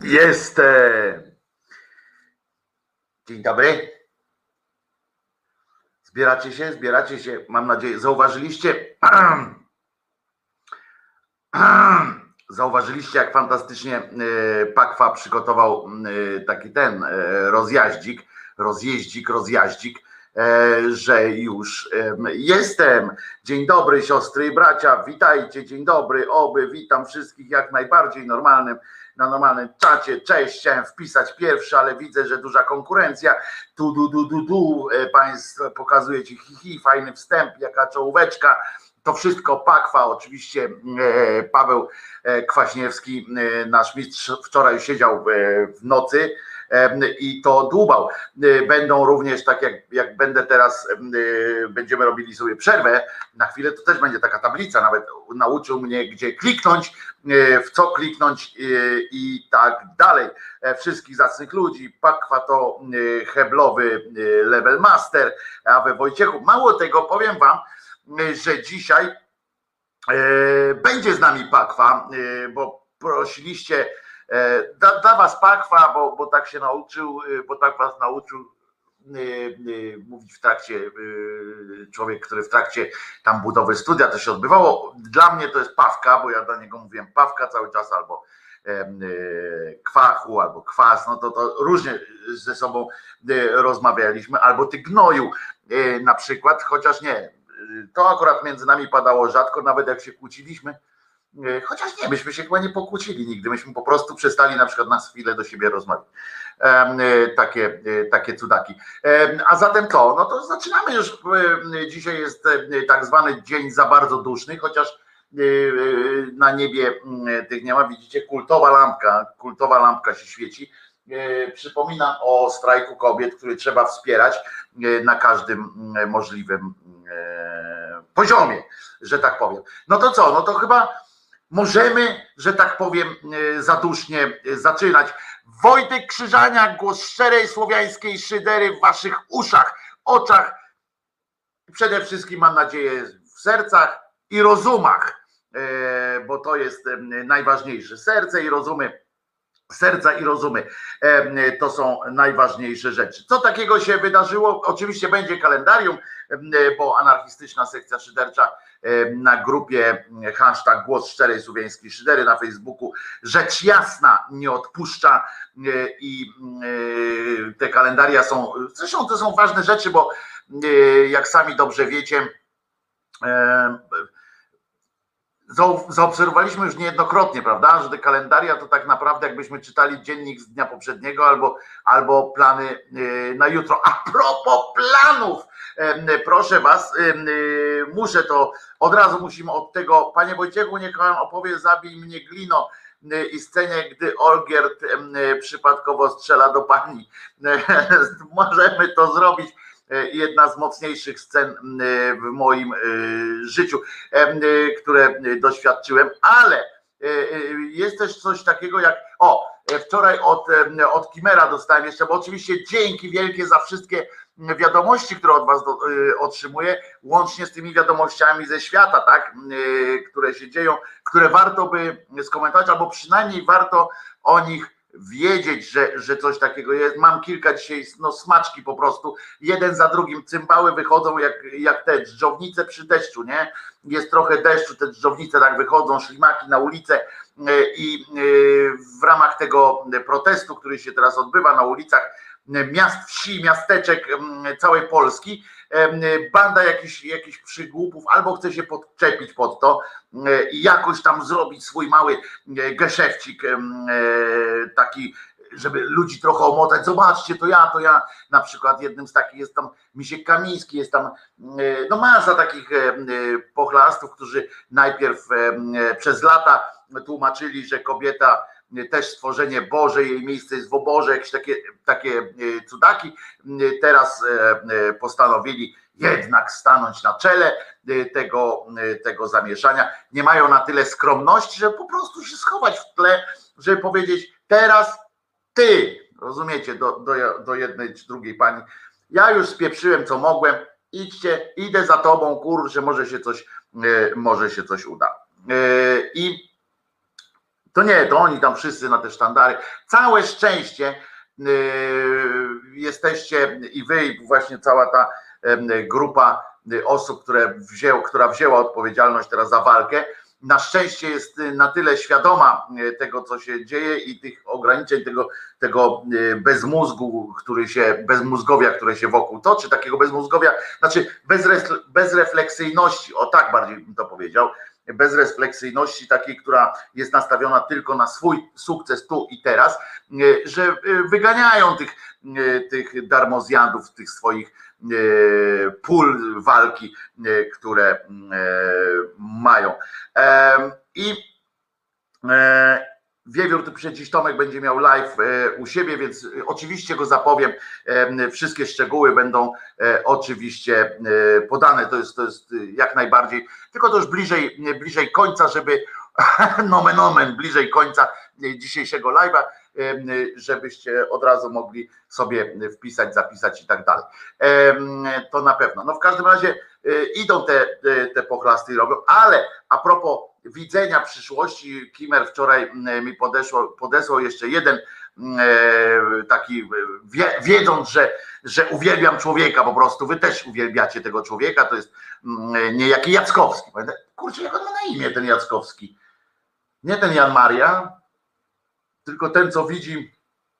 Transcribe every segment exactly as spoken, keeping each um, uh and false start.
Jestem. Dzień dobry. Zbieracie się, zbieracie się, mam nadzieję. Zauważyliście, zauważyliście, jak fantastycznie Pakwa przygotował taki ten rozjaździk, rozjeździk, rozjaździk, że już jestem. Dzień dobry, siostry i bracia, witajcie, dzień dobry, oby, witam wszystkich jak najbardziej normalnym, na normalnym czacie. Cześć, chciałem wpisać pierwszy, ale widzę, że duża konkurencja. Tu, du, du, du, du. Państwo pokazujecie hihi, fajny wstęp, jaka czołóweczka. To wszystko Pakwa, oczywiście Paweł Kwaśniewski, nasz mistrz, wczoraj siedział w nocy i to dłubał. Będą również, tak jak, jak będę teraz, będziemy robili sobie przerwę na chwilę, to też będzie taka tablica, nawet nauczył mnie, gdzie kliknąć, w co kliknąć i tak dalej. Wszystkich zacnych ludzi. Pakwa to heblowy level master, a we Wojciechu, mało tego, powiem wam, że dzisiaj będzie z nami Pakwa, bo prosiliście Dla, dla was Pakwa, bo, bo tak się nauczył, bo tak was nauczył mówić w trakcie, człowiek, który w trakcie tam budowy studia to się odbywało. Dla mnie to jest Pawka, bo ja dla niego mówiłem Pawka cały czas, albo Kwachu, albo Kwas, no to, to różnie ze sobą rozmawialiśmy, albo ty gnoju na przykład, chociaż nie, to akurat między nami padało rzadko, nawet jak się kłóciliśmy. Chociaż nie, myśmy się chyba nie pokłócili nigdy, myśmy po prostu przestali na przykład na chwilę do siebie rozmawiać. Takie, takie cudaki. A zatem to, no to zaczynamy już. Dzisiaj jest tak zwany dzień za bardzo duszny, chociaż na niebie tych nie ma, widzicie, kultowa lampka, kultowa lampka się świeci. Przypominam o strajku kobiet, który trzeba wspierać na każdym możliwym poziomie, że tak powiem. No to co, no to chyba możemy, że tak powiem, zadusznie zaczynać. Wojtek Krzyżaniak, głos szczerej słowiańskiej szydery w waszych uszach, oczach, przede wszystkim mam nadzieję w sercach i rozumach, bo to jest najważniejsze. Serce i rozumy, serca i rozumy to są najważniejsze rzeczy. Co takiego się wydarzyło? Oczywiście będzie kalendarium, bo anarchistyczna sekcja szydercza na grupie hashtag głos szczerej słowiańskiej szydery na Facebooku rzecz jasna nie odpuszcza i te kalendaria są, zresztą to są ważne rzeczy, bo jak sami dobrze wiecie, zaobserwowaliśmy już niejednokrotnie, prawda, że te kalendaria to tak naprawdę jakbyśmy czytali dziennik z dnia poprzedniego albo, albo plany na jutro. A propos planów, proszę was, muszę to, od razu musimy od tego, panie Wojciechu, niech pan opowie Zabij mnie glino i scenie, gdy Olgierd przypadkowo strzela do pani. Możemy to zrobić. Jedna z mocniejszych scen w moim życiu, które doświadczyłem, ale jest też coś takiego jak, o, wczoraj od, od Kimera dostałem jeszcze, bo oczywiście dzięki wielkie za wszystkie wiadomości, które od was do, otrzymuję, łącznie z tymi wiadomościami ze świata, tak, które się dzieją, które warto by skomentować, albo przynajmniej warto o nich wiedzieć, że, że coś takiego jest. Mam kilka dzisiaj, no smaczki po prostu, jeden za drugim, cymbały wychodzą jak, jak te dżdżownice przy deszczu, nie? Jest trochę deszczu, te dżdżownice tak wychodzą, ślimaki na ulicę i w ramach tego protestu, który się teraz odbywa na ulicach miast, wsi, miasteczek całej Polski, banda jakichś, jakichś przygłupów albo chce się podczepić pod to i jakoś tam zrobić swój mały geszefcik taki, żeby ludzi trochę omotać. Zobaczcie, to ja, to ja. Na przykład jednym z takich jest tam Misiek Kamiński, jest tam no masa takich pochlastów, którzy najpierw przez lata tłumaczyli, że kobieta też stworzenie Boże, jej miejsce jest w oborze, jakieś takie, takie cudaki. Teraz postanowili jednak stanąć na czele tego, tego zamieszania. Nie mają na tyle skromności, żeby po prostu się schować w tle, żeby powiedzieć teraz ty, rozumiecie, do, do, do jednej czy drugiej pani, ja już spieprzyłem co mogłem, idźcie, idę za tobą, kurczę, może się coś, może się coś uda. I To nie, to oni tam wszyscy na te sztandary. Całe szczęście yy, jesteście i wy, i właśnie cała ta yy, grupa yy, osób, które wzięło, która wzięła odpowiedzialność teraz za walkę. Na szczęście jest na tyle świadoma tego, co się dzieje i tych ograniczeń, tego, tego bezmózgu, który się, bezmózgowia, które się wokół toczy, takiego bezmózgowia, znaczy bezre, bezrefleksyjności, o tak bardziej bym to powiedział, bezrefleksyjności takiej, która jest nastawiona tylko na swój sukces tu i teraz, że wyganiają tych, tych darmozjadów, tych swoich pól walki, które mają. I Wiewiór, tu pisze, dziś Tomek będzie miał live u siebie, więc oczywiście go zapowiem. Wszystkie szczegóły będą oczywiście podane. To jest, to jest jak najbardziej, tylko to już bliżej, bliżej końca, żeby nomen omen, bliżej końca dzisiejszego live'a, żebyście od razu mogli sobie wpisać, zapisać i tak dalej. To na pewno. No w każdym razie idą te, te pochlasty i robią, ale a propos widzenia przyszłości, Kimmer wczoraj mi podeszło, podesłał jeszcze jeden taki, wiedząc, że, że uwielbiam człowieka, po prostu wy też uwielbiacie tego człowieka, to jest niejaki Jackowski. Kurczę, jak on ma na imię, ten Jackowski? Nie ten Jan Maria, tylko ten, co widzi,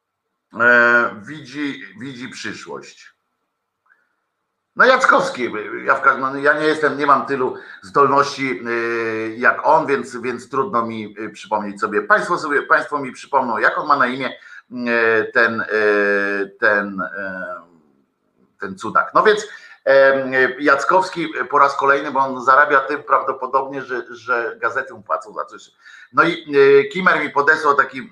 widzi, widzi przyszłość. No Jackowski, ja, w każdym, ja nie jestem, nie mam tylu zdolności jak on, więc, więc trudno mi przypomnieć sobie. Państwo sobie, Państwo mi przypomną, jak on ma na imię, ten, ten, ten cudak. No więc Jackowski po raz kolejny, bo on zarabia tym prawdopodobnie, że, że gazety mu płacą za coś. No i Kimmer mi podesłał taki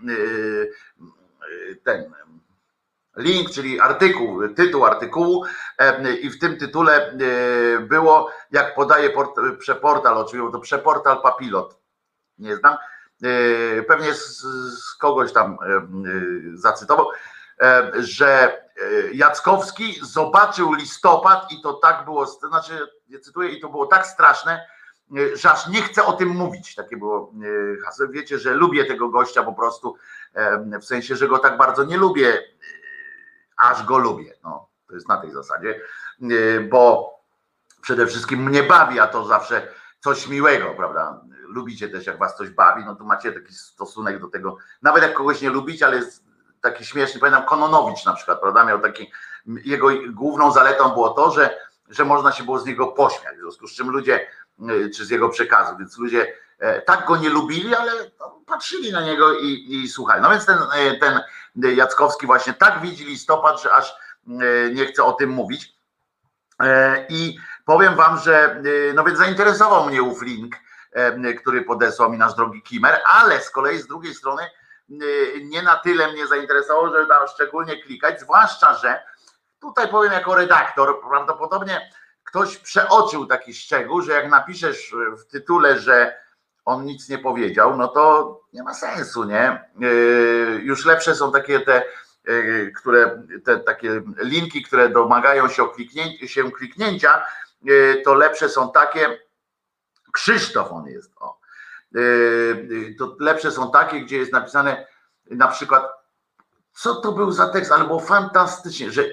ten link, czyli artykuł, tytuł artykułu i w tym tytule było, jak podaje port, przeportal, oczywiście to przeportal Papilot, nie znam, pewnie z, z kogoś tam zacytował, że Jackowski zobaczył listopad i to tak było, znaczy, ja cytuję, i to było tak straszne, że aż nie chcę o tym mówić. Takie było hasło. Wiecie, że lubię tego gościa po prostu, w sensie, że go tak bardzo nie lubię, aż go lubię. No, to jest na tej zasadzie, bo przede wszystkim mnie bawi, a to zawsze coś miłego, prawda? Lubicie też, jak was coś bawi, no to macie taki stosunek do tego, nawet jak kogoś nie lubicie, ale jest taki śmieszny, pamiętam Kononowicz na przykład, prawda, miał taki, jego główną zaletą było to, że, że można się było z niego pośmiać, w związku z czym ludzie, czy z jego przekazu, więc ludzie tak go nie lubili, ale patrzyli na niego i, i słuchali. No więc ten, ten Jackowski właśnie tak widzi listopad, że aż nie chce o tym mówić. I powiem wam, że no więc zainteresował mnie ów link, który podesłał mi nasz drogi Kimmer, ale z kolei z drugiej strony nie na tyle mnie zainteresowało, żeby tam szczególnie klikać, zwłaszcza, że tutaj powiem jako redaktor, prawdopodobnie ktoś przeoczył taki szczegół, że jak napiszesz w tytule, że on nic nie powiedział, no to nie ma sensu, nie? Już lepsze są takie te, które, te takie linki, które domagają się, o kliknię, się kliknięcia, to lepsze są takie, Krzysztof on jest, o. To lepsze są takie, gdzie jest napisane na przykład, co to był za tekst, ale było fantastycznie, że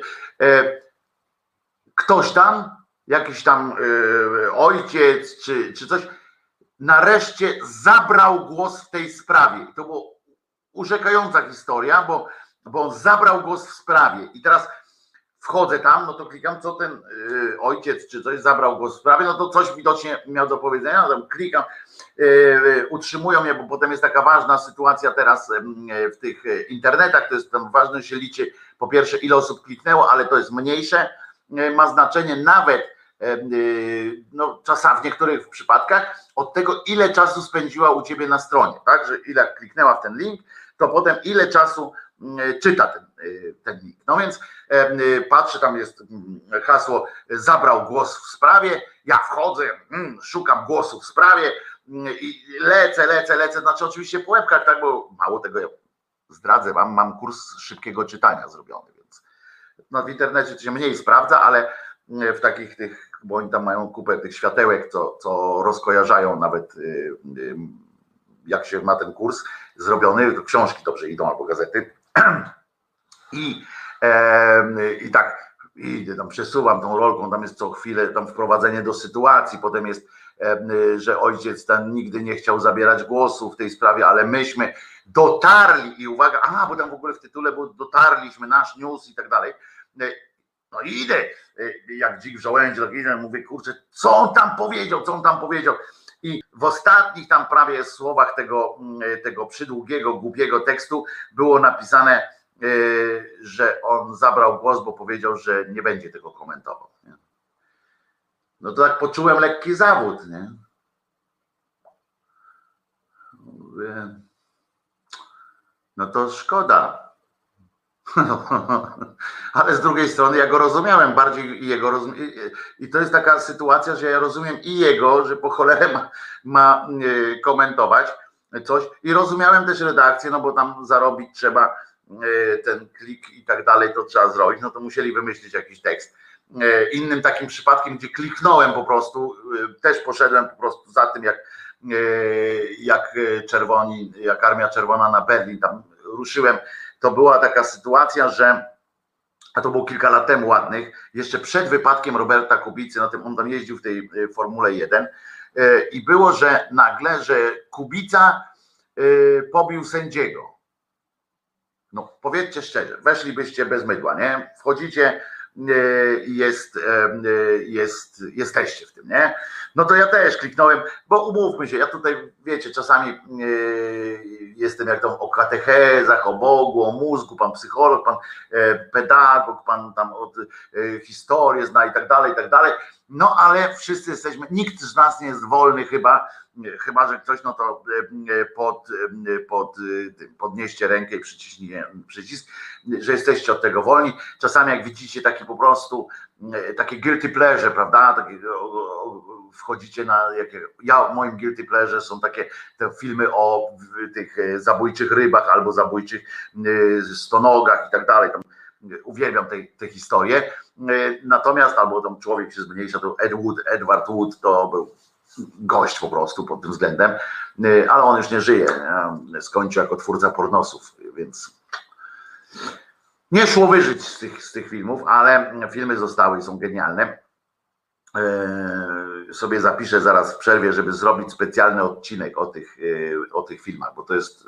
ktoś tam, jakiś tam ojciec czy, czy coś, nareszcie zabrał głos w tej sprawie. I to była urzekająca historia, bo, bo on zabrał głos w sprawie. I teraz wchodzę tam, no to klikam, co ten y, ojciec czy coś zabrał głos w sprawie, no to coś widocznie miał do powiedzenia, no tam klikam, y, y, utrzymują mnie, bo potem jest taka ważna sytuacja teraz y, w tych y, internetach, to jest tam ważne, się liczy po pierwsze ile osób kliknęło, ale to jest mniejsze, y, ma znaczenie nawet no, czasami w niektórych przypadkach od tego, ile czasu spędziła u ciebie na stronie, tak, że ile kliknęła w ten link, to potem ile czasu czyta ten, ten link. No więc patrzę, tam jest hasło zabrał głos w sprawie, ja wchodzę, szukam głosu w sprawie i lecę, lecę, lecę, znaczy oczywiście po łebkach, tak, bo mało tego ja zdradzę wam, mam kurs szybkiego czytania zrobiony, więc no, w internecie to się mniej sprawdza, ale w takich tych, bo oni tam mają kupę tych światełek, co, co rozkojarzają nawet jak się ma ten kurs zrobiony, to książki dobrze idą albo gazety. I, e, i tak idę tam, przesuwam tą rolką, tam jest co chwilę tam wprowadzenie do sytuacji, potem jest, e, że ojciec ten nigdy nie chciał zabierać głosu w tej sprawie, ale myśmy dotarli i uwaga, aha, bo tam w ogóle w tytule, bo dotarliśmy, nasz news i tak dalej. No i idę, jak dzik w żołędziu, tak idę, mówię, kurczę, co on tam powiedział, co on tam powiedział. I w ostatnich tam prawie słowach tego, tego przydługiego, głupiego tekstu było napisane, że on zabrał głos, bo powiedział, że nie będzie tego komentował. Nie? No to tak poczułem lekki zawód, nie? No to szkoda. Ale z drugiej strony ja go rozumiałem bardziej jego rozum... i to jest taka sytuacja, że ja rozumiem i jego, że po cholerę ma, ma komentować coś i rozumiałem też redakcję, no bo tam zarobić trzeba ten klik i tak dalej, to trzeba zrobić, no to musieli wymyślić jakiś tekst. Innym takim przypadkiem, gdzie kliknąłem po prostu, też poszedłem po prostu za tym, jak, jak czerwoni, jak Armia Czerwona na Berlin, tam ruszyłem, to była taka sytuacja, że, a to było kilka lat temu ładnych, jeszcze przed wypadkiem Roberta Kubicy, na tym on tam jeździł w tej Formule jeden i było, że nagle, że Kubica pobił sędziego. No powiedzcie szczerze, weszlibyście bez mydła, nie? Wchodzicie, jest, jest, jesteście w tym, nie? No to ja też kliknąłem, bo umówmy się, ja tutaj, wiecie, czasami jestem jak tam o katechezach, o Bogu, o mózgu, pan psycholog, pan pedagog, pan tam od historii zna i tak dalej, i tak dalej, no ale wszyscy jesteśmy, nikt z nas nie jest wolny chyba, chyba że ktoś, no to pod, pod, podnieście rękę i przyciśnie przycisk, że jesteście od tego wolni. Czasami jak widzicie taki po prostu, takie guilty pleasure, prawda, takie, wchodzicie na, jakie, ja moim guilty pleasure są takie te filmy o tych zabójczych rybach albo zabójczych stonogach i tak dalej, tam uwielbiam te, te historie, natomiast albo tam człowiek się zmniejsza, to Ed Wood, Edward Wood to był gość po prostu pod tym względem, ale on już nie żyje, nie? Skończył jako twórca pornosów, więc nie szło wyżyć z tych, z tych filmów, ale filmy zostały i są genialne. Eee, sobie zapiszę zaraz w przerwie, żeby zrobić specjalny odcinek o tych, o tych filmach, bo to jest,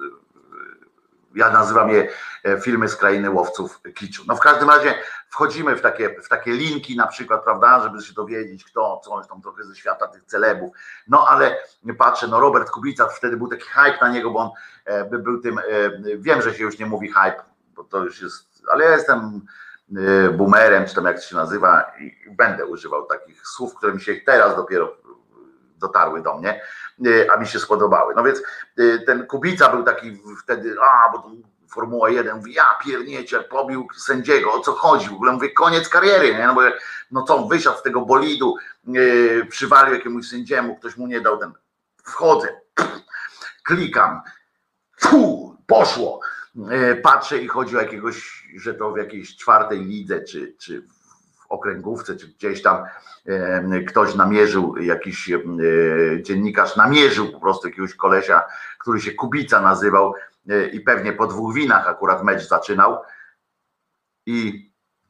ja nazywam je filmy z krainy łowców kiczu. No w każdym razie wchodzimy w takie, w takie linki na przykład, prawda, żeby się dowiedzieć kto, coś tam trochę ze świata tych celebów. No ale patrzę, no Robert Kubica, wtedy był taki hype na niego, bo on by był tym, wiem, że się już nie mówi hype, bo to już jest, ale ja jestem boomerem, czy tam jak to się nazywa i będę używał takich słów, które mi się teraz dopiero dotarły do mnie, a mi się spodobały. No więc ten Kubica był taki wtedy, a bo to Formuła jeden, mówi, ja pierniecie, pobił sędziego, o co chodzi? W ogóle mówię, koniec kariery, nie? No bo no co, on wysiadł z tego bolidu, yy, przywalił jakiemuś sędziemu, ktoś mu nie dał ten, wchodzę, pff, klikam, fu, poszło, yy, patrzę i chodzi o jakiegoś, że to w jakiejś czwartej lidze, czy, czy w okręgówce, czy gdzieś tam yy, ktoś namierzył, jakiś yy, dziennikarz namierzył po prostu jakiegoś kolesia, który się Kubica nazywał, i pewnie po dwóch winach akurat mecz zaczynał i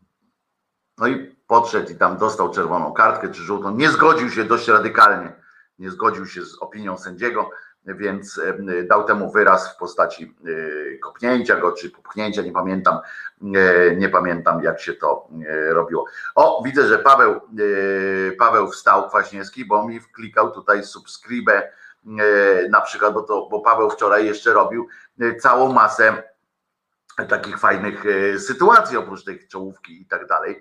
no i podszedł i tam dostał czerwoną kartkę czy żółtą, nie zgodził się dość radykalnie, nie zgodził się z opinią sędziego, więc dał temu wyraz w postaci kopnięcia go czy popchnięcia, nie pamiętam, nie pamiętam jak się to robiło. O, widzę, że Paweł Paweł wstał Kwaśniewski, bo mi wklikał tutaj subskrybę na przykład, bo, to, bo Paweł wczoraj jeszcze robił całą masę takich fajnych sytuacji oprócz tej czołówki i tak dalej.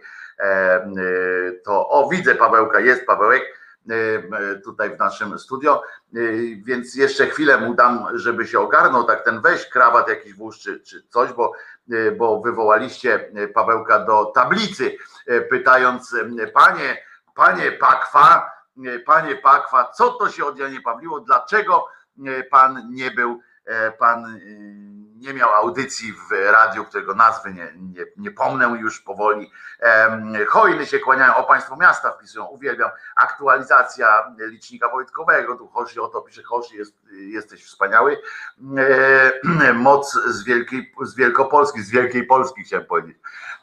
To o, widzę Pawełka, jest Pawełek tutaj w naszym studio, więc jeszcze chwilę mu dam, żeby się ogarnął, tak ten weź krawat jakiś włóż czy, czy coś, bo, bo wywołaliście Pawełka do tablicy, pytając, panie, panie Pakwa, panie Pakwa, co to się od Janie Pawliło, dlaczego pan nie był, pan nie miał audycji w radiu, którego nazwy nie, nie, nie pomnę już powoli. Hojny się kłaniają, o Państwo miasta wpisują, uwielbiam. Aktualizacja licznika Wojtkowego, tu Hoshi o to pisze, Hoshi jest, jesteś wspaniały. Moc z Wielkiej, z Wielkopolski, z Wielkiej Polski chciałem powiedzieć.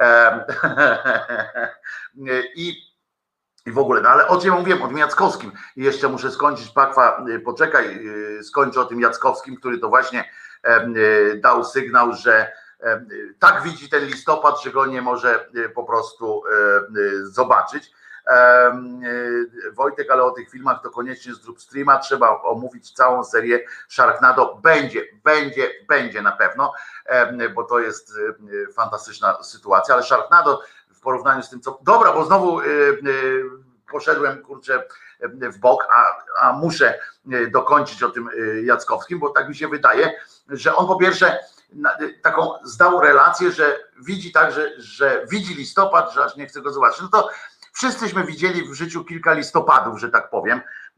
I I w ogóle, no ale o czym ja mówiłem, o tym Jackowskim. I jeszcze muszę skończyć, Pakwa, poczekaj, skończę o tym Jackowskim, który to właśnie dał sygnał, że tak widzi ten listopad, że go nie może po prostu zobaczyć. Wojtek, ale o tych filmach to koniecznie zrób streama, trzeba omówić całą serię Sharknado. Będzie, będzie, będzie na pewno, bo to jest fantastyczna sytuacja, ale Sharknado w porównaniu z tym, co... Dobra, bo znowu poszedłem, kurczę, w bok, a, a muszę dokończyć o tym Jackowskim, bo tak mi się wydaje, że on po pierwsze taką zdał relację, że widzi tak, że, że widzi listopad, że aż nie chce go zobaczyć. No to wszyscyśmy widzieli w życiu kilka listopadów, że tak powiem,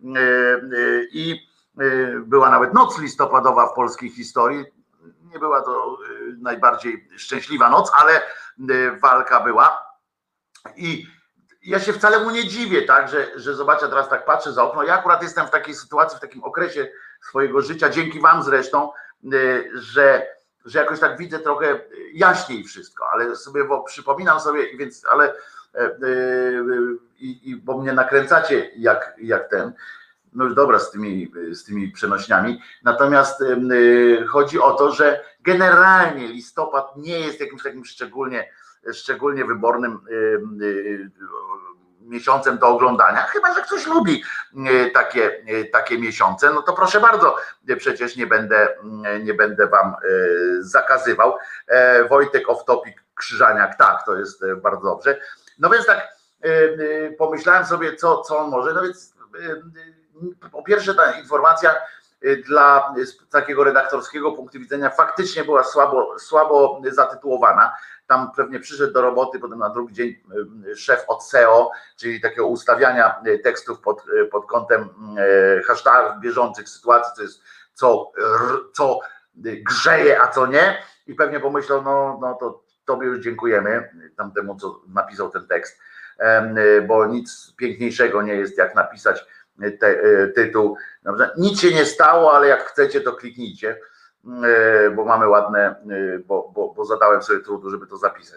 i była nawet noc listopadowa w polskiej historii. Nie była to najbardziej szczęśliwa noc, ale walka była i ja się wcale mu nie dziwię, tak, że, że zobaczę, teraz tak patrzę za okno. Ja akurat jestem w takiej sytuacji, w takim okresie swojego życia, dzięki wam zresztą, że, że jakoś tak widzę trochę jaśniej wszystko, ale sobie, bo przypominam sobie, więc, ale i, i bo mnie nakręcacie jak, jak ten, no już dobra z tymi, z tymi przenośniami, natomiast y, chodzi o to, że generalnie listopad nie jest jakimś takim szczególnie, szczególnie wybornym y, y, miesiącem do oglądania, chyba że ktoś lubi y, takie, y, takie miesiące, no to proszę bardzo, y, przecież nie będę, y, nie będę wam y, zakazywał. E, Wojtek off topic Krzyżaniak, tak, to jest y, bardzo dobrze. No więc tak y, y, pomyślałem sobie, co, co on może, no więc y, po pierwsze ta informacja dla z takiego redaktorskiego punktu widzenia faktycznie była słabo, słabo zatytułowana. Tam pewnie przyszedł do roboty, potem na drugi dzień szef od S E O, czyli takiego ustawiania tekstów pod, pod kątem hashtagów bieżących sytuacji, co jest co, co grzeje, a co nie. I pewnie pomyślał, no, no to tobie już dziękujemy, tamtemu, co napisał ten tekst, bo nic piękniejszego nie jest, jak napisać Te, tytuł, dobrze? Nic się nie stało, ale jak chcecie, to kliknijcie, bo mamy ładne, bo, bo, bo zadałem sobie trudu, żeby to zapisać.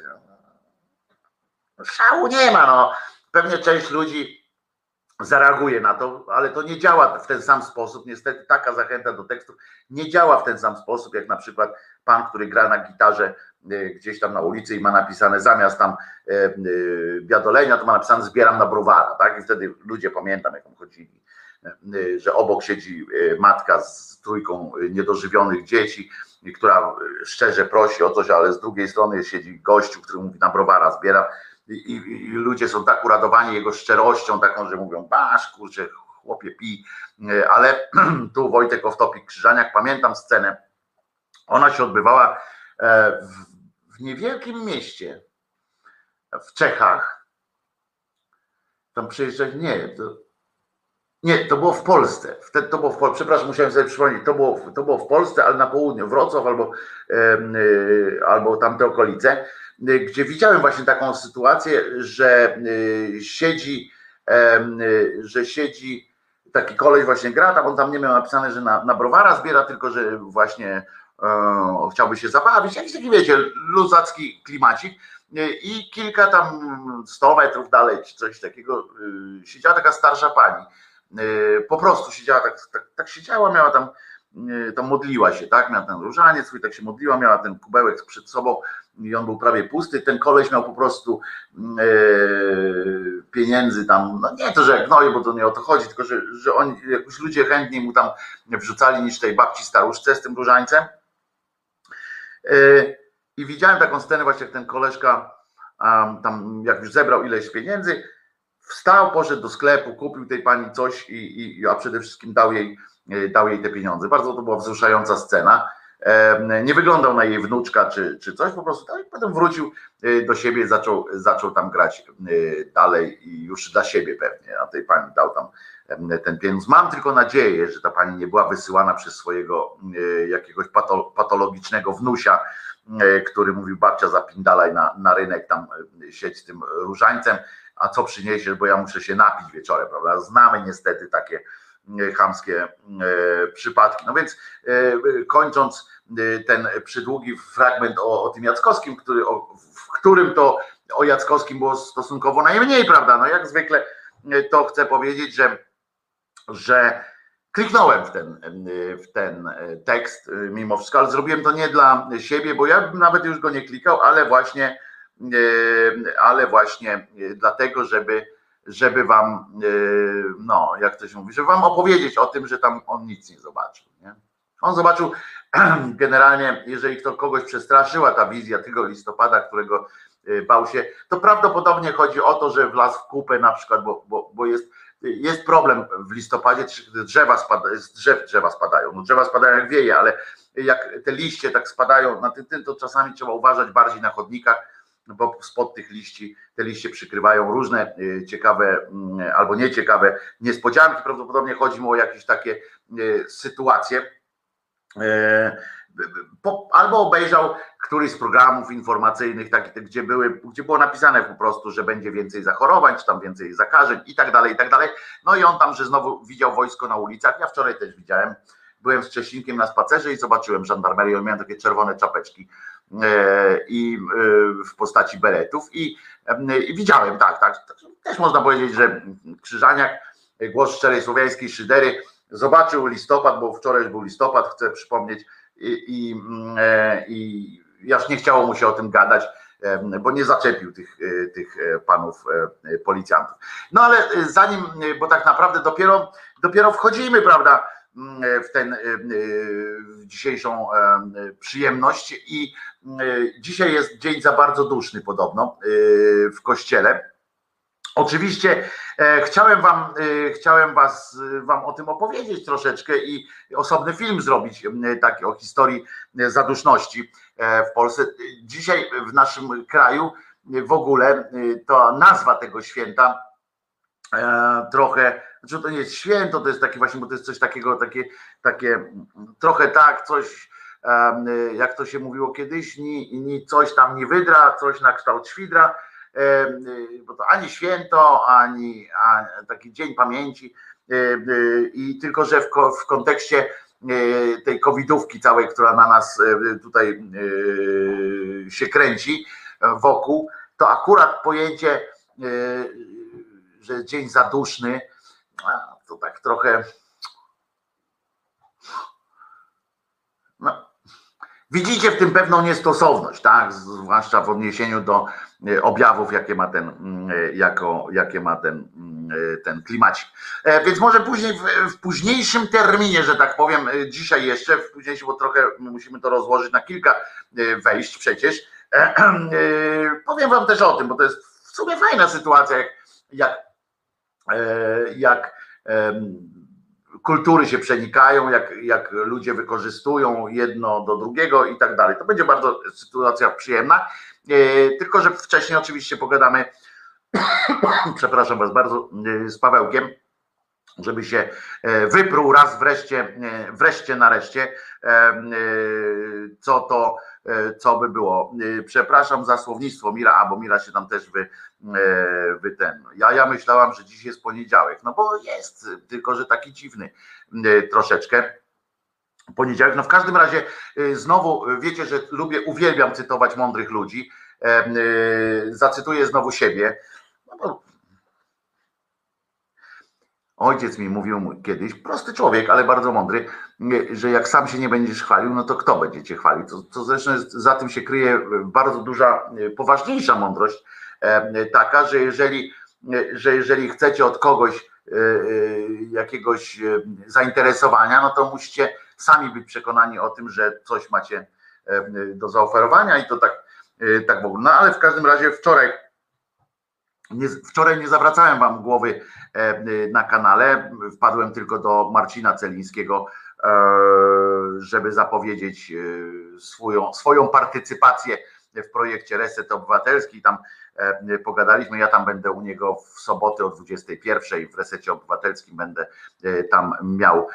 Szału nie ma, no. Pewnie część ludzi zareaguje na to, ale to nie działa w ten sam sposób. Niestety taka zachęta do tekstów nie działa w ten sam sposób, jak na przykład pan, który gra na gitarze gdzieś tam na ulicy i ma napisane zamiast tam biadolenia, to ma napisane zbieram na browara, tak? I wtedy ludzie, pamiętam, jak tam chodzili, że obok siedzi matka z trójką niedożywionych dzieci, która szczerze prosi o coś, ale z drugiej strony siedzi gościu, który mówi na browara zbieram. I, i, i ludzie są tak uradowani jego szczerością taką, że mówią, basz, kurczę, chłopie, pij, ale tu Wojtek off topic Krzyżaniak, pamiętam scenę, ona się odbywała w, w niewielkim mieście w Czechach, tam przyjeżdżać, nie, to, nie, to było w Polsce, wtedy to było w Polsce, przepraszam, musiałem sobie przypomnieć, to było, to było w Polsce, ale na południu, Wrocław albo, albo tamte okolice, gdzie widziałem właśnie taką sytuację, że siedzi, że siedzi taki koleś właśnie gra, tam on tam nie miał napisane, że na, na browara zbiera, tylko że właśnie e, chciałby się zabawić, jakiś taki, wiecie, luzacki klimacik i kilka tam sto metrów dalej, czy coś takiego, siedziała taka starsza pani, po prostu siedziała, tak, tak, tak siedziała, miała tam, tam modliła się, tak, miała ten różaniec swój, tak się modliła, miała ten kubełek przed sobą i on był prawie pusty, ten koleś miał po prostu e, pieniędzy tam, no nie to, że jak gnoi, bo to nie o to chodzi, tylko że, że oni, jakoś ludzie chętniej mu tam wrzucali niż tej babci staruszce z tym różańcem. E, I widziałem taką scenę właśnie, jak ten koleżka um, tam jak już zebrał ileś pieniędzy, wstał, poszedł do sklepu, kupił tej pani coś, i, i, a przede wszystkim dał jej, dał jej te pieniądze. Bardzo to była wzruszająca scena. Nie wyglądał na jej wnuczka czy, czy coś, po prostu tak, potem wrócił do siebie, zaczął, zaczął tam grać dalej i już dla siebie pewnie, a tej pani dał tam ten pieniądz. Mam tylko nadzieję, że ta pani nie była wysyłana przez swojego jakiegoś patologicznego wnusia, który mówił: babcia, zapindalaj na, na rynek, tam siedź z tym różańcem, a co przyniesiesz, bo ja muszę się napić wieczorem, prawda? Znamy niestety takie chamskie przypadki. No więc kończąc ten przydługi fragment o, o tym Jackowskim, który, o, w którym to o Jackowskim było stosunkowo najmniej, prawda? No jak zwykle to chcę powiedzieć, że, że kliknąłem w ten, w ten tekst mimo wszystko, ale zrobiłem to nie dla siebie, bo ja bym nawet już go nie klikał, ale właśnie, ale właśnie dlatego, żeby, żeby wam, no jak to się mówi, żeby wam opowiedzieć o tym, że tam on nic nie zobaczył. Nie? On zobaczył generalnie, jeżeli to kogoś przestraszyła ta wizja tego listopada, którego bał się, to prawdopodobnie chodzi o to, że wlazł w kupę na przykład, bo, bo, bo jest, jest problem w listopadzie, drzewa, spada, drzew, drzewa spadają, no drzewa spadają jak wieje, ale jak te liście tak spadają na tym, to czasami trzeba uważać bardziej na chodnikach, bo spod tych liści te liście przykrywają różne ciekawe albo nieciekawe niespodzianki. Prawdopodobnie chodzi mu o jakieś takie sytuacje. Albo obejrzał któryś z programów informacyjnych, taki, gdzie, były, gdzie było napisane po prostu, że będzie więcej zachorowań, czy tam więcej zakażeń i tak dalej, i tak dalej. No i on tam, że znowu widział wojsko na ulicach. Ja wczoraj też widziałem, byłem z Czesinkiem na spacerze i zobaczyłem żandarmerię, on miał takie czerwone czapeczki i w postaci beretów i, i widziałem, tak, tak, też można powiedzieć, że Krzyżaniak, głos szczerej słowiańskiej szydery, zobaczył listopad, bo wczoraj już był listopad, chcę przypomnieć, i, i, i aż nie chciało mu się o tym gadać, bo nie zaczepił tych, tych panów policjantów. No ale zanim, bo tak naprawdę dopiero, dopiero wchodzimy, prawda, w ten w dzisiejszą przyjemność i dzisiaj jest dzień za bardzo duszny podobno w kościele. Oczywiście e, chciałem wam, e, chciałem was, wam o tym opowiedzieć troszeczkę i osobny film zrobić e, taki o historii zaduszności e, w Polsce. Dzisiaj w naszym kraju e, w ogóle e, to nazwa tego święta e, trochę, znaczy to nie jest święto, to jest takie właśnie, bo to jest coś takiego, takie, takie trochę tak, coś e, jak to się mówiło kiedyś, ni, ni coś tam nie wydra, coś na kształt świdra, bo to ani święto, ani, ani taki dzień pamięci, i tylko, że w, w kontekście tej covidówki całej, która na nas tutaj się kręci wokół, to akurat pojęcie, że dzień zaduszny, to tak trochę no, widzicie w tym pewną niestosowność, tak? Zwłaszcza w odniesieniu do objawów, jakie ma ten, jako, jakie ma ten, ten klimacik. Więc może później, w, w późniejszym terminie, że tak powiem, dzisiaj jeszcze, w późniejszym, bo trochę musimy to rozłożyć na kilka wejść przecież. Powiem wam też o tym, bo to jest w sumie fajna sytuacja, jak, jak, jak kultury się przenikają, jak, jak ludzie wykorzystują jedno do drugiego i tak dalej. To będzie bardzo sytuacja przyjemna, tylko że wcześniej oczywiście pogadamy, przepraszam was bardzo, z Pawełkiem, żeby się wyprół raz wreszcie, wreszcie nareszcie, co to, co by było. Przepraszam za słownictwo, Mira, a bo Mira się tam też wy, wy ten. Ja, ja myślałam, że dziś jest poniedziałek, no bo jest, tylko że taki dziwny troszeczkę. Poniedziałek, no w każdym razie znowu wiecie, że lubię, uwielbiam cytować mądrych ludzi. Zacytuję znowu siebie. No bo ojciec mi mówił kiedyś, prosty człowiek, ale bardzo mądry, że jak sam się nie będziesz chwalił, no to kto będzie cię chwalił? To, to zresztą jest, za tym się kryje bardzo duża, poważniejsza mądrość, taka, że jeżeli, że jeżeli chcecie od kogoś jakiegoś zainteresowania, no to musicie sami być przekonani o tym, że coś macie do zaoferowania i to tak, tak w ogóle. No ale w każdym razie wczoraj Nie, wczoraj nie zawracałem wam głowy na kanale, wpadłem tylko do Marcina Celińskiego, żeby zapowiedzieć swoją, swoją partycypację w projekcie Reset Obywatelski, tam pogadaliśmy, ja tam będę u niego w sobotę o dwudziestej pierwszej w Resecie Obywatelskim, będę tam miał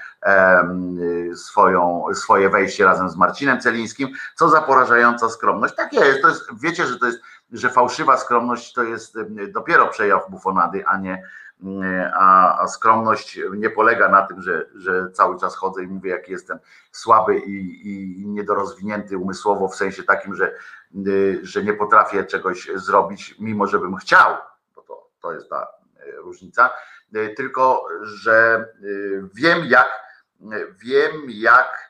swoją, swoje wejście razem z Marcinem Celińskim. Co za porażająca skromność. Tak jest, to jest, wiecie, że to jest, że fałszywa skromność to jest dopiero przejaw bufonady, a nie A, a skromność nie polega na tym, że, że cały czas chodzę i mówię, jaki jestem słaby i, i niedorozwinięty umysłowo, w sensie takim, że, że nie potrafię czegoś zrobić, mimo żebym chciał, bo to, to jest ta różnica, tylko że wiem jak, wiem jak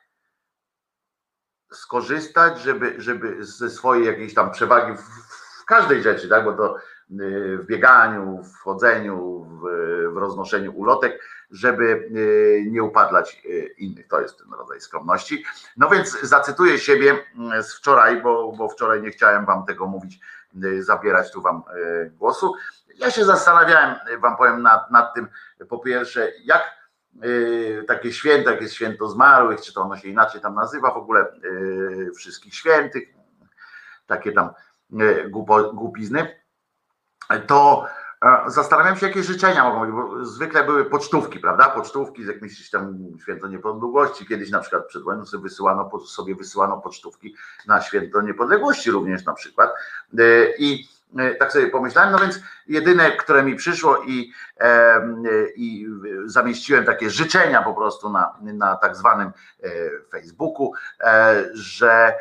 skorzystać, żeby, żeby ze swojej jakiejś tam przewagi w, w każdej rzeczy, tak, bo to w bieganiu, w chodzeniu, w, w roznoszeniu ulotek, żeby nie upadlać innych. To jest ten rodzaj skromności. No więc zacytuję siebie z wczoraj, bo, bo wczoraj nie chciałem wam tego mówić, zabierać tu wam głosu. Ja się zastanawiałem, wam powiem, nad, nad tym, po pierwsze, jak takie święto, jak jest święto zmarłych, czy to ono się inaczej tam nazywa, w ogóle wszystkich świętych, takie tam głupizny, to zastanawiam się, jakie życzenia mogą być, bo zwykle były pocztówki, prawda? Pocztówki z jakimś tam święto niepodległości. Kiedyś na przykład przed wojną sobie wysyłano, sobie wysyłano pocztówki na święto niepodległości również na przykład. I tak sobie pomyślałem, no więc jedyne, które mi przyszło i, i zamieściłem takie życzenia po prostu na, na tak zwanym Facebooku, że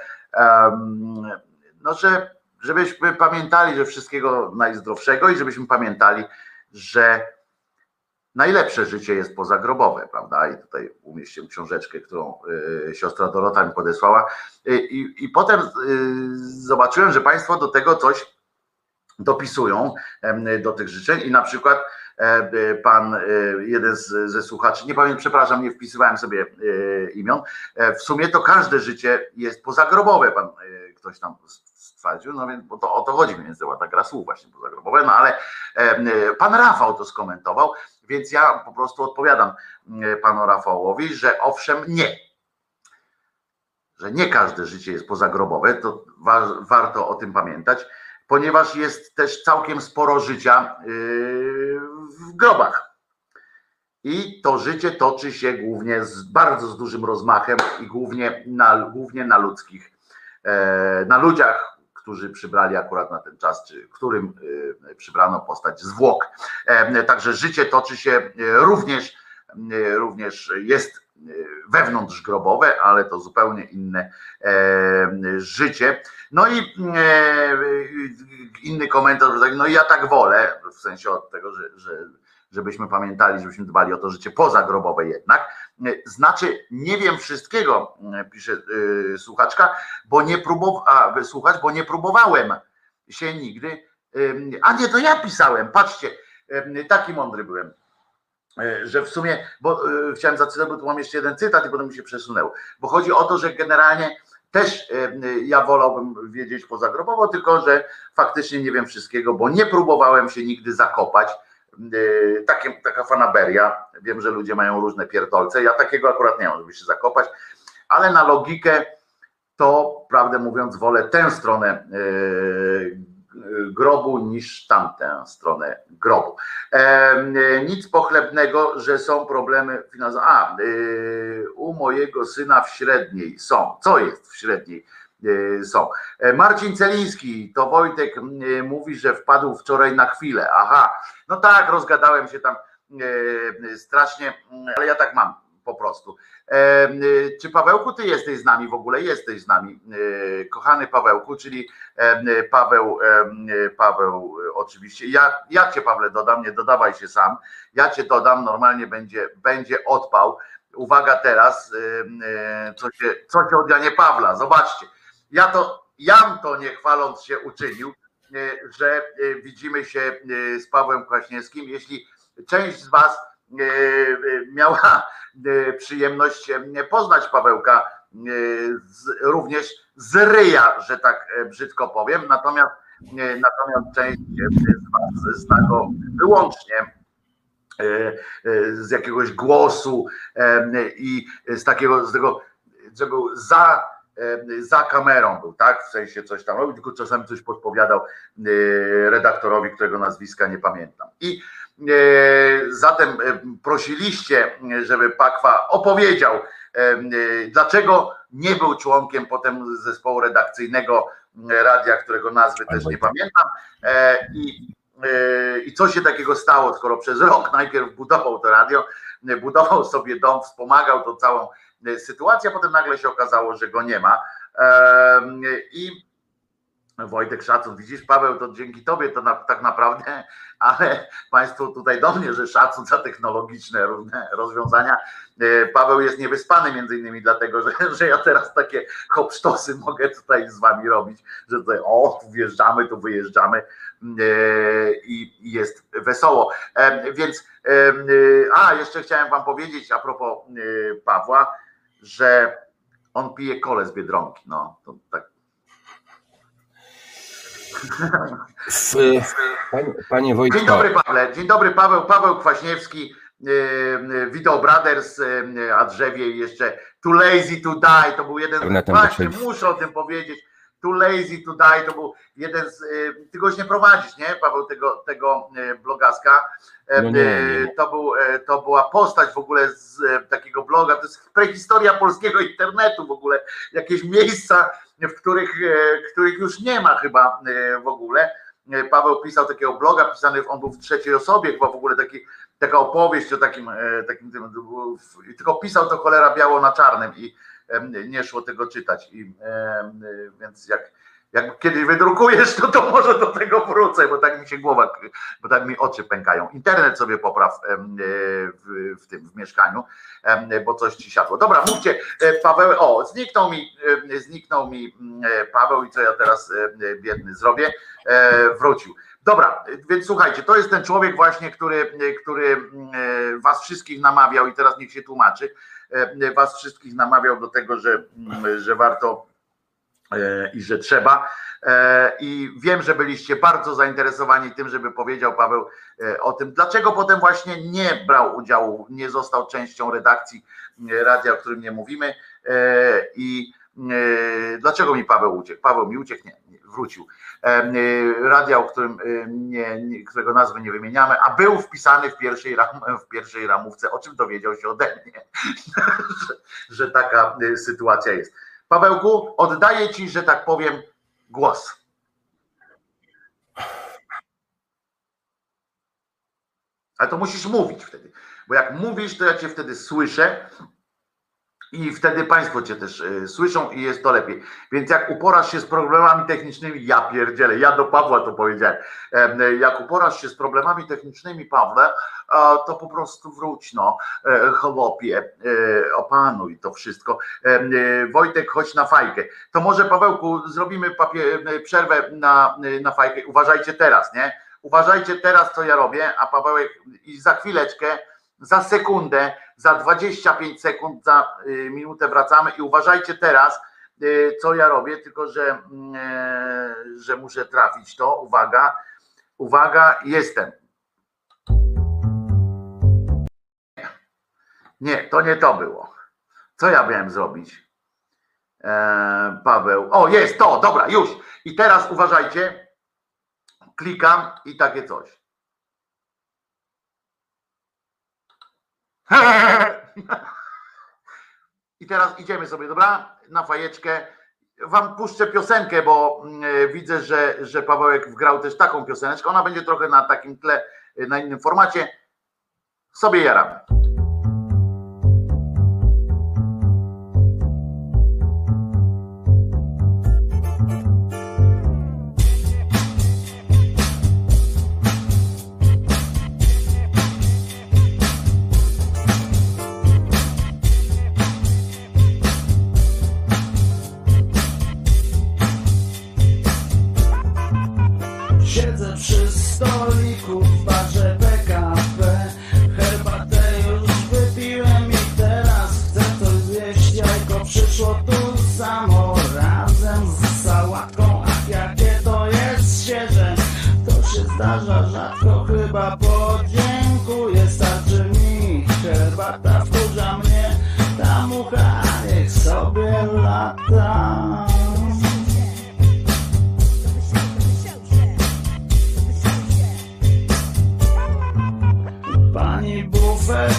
no, że żebyśmy pamiętali, że wszystkiego najzdrowszego i żebyśmy pamiętali, że najlepsze życie jest pozagrobowe, prawda? I tutaj umieściłem książeczkę, którą y, siostra Dorota mi podesłała. I, i, i potem y, zobaczyłem, że państwo do tego coś dopisują, y, do tych życzeń i na przykład y, pan, y, jeden z, ze słuchaczy, nie pamiętam, przepraszam, nie wpisywałem sobie y, imion, y, w sumie to każde życie jest pozagrobowe, pan y, ktoś tam stwierdził, no więc bo to o to chodzi, więc była ta gra słów właśnie pozagrobowe, no ale e, pan Rafał to skomentował, więc ja po prostu odpowiadam panu Rafałowi, że owszem nie, że nie każde życie jest pozagrobowe, to wa warto o tym pamiętać, ponieważ jest też całkiem sporo życia yy, w grobach i to życie toczy się głównie z bardzo z dużym rozmachem i głównie na, głównie na ludzkich, e, na ludziach, którzy przybrali akurat na ten czas, czy którym przybrano postać zwłok. Także życie toczy się również, również jest wewnątrzgrobowe, ale to zupełnie inne życie. No i inny komentarz, no i ja tak wolę, w sensie od tego, że, że żebyśmy pamiętali, żebyśmy dbali o to życie pozagrobowe jednak. Znaczy, nie wiem wszystkiego, pisze yy, słuchaczka, bo nie próbowałem, słuchać, bo nie próbowałem się nigdy. Yy, a nie, to ja pisałem, patrzcie, yy, taki mądry byłem, yy, że w sumie, bo yy, chciałem zacytować, bo tu mam jeszcze jeden cytat i potem mi się przesunęło, bo chodzi o to, że generalnie też yy, ja wolałbym wiedzieć pozagrobowo, tylko że faktycznie nie wiem wszystkiego, bo nie próbowałem się nigdy zakopać. Takie, taka fanaberia, wiem, że ludzie mają różne pierdolce, ja takiego akurat nie mam, żeby się zakopać, ale na logikę to, prawdę mówiąc, wolę tę stronę grobu niż tamtę stronę grobu. Nic pochlebnego, że są problemy finansowe. A, u mojego syna w średniej są. Co jest w średniej? Są. Marcin Celiński, to Wojtek mówi, że wpadł wczoraj na chwilę. Aha, no tak, rozgadałem się tam strasznie, ale ja tak mam po prostu. Czy Pawełku, ty jesteś z nami w ogóle? Jesteś z nami, kochany Pawełku, czyli Paweł, Paweł oczywiście. Ja, ja cię, Pawle, dodam, nie dodawaj się sam. Ja cię dodam, normalnie będzie, będzie odpał. Uwaga teraz, co się, co się od Janie Pawla, zobaczcie. Ja to, jam to nie chwaląc się uczynił, że widzimy się z Pawłem Kwaśniewskim. Jeśli część z was miała przyjemność poznać Pawełka z, również z ryja, że tak brzydko powiem, natomiast, natomiast część z was zna go wyłącznie z jakiegoś głosu i z takiego, z tego, że był za za kamerą był, tak? W sensie coś tam robił, tylko czasami coś podpowiadał redaktorowi, którego nazwiska nie pamiętam. I zatem prosiliście, żeby Pakwa opowiedział, dlaczego nie był członkiem potem zespołu redakcyjnego radia, którego nazwy też nie pamiętam. I, i co się takiego stało, skoro przez rok najpierw budował to radio, budował sobie dom, wspomagał tą całą sytuację, a potem nagle się okazało, że go nie ma. I Wojtek, szacun, widzisz, Paweł, to dzięki tobie to na, tak naprawdę, ale państwo tutaj do mnie, że szacun za technologiczne różne rozwiązania. Paweł jest niewyspany między innymi dlatego, że, że ja teraz takie hopsztosy mogę tutaj z wami robić, że tutaj o, tu wjeżdżamy, tu wyjeżdżamy i jest wesoło. Więc, a jeszcze chciałem wam powiedzieć a propos Pawła, że on pije kolę z Biedronki, no to tak. W, panie, panie Wojtku. Dzień dobry Pawle, dzień dobry Paweł, Paweł Kwaśniewski, Video Brothers, a drzewie jeszcze Too Lazy to Die, to był jeden, właśnie muszę o tym powiedzieć, Too Lazy to Die, to był jeden z, ty go już nie prowadzisz, nie Paweł, tego, tego blogaska, no nie, nie. To, był, to była postać w ogóle z takiego bloga, to jest prehistoria polskiego internetu w ogóle, jakieś miejsca, w których, których już nie ma chyba w ogóle. Paweł pisał takiego bloga, pisany, on był w trzeciej osobie, chyba w ogóle taki, taka opowieść o takim, takim tym, tylko pisał to cholera biało na czarnym i nie szło tego czytać. I, więc jak, jak kiedyś wydrukujesz, to, to może do tego wrócę, bo tak mi się głowa, bo tak mi oczy pękają. Internet sobie popraw w, w tym w mieszkaniu, bo coś ci siadło. Dobra, mówcie, Paweł, o, zniknął mi, zniknął mi Paweł i co ja teraz biedny zrobię, wrócił. Dobra, więc słuchajcie, to jest ten człowiek właśnie, który, który was wszystkich namawiał i teraz niech się tłumaczy, was wszystkich namawiał do tego, że, że warto i że trzeba. I wiem, że byliście bardzo zainteresowani tym, żeby powiedział Paweł o tym, dlaczego potem właśnie nie brał udziału, nie został częścią redakcji radia, o którym nie mówimy. I dlaczego mi Paweł uciekł? Paweł mi uciekł, nie, nie wrócił. Radia, o którym nie, nie, którego nazwy nie wymieniamy, a był wpisany w pierwszej, ram, w pierwszej ramówce, o czym dowiedział się ode mnie, że, że taka sytuacja jest. Pawełku, oddaję ci, że tak powiem, głos. Ale to musisz mówić wtedy, bo jak mówisz, to ja cię wtedy słyszę i wtedy państwo cię też słyszą i jest to lepiej. Więc jak uporasz się z problemami technicznymi, ja pierdzielę, ja do Pawła to powiedziałem, jak uporasz się z problemami technicznymi, Pawle, to po prostu wróć, no, chłopie, opanuj to wszystko. Wojtek, chodź na fajkę. To może, Pawełku, zrobimy papier, przerwę na, na fajkę. Uważajcie teraz, nie? Uważajcie teraz, co ja robię, a Pawełek i za chwileczkę, za sekundę, za dwadzieścia pięć sekund, za minutę wracamy i uważajcie teraz, co ja robię, tylko że, że muszę trafić to. Uwaga, uwaga, jestem. Nie, to nie to było. Co ja miałem zrobić? Eee, Paweł. O, jest to, dobra, już. I teraz uważajcie. Klikam i takie coś. I teraz idziemy sobie, dobra? Na fajeczkę. Wam puszczę piosenkę, bo widzę, że, że Pawełek wgrał też taką pioseneczkę. Ona będzie trochę na takim tle, na innym formacie. Sobie jaramy. Siedzę przy stoliku w barze P K P. Herbatę już wypiłem i teraz chcę coś zjeść. Jajko przyszło tu samo razem z sałatką. Ach, jakie to jest świeże, to się zdarza rzadko. Chyba podziękuję, starczy mi. Herbata wkurza mnie, ta mucha niech sobie lata.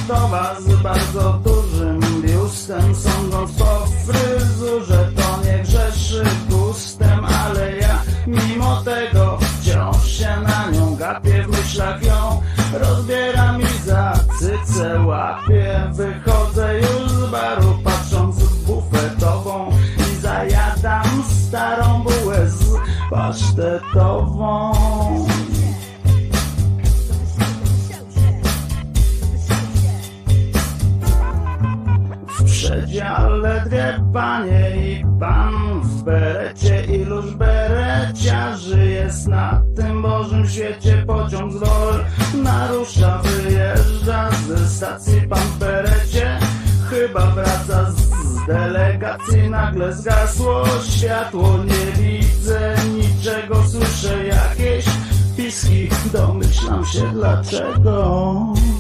sportowa z bardzo dużym biustem, sądząc po fryzurze to nie grzeszy gustem, ale ja mimo tego wciąż się na nią gapię, w myślach ją rozbieram i za cycę łapię. Wychodzę już z baru patrząc w bufetową i zajadam starą bułę z pasztetową. W przedziale dwie panie i pan w berecie, iluż bereciarzy jest na tym Bożym świecie. Pociąg z Wol narusza, wyjeżdża ze stacji pan w berecie, chyba wraca z delegacji. Nagle zgasło światło, nie widzę niczego, słyszę jakieś piski, domyślam się dlaczego.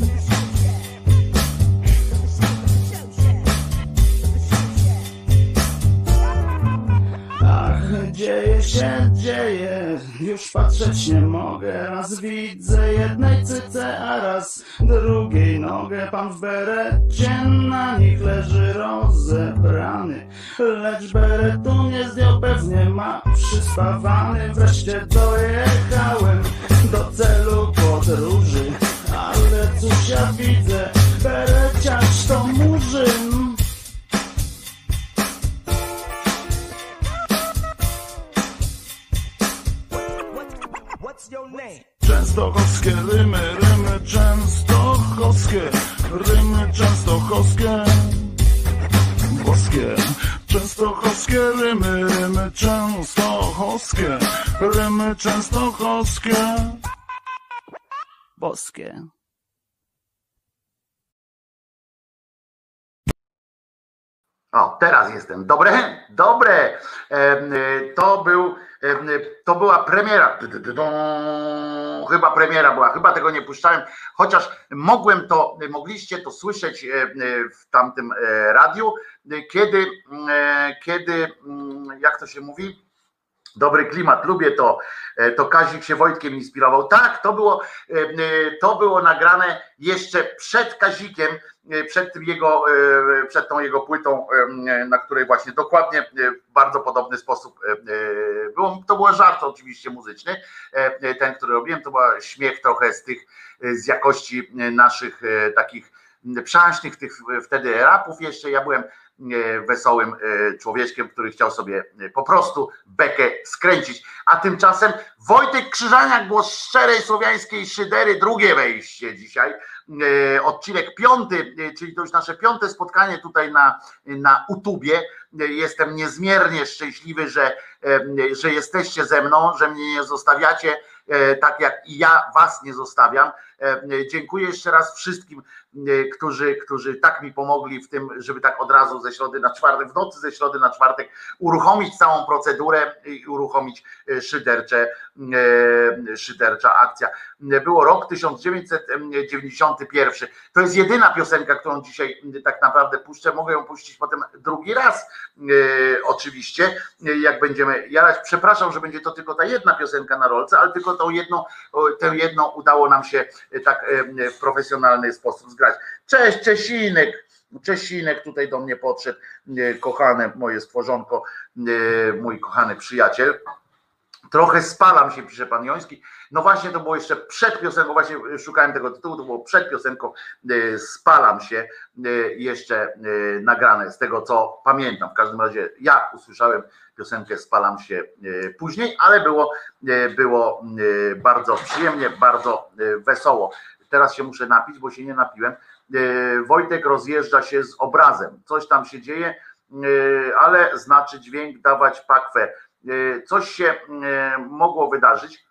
Dzieje się, dzieje, już patrzeć nie mogę. Raz widzę jednej cyce, a raz drugiej nogę. Pan w berecie na nich leży rozebrany, lecz beretu nie zdjął, pewnie ma przyspawany. Wreszcie dojechałem do celu podróży, ale cóż ja widzę, bereciarz to murzyn. Częstochowskie rymy, rymy częstochowskie, rymy częstochowskie, boskie. Częstochowskie rymy, rymy częstochowskie, rymy częstochowskie, boskie. O, teraz jestem. Dobre? Dobre. To był, to była premiera. Chyba premiera była, chyba tego nie puszczałem, chociaż mogłem to, mogliście to słyszeć w tamtym radiu, kiedy, kiedy, jak to się mówi? Dobry klimat, lubię to, to Kazik się Wojtkiem inspirował. Tak, to było, to było nagrane jeszcze przed Kazikiem, przed tym jego, przed tą jego płytą, na której właśnie dokładnie w bardzo podobny sposób było. To był żart oczywiście muzyczny, ten, który robiłem, to był śmiech trochę z tych, z jakości naszych takich przełącznych tych wtedy rapów jeszcze. Ja byłem wesołym człowieczkiem, który chciał sobie po prostu bekę skręcić. A tymczasem Wojtek Krzyżaniak, głos szczerej słowiańskiej szydery, drugie wejście dzisiaj. Odcinek piąty, czyli to już nasze piąte spotkanie tutaj na, na YouTubie. Jestem niezmiernie szczęśliwy, że, że jesteście ze mną, że mnie nie zostawiacie, tak jak i ja was nie zostawiam. Dziękuję jeszcze raz wszystkim, którzy, którzy tak mi pomogli w tym, żeby tak od razu ze środy na czwartek, w nocy ze środy na czwartek uruchomić całą procedurę i uruchomić szydercze, szydercza akcja. Było rok tysiąc dziewięćset dziewięćdziesiąty pierwszy. To jest jedyna piosenka, którą dzisiaj tak naprawdę puszczę. Mogę ją puścić potem drugi raz, oczywiście, jak będziemy jarać. Przepraszam, że będzie to tylko ta jedna piosenka na rolce, ale tylko tą jedną, tę jedną udało nam się tak w profesjonalny sposób zgrać. Cześć, Czesinek. Czesinek tutaj do mnie podszedł, kochane moje stworzonko, mój kochany przyjaciel. Trochę spalam się, pisze pan Joński. No właśnie, to było jeszcze przed piosenką, właśnie szukałem tego tytułu, to było przed piosenką Spalam się, jeszcze nagrane z tego, co pamiętam. W każdym razie ja usłyszałem piosenkę Spalam się później, ale było, było bardzo przyjemnie, bardzo wesoło. Teraz się muszę napić, bo się nie napiłem. Wojtek rozjeżdża się z obrazem. Coś tam się dzieje, ale znaczy dźwięk dawać pakwę. Coś się mogło wydarzyć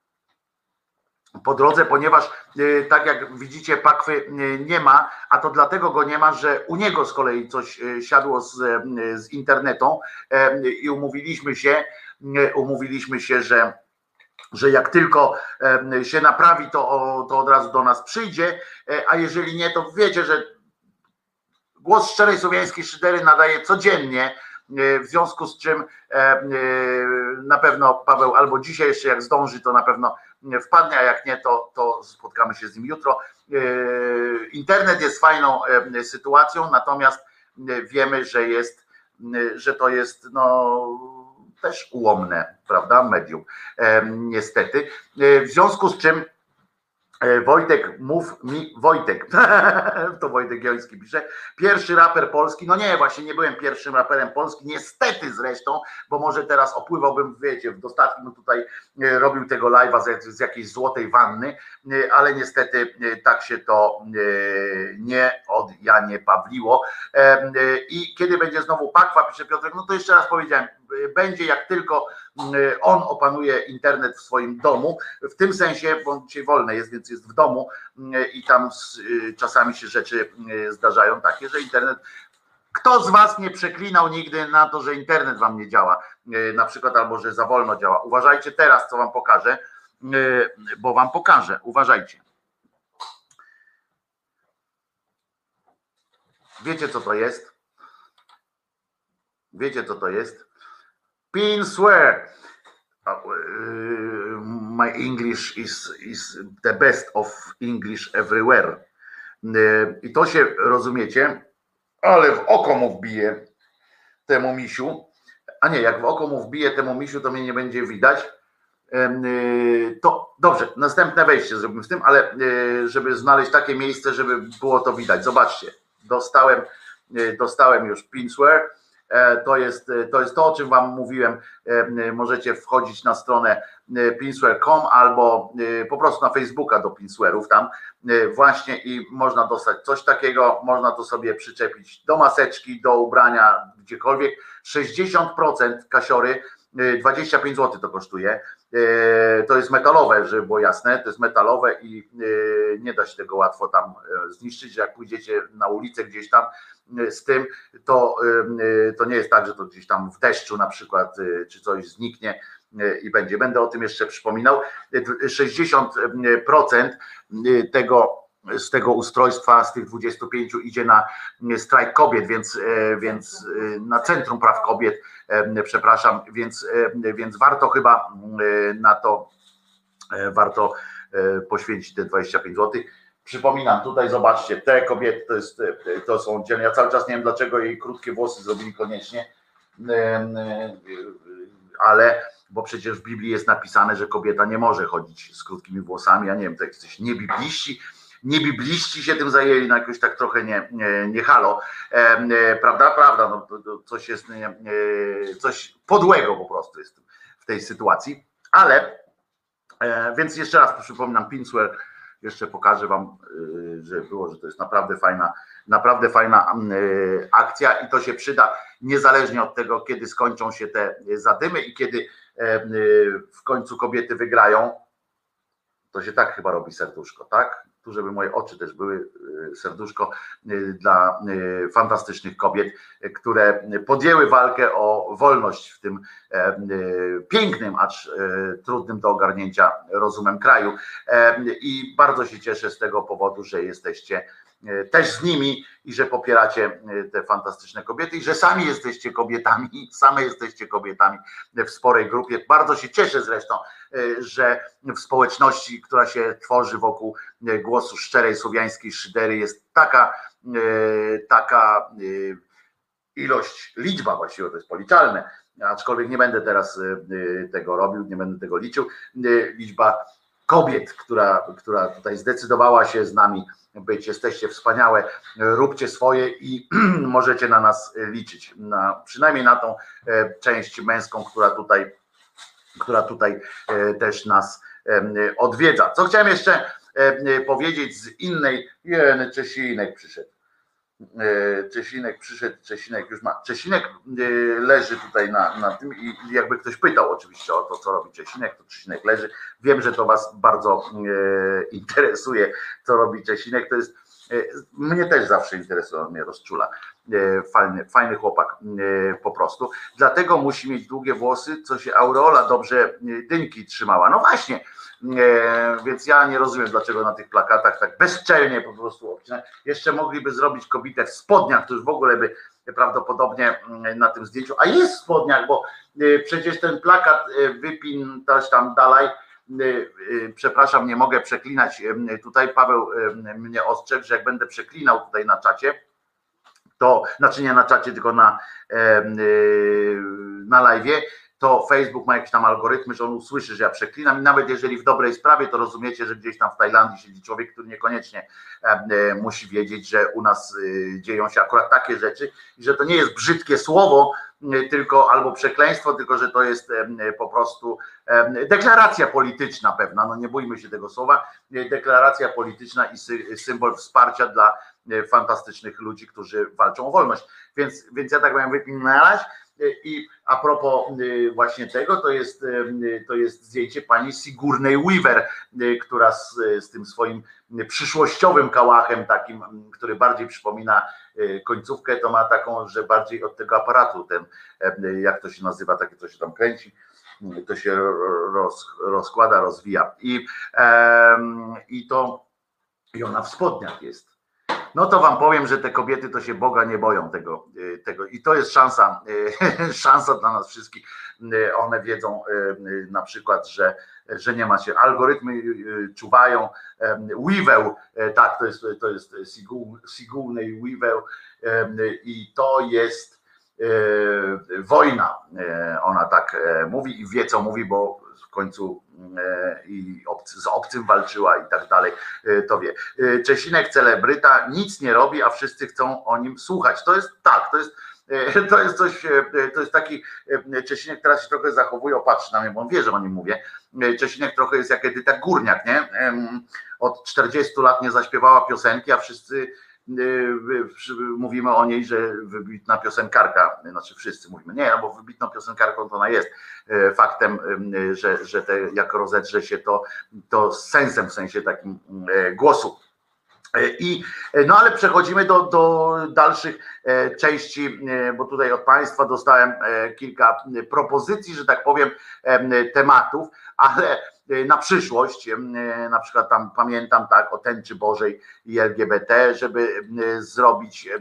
po drodze, ponieważ tak jak widzicie, pakwy nie ma, a to dlatego go nie ma, że u niego z kolei coś siadło z, z internetu i umówiliśmy się, umówiliśmy się, że że jak tylko się naprawi, to, to od razu do nas przyjdzie, a jeżeli nie, to wiecie, że głos szczerej słowiańskiej szydery nadaje codziennie, w związku z czym Na pewno Paweł albo dzisiaj jeszcze jak zdąży, to na pewno wpadnie, a jak nie, to, to spotkamy się z nim jutro. Internet jest fajną sytuacją, natomiast wiemy, że jest, że to jest no też ułomne, prawda, medium, niestety. W związku z czym Wojtek, mów mi, Wojtek, to Wojtek Joński pisze, pierwszy raper polski, no nie, właśnie nie byłem pierwszym raperem polski, niestety zresztą, bo może teraz opływałbym, wiecie, w dostatku tutaj robił tego live'a z, z jakiejś złotej wanny, ale niestety tak się to nie od Janie Pawliło. I kiedy będzie znowu Pakwa, pisze Piotrek, no to jeszcze raz powiedziałem, będzie jak tylko on opanuje internet w swoim domu, w tym sensie, bo dzisiaj wolne jest, więc jest w domu i tam czasami się rzeczy zdarzają takie, że internet, kto z was nie przeklinał nigdy na to, że internet wam nie działa, na przykład, albo że za wolno działa. Uważajcie teraz, co wam pokażę, bo wam pokażę, uważajcie. Wiecie, co to jest? Wiecie, co to jest? Pinswear. My English is, is the best of English everywhere. I to się, rozumiecie, ale w oko mu wbije temu misiu, a nie, jak w oko mu wbije temu misiu, to mnie nie będzie widać. To dobrze, następne wejście zrobimy z tym, ale żeby znaleźć takie miejsce, żeby było to widać. Zobaczcie, dostałem, dostałem już Pinswear. To jest, to jest to, o czym wam mówiłem. Możecie wchodzić na stronę pinswear kropka com albo po prostu na Facebooka do Pinswearów tam właśnie i można dostać coś takiego, można to sobie przyczepić do maseczki, do ubrania, gdziekolwiek. sześćdziesiąt procent kasiory, dwadzieścia pięć złotych to kosztuje. To jest metalowe, żeby było jasne, to jest metalowe i nie da się tego łatwo tam zniszczyć. Jak pójdziecie na ulicę gdzieś tam z tym, to, to nie jest tak, że to gdzieś tam w deszczu na przykład czy coś zniknie i będzie. Będę o tym jeszcze przypominał. sześćdziesiąt procent tego z tego ustrojstwa, z tych dwudziestu pięciu idzie na strajk kobiet, więc, więc na Centrum Praw Kobiet, przepraszam, więc, więc warto chyba na to, warto poświęcić te dwadzieścia pięć złotych. Przypominam, tutaj zobaczcie, te kobiety to, jest, to są dzielne. Ja cały czas nie wiem, dlaczego jej krótkie włosy zrobili koniecznie, ale bo przecież w Biblii jest napisane, że kobieta nie może chodzić z krótkimi włosami. Ja nie wiem, to jesteś niebibliści, niebibliści się tym zajęli, no jakoś tak trochę nie, nie, nie halo, e, prawda, prawda, no, to, to coś jest, nie, coś podłego po prostu jest w tej sytuacji, ale, e, więc jeszcze raz przypominam, Pinswear, jeszcze pokażę wam, e, że było, że to jest naprawdę fajna, naprawdę fajna e, akcja i to się przyda, niezależnie od tego, kiedy skończą się te zadymy i kiedy e, e, w końcu kobiety wygrają, to się tak chyba robi serduszko, tak? Tu, żeby moje oczy też były, serduszko dla fantastycznych kobiet, które podjęły walkę o wolność w tym pięknym, acz trudnym do ogarnięcia rozumem kraju. I bardzo się cieszę z tego powodu, że jesteście też z nimi i że popieracie te fantastyczne kobiety i że sami jesteście kobietami, same jesteście kobietami w sporej grupie. Bardzo się cieszę zresztą, że w społeczności, która się tworzy wokół głosu szczerej słowiańskiej szydery, jest taka, taka ilość, liczba właściwie, to jest policzalne, aczkolwiek nie będę teraz tego robił, nie będę tego liczył, liczba kobiet, która, która tutaj zdecydowała się z nami być. Jesteście wspaniałe, róbcie swoje i możecie na nas liczyć, na, przynajmniej na tą część męską, która tutaj, która tutaj też nas odwiedza. Co chciałem jeszcze powiedzieć z innej, jeden Czesinek przyszedł. Czesinek przyszedł, Czesinek już ma. Czesinek leży tutaj na, na tym i jakby ktoś pytał oczywiście o to, co robi Czesinek, to Czesinek leży. Wiem, że to was bardzo e, interesuje, co robi Czesinek. To jest, e, mnie też zawsze interesuje, mnie rozczula. E, fajny, fajny chłopak e, po prostu. Dlatego musi mieć długie włosy, co się Aureola dobrze dynki trzymała. No właśnie. E, więc ja nie rozumiem, dlaczego na tych plakatach tak bezczelnie po prostu obcinać. Jeszcze mogliby zrobić kobietę w spodniach, to już w ogóle by prawdopodobnie na tym zdjęciu, a jest w spodniach, bo przecież ten plakat wypin też tam dalej, przepraszam, nie mogę przeklinać, tutaj Paweł mnie ostrzegł, że jak będę przeklinał tutaj na czacie, to, znaczy nie na czacie, tylko na, na live'ie, to Facebook ma jakieś tam algorytmy, że on usłyszy, że ja przeklinam i nawet jeżeli w dobrej sprawie, to rozumiecie, że gdzieś tam w Tajlandii siedzi człowiek, który niekoniecznie musi wiedzieć, że u nas dzieją się akurat takie rzeczy i że to nie jest brzydkie słowo, tylko albo przekleństwo, tylko że to jest po prostu deklaracja polityczna pewna, no nie bójmy się tego słowa, deklaracja polityczna i symbol wsparcia dla fantastycznych ludzi, którzy walczą o wolność. Więc, więc ja tak miałem wypinać. I a propos właśnie tego, to jest, to jest zdjęcie pani Sigourney Weaver, która z, z tym swoim przyszłościowym kałachem takim, który bardziej przypomina końcówkę, to ma taką, że bardziej od tego aparatu ten, jak to się nazywa, takie co się tam kręci, to się roz, rozkłada, rozwija. I, i to i ona w spodniach jest. No to wam powiem, że te kobiety to się Boga nie boją tego, tego. I to jest szansa, szansa dla nas wszystkich. One wiedzą na przykład, że, że nie ma się. Algorytmy czuwają. Weevil, tak, to jest, to jest Sigourney Weaver i to jest wojna. Ona tak mówi i wie, co mówi, bo w końcu i obcy, z obcym walczyła i tak dalej, to wie. Czesinek celebryta nic nie robi, a wszyscy chcą o nim słuchać. To jest tak, to jest to jest coś, to jest taki Czesinek teraz się trochę zachowuje, opatrzy na mnie, bo on wie, że o nim mówię. Czesinek trochę jest jak Edyta Górniak, nie? Od czterdziestu lat nie zaśpiewała piosenki, a wszyscy mówimy o niej, że wybitna piosenkarka, znaczy wszyscy mówimy, nie, no bo wybitną piosenkarką to ona jest. Faktem, że, że te, jak rozedrze się to, to z sensem, w sensie takim głosu. I, no ale przechodzimy do, do dalszych części, bo tutaj od Państwa dostałem kilka propozycji, że tak powiem, tematów, ale na przyszłość, na przykład tam pamiętam tak o tęczy Bożej i L G B T, żeby zrobić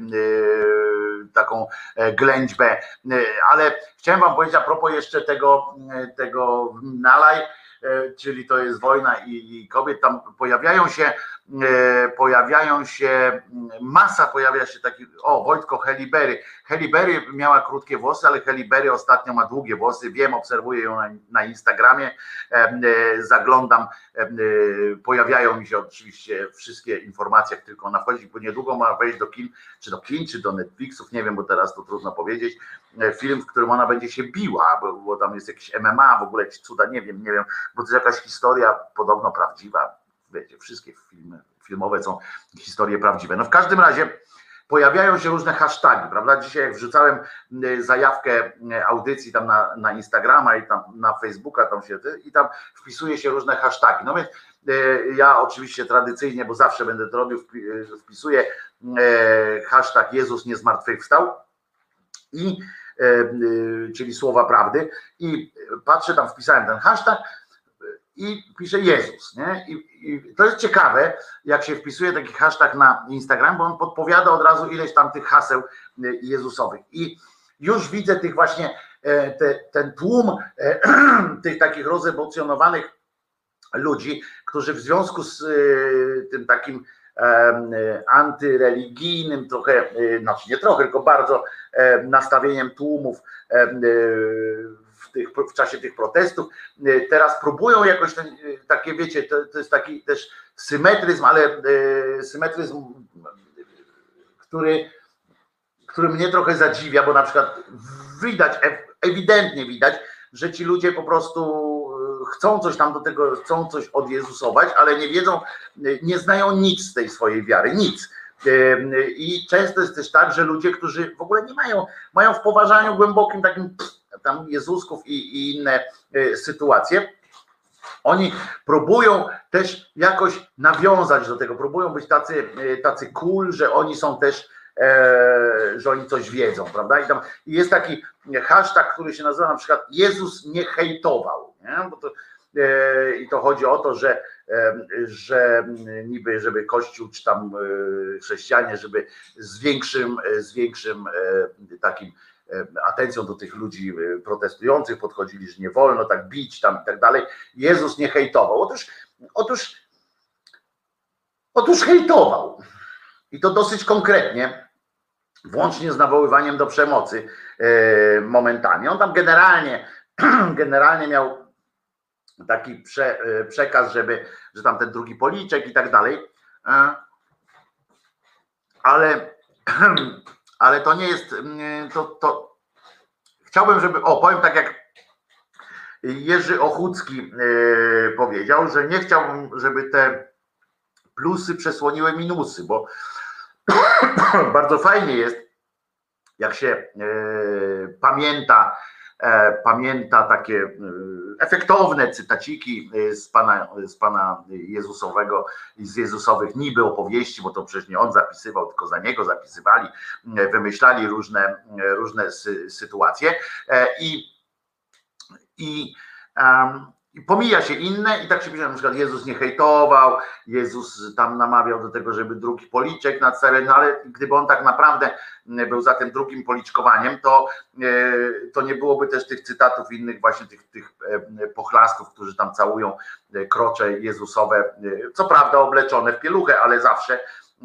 taką ględźbę, ale chciałem wam powiedzieć a propos jeszcze tego, tego nalaj, czyli to jest wojna i, i kobiet, tam pojawiają się, pojawiają się, masa pojawia się takich, o Wojtko Halle Berry. Halle Berry miała krótkie włosy, ale Halle Berry ostatnio ma długie włosy, wiem, obserwuję ją na, na Instagramie, zaglądam, pojawiają mi się oczywiście wszystkie informacje, jak tylko ona wchodzi, bo niedługo ma wejść do kin, czy do kin, czy do Netflixów, nie wiem, bo teraz to trudno powiedzieć, film, w którym ona będzie się biła, bo, bo tam jest jakiś M M A, w ogóle jakieś cuda, nie wiem, nie wiem, bo to jest jakaś historia podobno prawdziwa, wiecie, wszystkie filmy filmowe są historie prawdziwe. No w każdym razie pojawiają się różne hasztagi, prawda? Dzisiaj jak wrzucałem zajawkę audycji tam na, na Instagrama i tam na Facebooka tam się i tam wpisuje się różne hasztagi. No więc ja oczywiście tradycyjnie, bo zawsze będę to robił, wpisuję hashtag Jezus nie zmartwychwstał i czyli słowa prawdy i patrzę, tam wpisałem ten hashtag i pisze Jezus, nie? I, I to jest ciekawe, jak się wpisuje taki hashtag na Instagram, bo on podpowiada od razu ileś tam tych haseł jezusowych. I już widzę tych właśnie, te, ten tłum tych takich rozemocjonowanych ludzi, którzy w związku z tym takim antyreligijnym trochę, znaczy nie trochę, tylko bardzo nastawieniem tłumów w, tych, w czasie tych protestów, teraz próbują jakoś ten, takie, wiecie, to, to jest taki też symetryzm, ale symetryzm, który, który mnie trochę zadziwia, bo na przykład widać, ewidentnie widać, że ci ludzie po prostu chcą coś tam do tego, chcą coś odjezusować, ale nie wiedzą, nie znają nic z tej swojej wiary, nic. I często jest też tak, że ludzie, którzy w ogóle nie mają, mają w poważaniu głębokim takim tam Jezusków i, i inne sytuacje, oni próbują też jakoś nawiązać do tego, próbują być tacy, tacy cool, że oni są też, e, że oni coś wiedzą, prawda? I tam jest taki hashtag, który się nazywa na przykład Jezus nie hejtował, nie? Bo to, e, i to chodzi o to, że że niby, żeby Kościół czy tam chrześcijanie, żeby z większym, z większym takim atencją do tych ludzi protestujących podchodzili, że nie wolno tak bić tam i tak dalej. Jezus nie hejtował. Otóż, otóż, otóż hejtował. I to dosyć konkretnie, włącznie z nawoływaniem do przemocy momentami. On tam generalnie, generalnie miał taki prze, przekaz, żeby, że tam ten drugi policzek i tak dalej. Ale, ale to nie jest, to, to chciałbym, żeby, o powiem tak jak Jerzy Ochódzki powiedział, że nie chciałbym, żeby te plusy przesłoniły minusy, bo bardzo fajnie jest, jak się pamięta, pamięta takie efektowne cytaciki z Pana, z Pana Jezusowego i z Jezusowych niby opowieści, bo to przecież nie on zapisywał, tylko za niego zapisywali, wymyślali różne, różne sy, sytuacje i, i um, I pomija się inne i tak się pisze, na przykład Jezus nie hejtował, Jezus tam namawiał do tego, żeby drugi policzek na cerę, no ale gdyby on tak naprawdę był za tym drugim policzkowaniem, to, to nie byłoby też tych cytatów innych właśnie tych, tych pochlastów, którzy tam całują krocze Jezusowe, co prawda obleczone w pieluchę, ale zawsze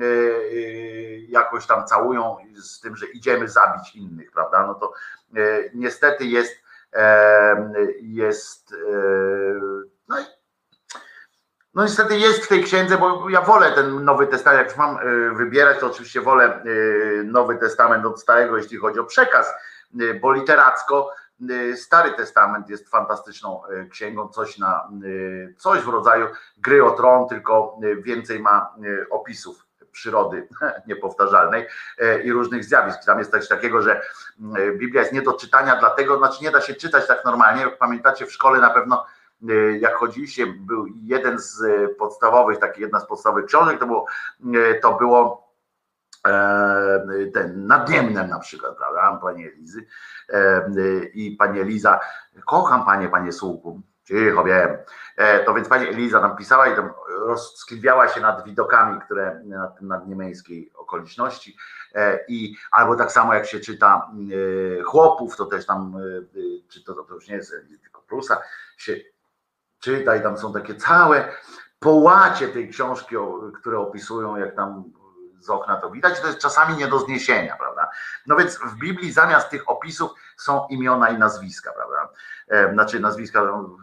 jakoś tam całują z tym, że idziemy zabić innych, prawda? No to niestety jest jest no, no niestety jest w tej księdze, bo ja wolę ten Nowy Testament, jak już mam wybierać, to oczywiście wolę Nowy Testament od Starego, jeśli chodzi o przekaz, bo literacko Stary Testament jest fantastyczną księgą, coś na coś w rodzaju Gry o Tron, tylko więcej ma opisów przyrody niepowtarzalnej i różnych zjawisk. Tam jest coś takiego, że Biblia jest nie do czytania, dlatego, znaczy nie da się czytać tak normalnie. Pamiętacie, w szkole na pewno, jak chodziliście, był jeden z podstawowych, taki jedna z podstawowych książek, to było, to było ten Nad Niemnem na przykład, prawda, pani Elizy. I pani Eliza, kocham panie, panie Słuchu, cicho wiem. To więc pani Eliza tam pisała i tam rozskliwiała się nad widokami, które nad, nad niemieckiej okoliczności. I albo tak samo jak się czyta Chłopów, to też tam, czy to, to już nie jest tylko Prusa, się czyta i tam są takie całe połacie tej książki, które opisują, jak tam z okna to widać, to jest czasami nie do zniesienia, prawda? No więc w Biblii zamiast tych opisów są imiona i nazwiska, prawda? Znaczy nazwiska,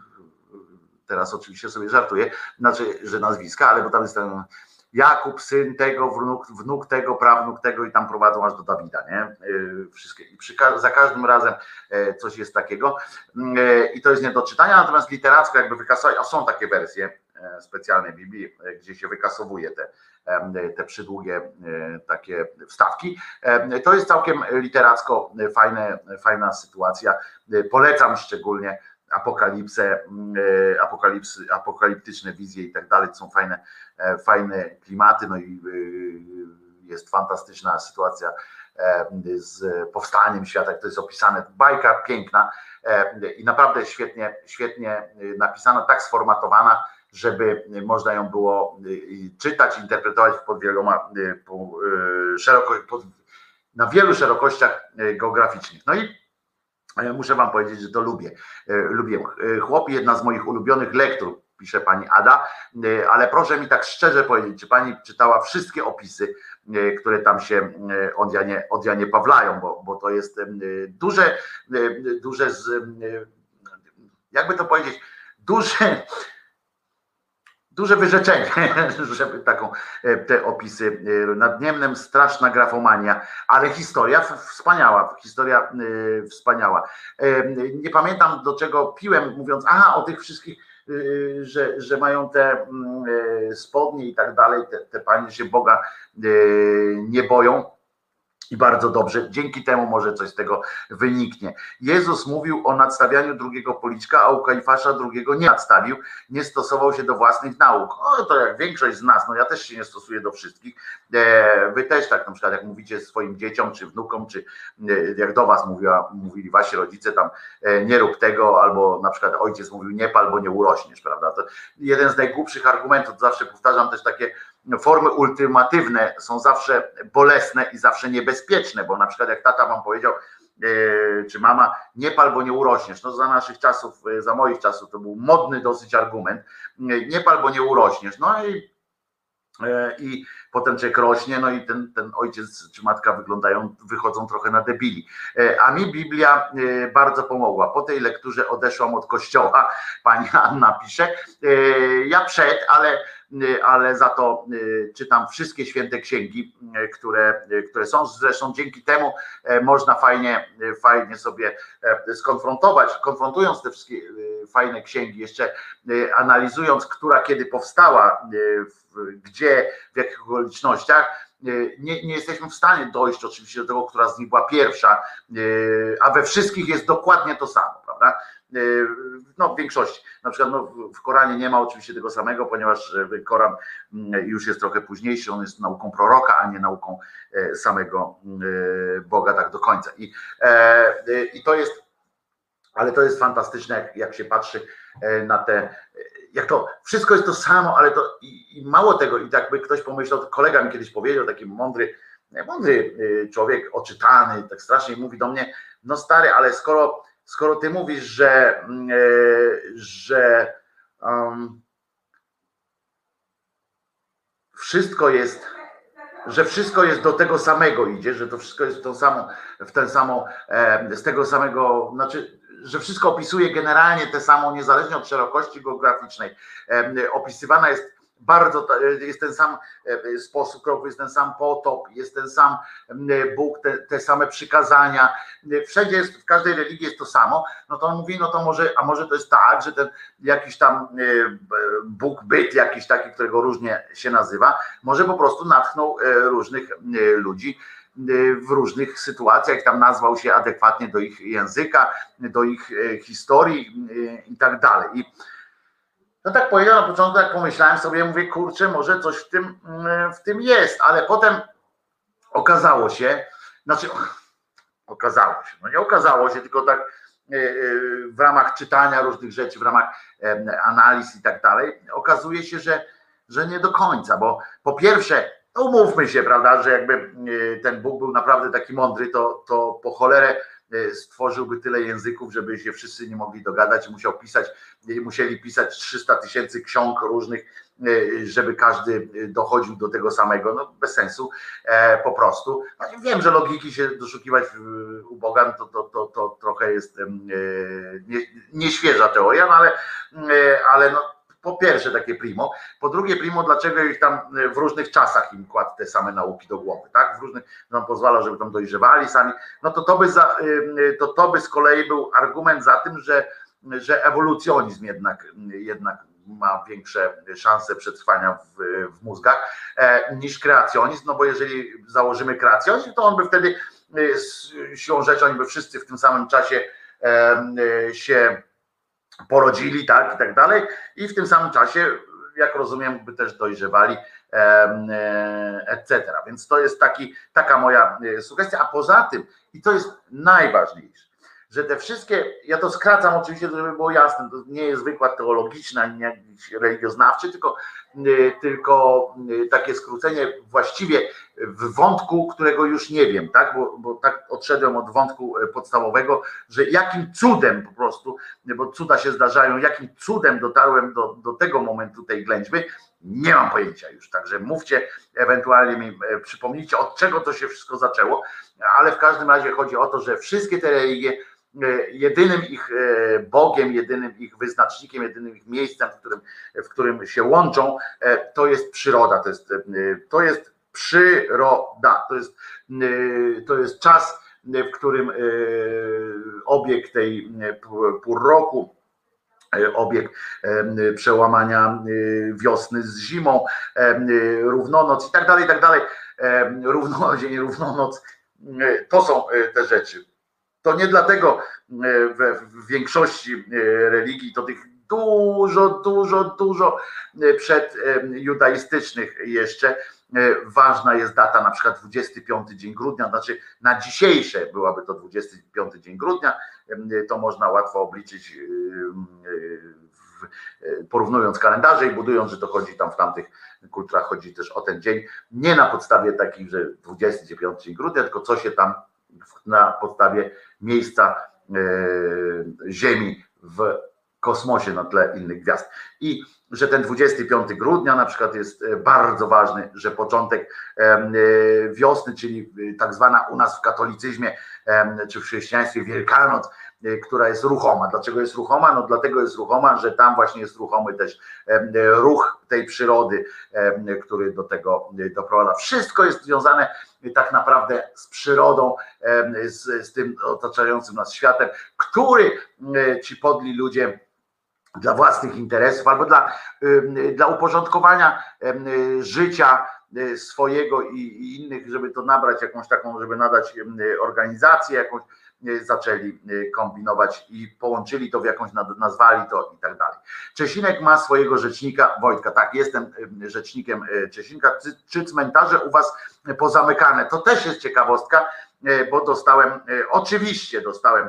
teraz oczywiście sobie żartuję, znaczy, że nazwiska, ale bo tam jest ten Jakub, syn tego, wnuk, wnuk tego, prawnuk tego i tam prowadzą aż do Dawida, nie? Wszystkie, i przy, za każdym razem coś jest takiego i to jest nie do czytania, natomiast literacko jakby wykasować, a są takie wersje specjalnej Biblii, gdzie się wykasowuje te, te przydługie takie wstawki. To jest całkiem literacko fajne, fajna sytuacja. Polecam szczególnie Apokalipsę, apokalipsy, apokaliptyczne wizje i tak dalej, są fajne, fajne klimaty, no i jest fantastyczna sytuacja z powstaniem świata, to jest opisane, bajka piękna i naprawdę świetnie, świetnie napisana, tak sformatowana, żeby można ją było czytać, interpretować pod wieloma, po, szeroko, pod, na wielu szerokościach geograficznych. No i muszę wam powiedzieć, że to lubię. Lubię. Chłopi, jedna z moich ulubionych lektur, pisze pani Ada, ale proszę mi tak szczerze powiedzieć, czy pani czytała wszystkie opisy, które tam się od Janie, od Janie Pawlają, bo, bo to jest duże, duże z, jakby to powiedzieć, duże duże wyrzeczenie, żeby taką te opisy. Nad Niemnem straszna grafomania, ale historia wspaniała, historia wspaniała. Nie pamiętam, do czego piłem, mówiąc, aha, o tych wszystkich, że, że mają te spodnie i tak dalej, te, te panie się Boga nie boją. I bardzo dobrze, dzięki temu może coś z tego wyniknie. Jezus mówił o nadstawianiu drugiego policzka, a u Kajfasza drugiego nie nadstawił, nie stosował się do własnych nauk. O, to jak większość z nas, no ja też się nie stosuję do wszystkich. Wy też tak, na przykład jak mówicie swoim dzieciom, czy wnukom, czy jak do was mówiła, mówili wasi rodzice tam, nie rób tego, albo na przykład ojciec mówił nie pal, bo nie urośniesz, prawda? To jeden z najgłupszych argumentów, zawsze powtarzam też takie formy ultimatywne są zawsze bolesne i zawsze niebezpieczne, bo na przykład jak tata wam powiedział, czy mama, nie pal, bo nie urośniesz. No za naszych czasów, za moich czasów to był modny dosyć argument, nie pal, bo nie urośniesz. No i, i potem człowiek rośnie, no i ten, ten ojciec czy matka wyglądają, wychodzą trochę na debili. A mi Biblia bardzo pomogła. Po tej lekturze odeszłam od kościoła, pani Anna pisze. Ja przed, ale ale za to czytam wszystkie święte księgi, które, które są. Zresztą dzięki temu można fajnie, fajnie sobie skonfrontować, konfrontując te wszystkie fajne księgi, jeszcze analizując, która kiedy powstała, gdzie, w jakich okolicznościach, nie, nie jesteśmy w stanie dojść oczywiście do tego, która z nich była pierwsza, a we wszystkich jest dokładnie to samo, prawda? No w większości, na przykład no, w Koranie nie ma oczywiście tego samego, ponieważ Koran już jest trochę późniejszy, on jest nauką proroka, a nie nauką samego Boga tak do końca. I, i to jest, ale to jest fantastyczne, jak, jak się patrzy na te, jak to wszystko jest to samo, ale to i, i mało tego, i tak by ktoś pomyślał, to kolega mi kiedyś powiedział, taki mądry, mądry człowiek, oczytany, tak strasznie mówi do mnie, no stary, ale skoro Skoro ty mówisz, że, że um, wszystko jest, że wszystko jest do tego samego idzie, że to wszystko jest w tą samą, w ten samą, z tego samego, znaczy, że wszystko opisuje generalnie te samo, niezależnie od szerokości geograficznej. Opisywana jest bardzo, jest ten sam sposób kroku, jest ten sam potop, jest ten sam Bóg, te, te same przykazania, wszędzie jest, w każdej religii jest to samo, no to on mówi, no to może, a może to jest tak, że ten jakiś tam Bóg byt, jakiś taki, którego różnie się nazywa, może po prostu natchnął różnych ludzi w różnych sytuacjach, tam nazwał się adekwatnie do ich języka, do ich historii i tak dalej. I no tak powiedziałem na początku, jak pomyślałem sobie, mówię, kurczę, może coś w tym, w tym jest, ale potem okazało się, znaczy okazało się, no nie okazało się, tylko tak w ramach czytania różnych rzeczy, w ramach analiz i tak dalej, okazuje się, że, że nie do końca, bo po pierwsze, no umówmy się, prawda, że jakby ten Bóg był naprawdę taki mądry, to, to po cholerę stworzyłby tyle języków, żeby się wszyscy nie mogli dogadać, musiał pisać, musieli pisać trzysta tysięcy ksiąg różnych, żeby każdy dochodził do tego samego, no bez sensu, po prostu. Wiem, że logiki się doszukiwać u Boga, to, to, to, to trochę jest nie, nieświeża teoria, no ale, ale no, po pierwsze takie primo, po drugie primo, dlaczego ich tam w różnych czasach im kładł te same nauki do głowy, tak? W różnych, nam pozwala, żeby tam dojrzewali sami, no to to by, za, to, to by z kolei był argument za tym, że, że ewolucjonizm jednak, jednak ma większe szanse przetrwania w, w mózgach e, niż kreacjonizm, no bo jeżeli założymy kreacjonizm, to on by wtedy z siłą rzeczy, oni by wszyscy w tym samym czasie e, się porodzili, tak i tak dalej, i w tym samym czasie, jak rozumiem, by też dojrzewali, et cetera. Więc to jest taki, taka moja sugestia, a poza tym, i to jest najważniejsze, że te wszystkie, ja to skracam oczywiście, żeby było jasne, to nie jest wykład teologiczny, ani jakiś religioznawczy, tylko, tylko takie skrócenie właściwie w wątku, którego już nie wiem, tak, bo, bo tak odszedłem od wątku podstawowego, że jakim cudem po prostu, bo cuda się zdarzają, jakim cudem dotarłem do, do tego momentu tej ględźby, nie mam pojęcia już, także mówcie, ewentualnie mi przypomnijcie, od czego to się wszystko zaczęło, ale w każdym razie chodzi o to, że wszystkie te religie, jedynym ich Bogiem, jedynym ich wyznacznikiem, jedynym ich miejscem, w którym, w którym się łączą, to jest przyroda, to jest, to jest przyroda, to jest, to jest czas, w którym obieg tej pół roku, obieg przełamania wiosny z zimą, równonoc i tak dalej, i tak dalej, równodzień, równonoc, To są te rzeczy. To nie dlatego w, w większości religii to tych dużo, dużo, dużo przed judaistycznych jeszcze ważna jest data, na przykład dwudziesty piąty dzień grudnia, znaczy na dzisiejsze byłaby to dwudziesty piąty dzień grudnia, to można łatwo obliczyć porównując kalendarze i budując, że to chodzi tam w tamtych kulturach, chodzi też o ten dzień, nie na podstawie takich, że dwudziesty piąty dzień grudnia, tylko co się tam na podstawie miejsca Ziemi w kosmosie na tle innych gwiazd. I że ten dwudziestego piątego grudnia na przykład jest bardzo ważny, że początek wiosny, czyli tak zwana u nas w katolicyzmie czy w chrześcijaństwie Wielkanoc, która jest ruchoma. Dlaczego jest ruchoma? No dlatego jest ruchoma, że tam właśnie jest ruchomy też ruch tej przyrody, który do tego doprowadza. Wszystko jest związane tak naprawdę z przyrodą, z, z tym otaczającym nas światem, który ci podli ludzie dla własnych interesów albo dla, dla uporządkowania życia swojego i, i innych, żeby to nabrać jakąś taką, żeby nadać organizację jakąś, zaczęli kombinować i połączyli to w jakąś, nazwali to i tak dalej. Czesinek ma swojego rzecznika, Wojtka, tak, jestem rzecznikiem Czesinka. Czy cmentarze u was pozamykane? To też jest ciekawostka, bo dostałem, oczywiście dostałem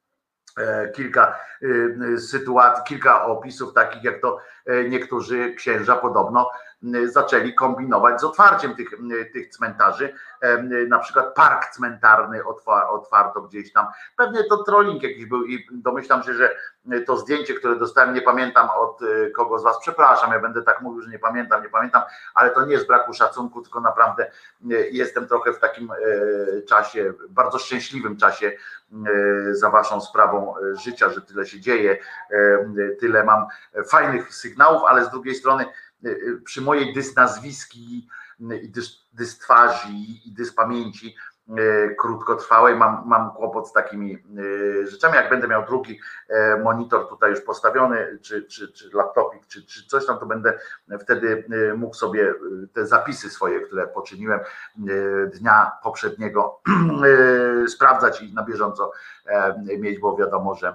kilka sytuacji, kilka opisów takich, jak to niektórzy księża podobno zaczęli kombinować z otwarciem tych, tych cmentarzy. Na przykład park cmentarny otwarto gdzieś tam. Pewnie to trolling jakiś był i domyślam się, że to zdjęcie, które dostałem, nie pamiętam od kogo z was, przepraszam, ja będę tak mówił, że nie pamiętam, nie pamiętam, ale to nie jest braku szacunku, tylko naprawdę jestem trochę w takim czasie, bardzo szczęśliwym czasie za waszą sprawą życia, że tyle się dzieje, tyle mam fajnych sygnałów, ale z drugiej strony przy mojej dysnazwiski i dys, dystwazi i dyspamięci krótkotrwałej mam, mam kłopot z takimi rzeczami. Jak będę miał drugi monitor tutaj już postawiony, czy, czy, czy laptopik, czy, czy coś tam, to będę wtedy mógł sobie te zapisy swoje, które poczyniłem dnia poprzedniego sprawdzać i na bieżąco mieć, bo wiadomo, że,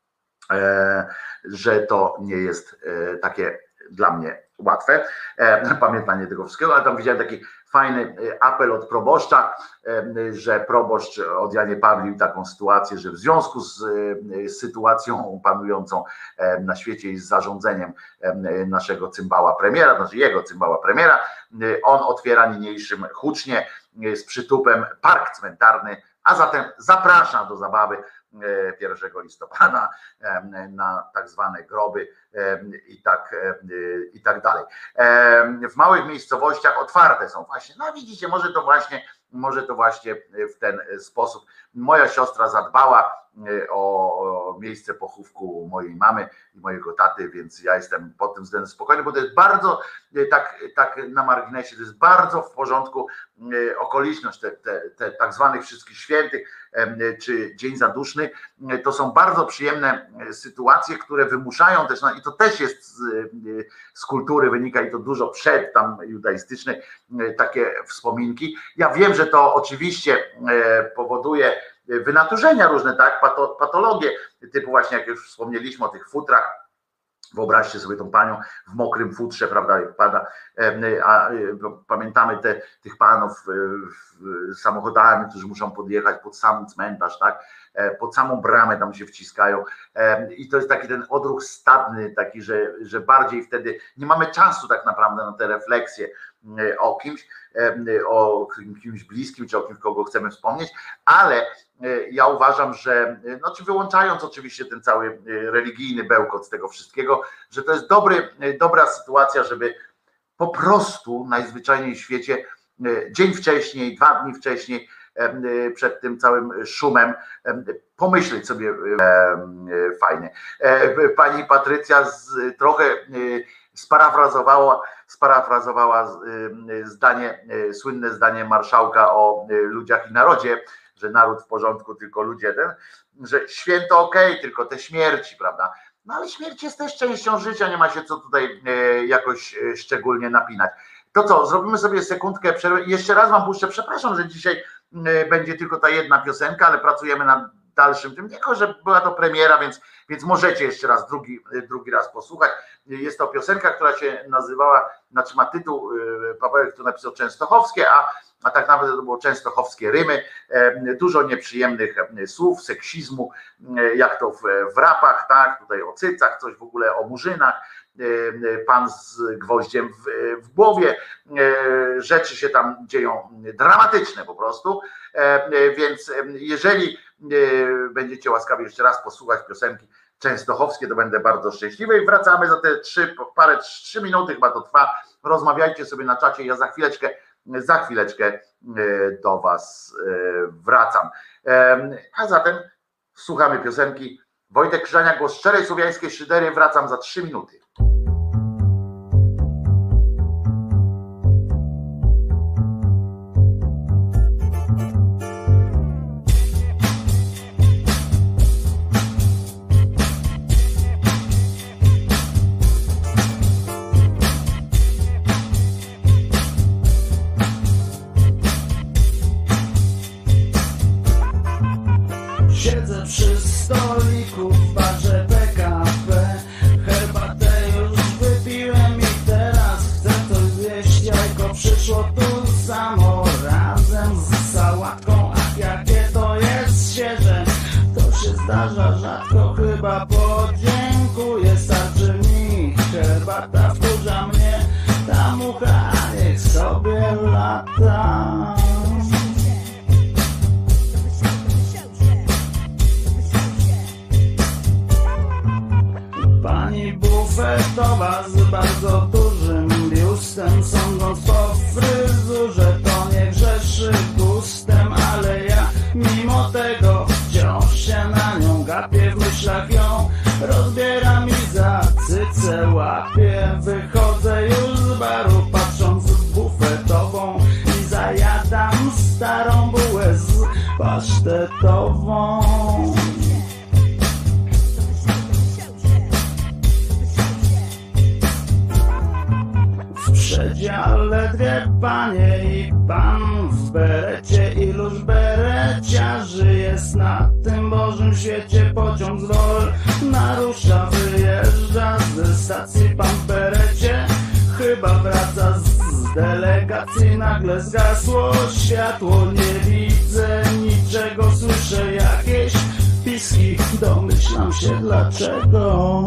że to nie jest takie dla mnie łatwe, pamiętanie tego wszystkiego, ale tam widziałem taki fajny apel od proboszcza, że proboszcz od Janie Pawlił taką sytuację, że w związku z sytuacją panującą na świecie i z zarządzeniem naszego cymbała premiera, znaczy jego cymbała premiera, on otwiera niniejszym hucznie z przytupem park cmentarny, a zatem zapraszam do zabawy pierwszego listopada na tak zwane groby i tak, i tak dalej. W małych miejscowościach otwarte są właśnie, no widzicie, może to właśnie, może to właśnie w ten sposób. Moja siostra zadbała o miejsce pochówku mojej mamy i mojego taty, więc ja jestem pod tym względem spokojny, bo to jest bardzo, tak, tak na marginesie, to jest bardzo w porządku okoliczność, te, te, te tak zwanych wszystkich świętych, czy Dzień Zaduszny, to są bardzo przyjemne sytuacje, które wymuszają też, no i to też jest z, z kultury wynika i to dużo przed tam judaistycznej, takie wspominki. Ja wiem, że to oczywiście powoduje wynaturzenia różne, tak, patologie, typu właśnie jak już wspomnieliśmy o tych futrach. Wyobraźcie sobie tą panią w mokrym futrze, prawda, jak pada, a pamiętamy te, tych panów samochodami, którzy muszą podjechać pod sam cmentarz, tak, pod samą bramę tam się wciskają i to jest taki ten odruch stadny, taki, że, że bardziej wtedy nie mamy czasu tak naprawdę na te refleksje o kimś, o kimś bliskim, czy o kimś, kogo chcemy wspomnieć, ale ja uważam, że, znaczy wyłączając oczywiście ten cały religijny bełkot z tego wszystkiego, że to jest dobry, dobra sytuacja, żeby po prostu najzwyczajniej w świecie dzień wcześniej, dwa dni wcześniej, przed tym całym szumem, pomyśleć sobie fajnie. Pani Patrycja z, trochę sparafrazowała, sparafrazowała zdanie, słynne zdanie marszałka o ludziach i narodzie, że naród w porządku, tylko ludzie ten, że święto okej, okay, tylko te śmierci, prawda? No ale śmierć jest też częścią życia, nie ma się co tutaj jakoś szczególnie napinać. To co, zrobimy sobie sekundkę przerwy. Jeszcze raz wam puszczę, przepraszam, że dzisiaj będzie tylko ta jedna piosenka, ale pracujemy nad dalszym tym. Tylko, że była to premiera, więc, więc możecie jeszcze raz, drugi, drugi raz posłuchać. Jest to piosenka, która się nazywała, znaczy ma tytuł, Pawełek tu napisał Częstochowskie, a, a tak naprawdę to było Częstochowskie rymy. Dużo nieprzyjemnych słów, seksizmu, jak to w, w rapach, tak, tutaj o cycach, coś w ogóle o murzynach. Pan z gwoździem w, w głowie, rzeczy się tam dzieją dramatyczne po prostu, więc jeżeli będziecie łaskawi jeszcze raz posłuchać piosenki częstochowskie, to będę bardzo szczęśliwy i wracamy za te trzy, parę, trzy minuty chyba to trwa, rozmawiajcie sobie na czacie, ja za chwileczkę, za chwileczkę do was wracam, a zatem słuchamy piosenki. Wojtek Krzyżania, głos szczerej słowiańskiej szydery, wracam za trzy minuty. Siedzę przy stoliku w barze P K P. Herbatę już wypiłem i teraz chcę coś zjeść. Jajko przyszło tu samo razem z sałatką. Ach, jakie to jest świeże, to się zdarza rzadko. Chyba podziękuję, starczy mi. Herbata wkurza mnie, ta mucha niech sobie lata. Pani bufetowa z bardzo dużym biustem, sądząc po fryzurze, to nie grzeszy gustem, ale ja mimo tego wciąż się na nią gapię, w myślach ją rozbieram i za cycę łapię. Wychodzę już z baru, patrząc w bufetową i zajadam starą bułę z pasztetową. W przedziale dwie panie i pan w berecie. Iluż bereciarzy jest na tym Bożym świecie. Pociąg z Wolna rusza, wyjeżdża ze stacji pan w berecie. Chyba wraca z delegacji. Nagle zgasło światło, nie widzę niczego. Słyszę jakieś piski, domyślam się dlaczego.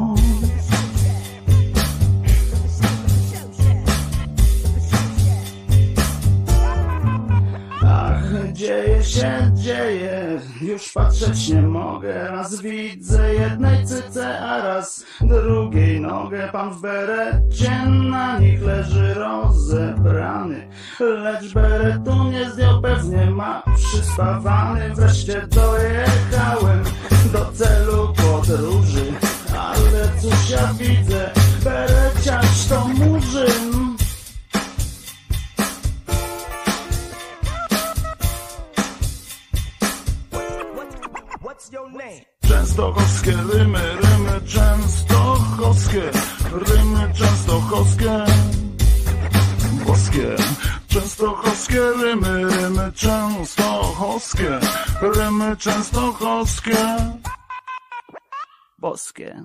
Dzieje się, dzieje, już patrzeć nie mogę. Raz widzę jednej cyce, a raz drugiej nogę. Pan w berecie na nich leży rozebrany, lecz beretu nie zdjął, pewnie ma przyspawany. Wreszcie dojechałem do celu podróży, ale cóż ja widzę, bereciarz to murzyn. Częstochowskie rymy, rymy częstochowskie, rymy częstochowskie, boskie. Częstochowskie rymy, rymy częstochowskie, rymy częstochowskie, Boskie.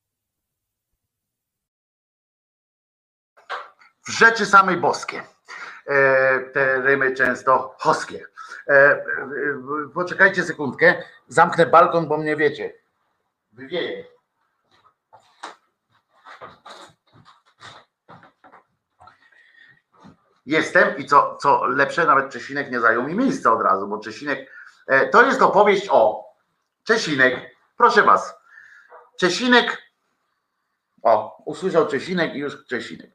W rzeczy samej boskie. E, te rymy często choskie. E, e, poczekajcie sekundkę, zamknę balkon, bo mnie wiecie, wywieje. Jestem i co, co lepsze, nawet Czesinek nie zajął mi miejsca od razu, bo Czesinek, e, to jest opowieść o Czesinek, proszę was, Czesinek, o, usłyszał Czesinek i już Czesinek.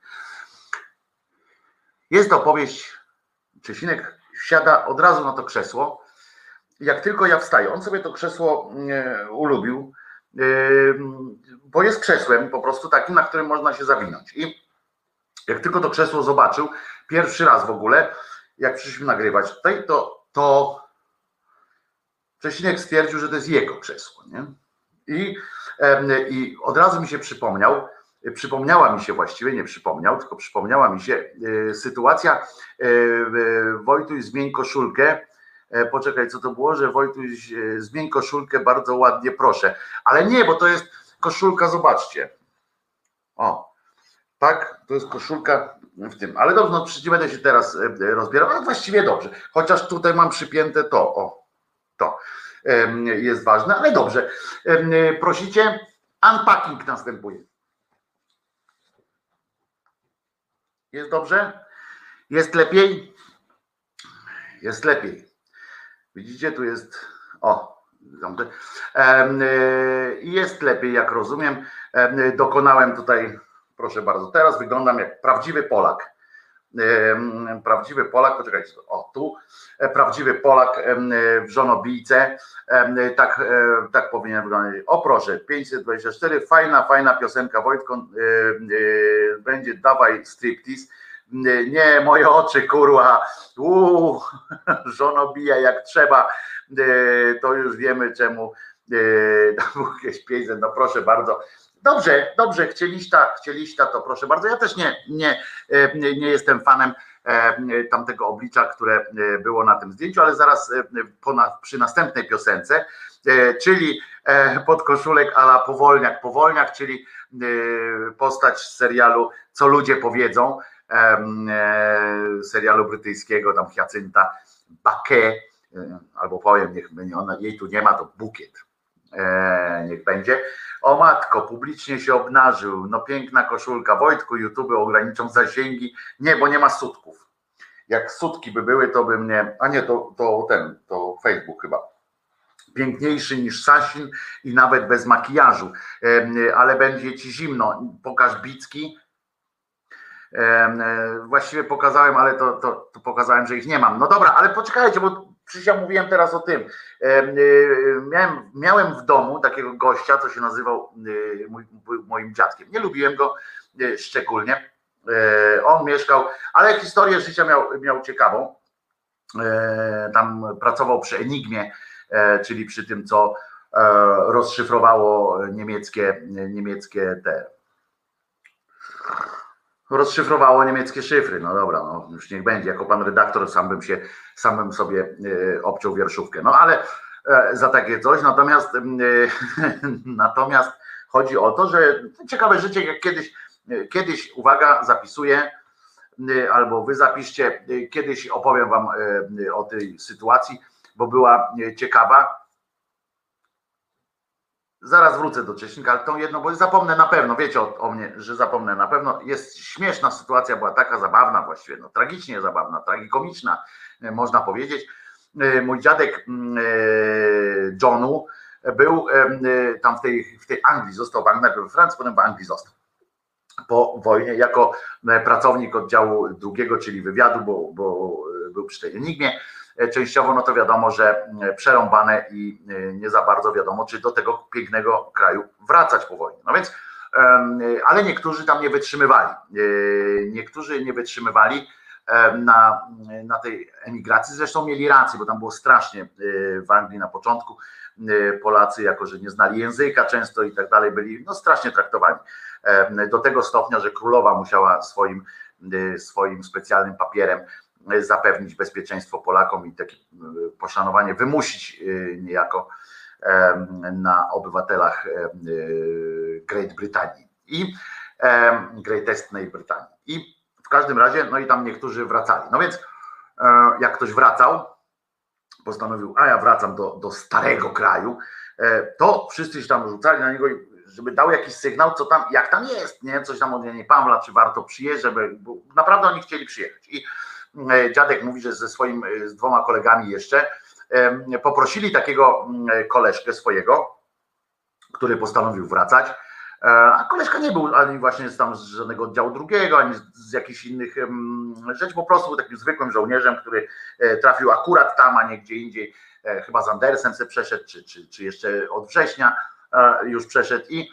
Jest opowieść, Czesinek siada od razu na to krzesło, jak tylko ja wstaję, on sobie to krzesło e, ulubił, e, bo jest krzesłem po prostu takim, na którym można się zawinąć. I jak tylko to krzesło zobaczył, pierwszy raz w ogóle, jak przyszliśmy nagrywać tutaj, to, to Czesinek stwierdził, że to jest jego krzesło, nie? I, e, I od razu mi się przypomniał, przypomniała mi się właściwie, nie przypomniał, tylko przypomniała mi się sytuacja Wojtuś zmień koszulkę. Poczekaj, co to było, że Wojtuś zmień koszulkę, bardzo ładnie proszę. Ale nie, bo to jest koszulka, zobaczcie. O, tak, to jest koszulka w tym. Ale dobrze, no przecież nie będę się teraz rozbierał, ale właściwie dobrze. Chociaż tutaj mam przypięte to, o, to jest ważne, ale dobrze. Prosicie, unpacking następuje. Jest dobrze? Jest lepiej? Jest lepiej. Widzicie, tu jest, o, jest lepiej, jak rozumiem. Dokonałem tutaj, proszę bardzo, teraz wyglądam jak prawdziwy Polak. Prawdziwy Polak, poczekajcie, o tu, prawdziwy Polak w żonobijce, tak, tak powinien wyglądać. O proszę, pięćset dwadzieścia cztery, fajna, fajna piosenka Wojtko, będzie dawaj striptease. Nie, moje oczy, kurwa, uuu, żonobija jak trzeba, to już wiemy czemu, tam było jakieś pieniądze, no proszę bardzo. Dobrze, dobrze, chcieliście, chcieliście to proszę bardzo. Ja też nie, nie, nie jestem fanem tamtego oblicza, które było na tym zdjęciu, ale zaraz po, przy następnej piosence, czyli podkoszulek a la Powolniak, Powolniak, czyli postać z serialu Co ludzie powiedzą, serialu brytyjskiego, tam Hiacynta Baquet, albo powiem, niech ona, jej tu nie ma, to bukiet. E, niech będzie. O matko, publicznie się obnażył. No piękna koszulka. Wojtku, YouTube ograniczą zasięgi. Nie, bo nie ma sutków. Jak sutki by były, to by mnie. A nie, to, to ten, to Facebook chyba. Piękniejszy niż Sasin i nawet bez makijażu. E, ale będzie ci zimno. Pokaż bicki. E, właściwie pokazałem, ale to, to, to pokazałem, że ich nie mam. No dobra, ale poczekajcie, bo przecież ja mówiłem teraz o tym. Miałem, miałem w domu takiego gościa, co się nazywał mój, moim dziadkiem. Nie lubiłem go szczególnie. On mieszkał, ale historię życia miał, miał ciekawą. Tam pracował przy Enigmie, czyli przy tym, co rozszyfrowało niemieckie, niemieckie te. Rozszyfrowało niemieckie szyfry. No dobra, no już niech będzie. Jako pan redaktor sam bym się, sam bym sobie obciął wierszówkę. No ale za takie coś. Natomiast natomiast chodzi o to, że ciekawe życie, jak kiedyś, kiedyś, uwaga, zapisuję, albo wy zapiszcie, kiedyś opowiem wam o tej sytuacji, bo była ciekawa. Zaraz wrócę do Cześnika, ale tą jedną, bo zapomnę na pewno, wiecie o, o mnie, że zapomnę na pewno. Jest śmieszna sytuacja, była taka zabawna właściwie, no tragicznie zabawna, tragikomiczna, można powiedzieć. Mój dziadek Johnu był tam w tej, w tej Anglii, został w Anglii, najpierw we Francji, potem w Anglii został. Po wojnie jako pracownik oddziału drugiego, czyli wywiadu, bo, bo był przy tej Enigmie. Częściowo, no to wiadomo, że przerąbane i nie za bardzo wiadomo, czy do tego pięknego kraju wracać po wojnie. No więc, ale niektórzy tam nie wytrzymywali. Niektórzy nie wytrzymywali na, na tej emigracji. Zresztą mieli rację, bo tam było strasznie w Anglii na początku. Polacy, jako że nie znali języka często i tak dalej, byli no strasznie traktowani. Do tego stopnia, że królowa musiała swoim, swoim specjalnym papierem zapewnić bezpieczeństwo Polakom i takie poszanowanie wymusić niejako na obywatelach Great Brytanii i Greatestnej Brytanii. I w każdym razie, no i tam niektórzy wracali. No więc jak ktoś wracał, postanowił, a ja wracam do, do starego kraju, to wszyscy się tam rzucali na niego, żeby dał jakiś sygnał, co tam, jak tam jest, nie? Coś tam od Janie Pawła, czy warto przyjeżdżać, bo naprawdę oni chcieli przyjechać. I dziadek mówi, że ze swoim, z dwoma kolegami jeszcze poprosili takiego koleżkę swojego, który postanowił wracać, a koleżka nie był ani właśnie z tam z żadnego oddziału drugiego, ani z jakichś innych rzeczy, po prostu był takim zwykłym żołnierzem, który trafił akurat tam, a nie gdzie indziej, chyba z Andersem se przeszedł, czy, czy, czy jeszcze od września już przeszedł i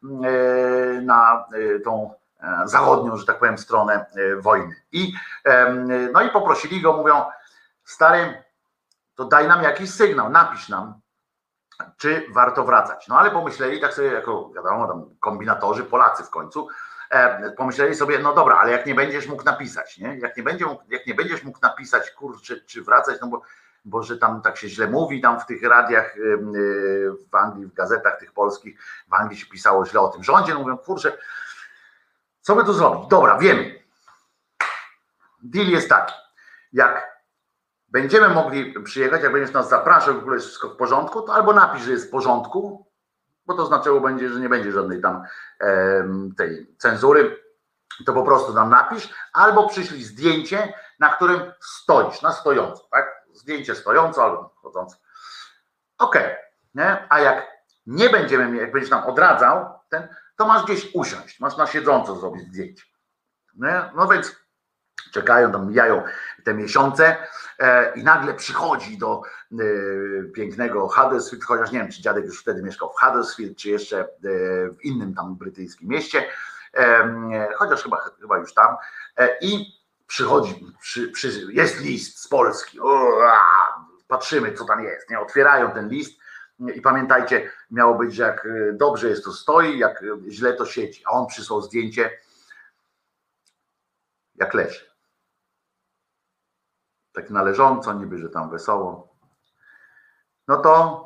na tą zachodnią, że tak powiem, stronę wojny. I, no i poprosili go, mówią, stary, to daj nam jakiś sygnał, napisz nam, czy warto wracać. No ale pomyśleli tak sobie, jako wiadomo, tam kombinatorzy, Polacy w końcu, e, pomyśleli sobie, no dobra, ale jak nie będziesz mógł napisać, nie? Jak nie, będzie mógł, jak nie będziesz mógł napisać, kurczę, czy wracać, no bo, bo że tam tak się źle mówi, tam w tych radiach yy, w Anglii, w gazetach tych polskich, w Anglii się pisało źle o tym rządzie, no mówią, kurczę, co by tu zrobić? Dobra, wiemy. Deal jest taki, jak będziemy mogli przyjechać, jak będziesz nas zapraszał, w ogóle jest wszystko w porządku, to albo napisz, że jest w porządku, bo to znaczyło będzie, że nie będzie żadnej tam e, tej cenzury, to po prostu nam napisz, albo przyślij zdjęcie, na którym stoisz, na stojąco, tak? Zdjęcie stojąco albo chodząco. Okej, okay. A jak nie będziemy, jak będziesz nam odradzał, ten, to masz gdzieś usiąść, masz na siedząco zrobić zdjęcie. Nie? No więc czekają, tam mijają te miesiące e, i nagle przychodzi do e, pięknego Huddersfield, chociaż nie wiem, czy dziadek już wtedy mieszkał w Huddersfield, czy jeszcze e, w innym tam brytyjskim mieście, e, chociaż chyba, chyba już tam e, i przychodzi, przy, przy, jest list z Polski, o, a, patrzymy co tam jest, nie? Otwierają ten list i pamiętajcie, miało być, że jak dobrze jest to stoi, jak źle to siedzi, a on przysłał zdjęcie jak leży. Tak na leżąco, niby, że tam wesoło. No to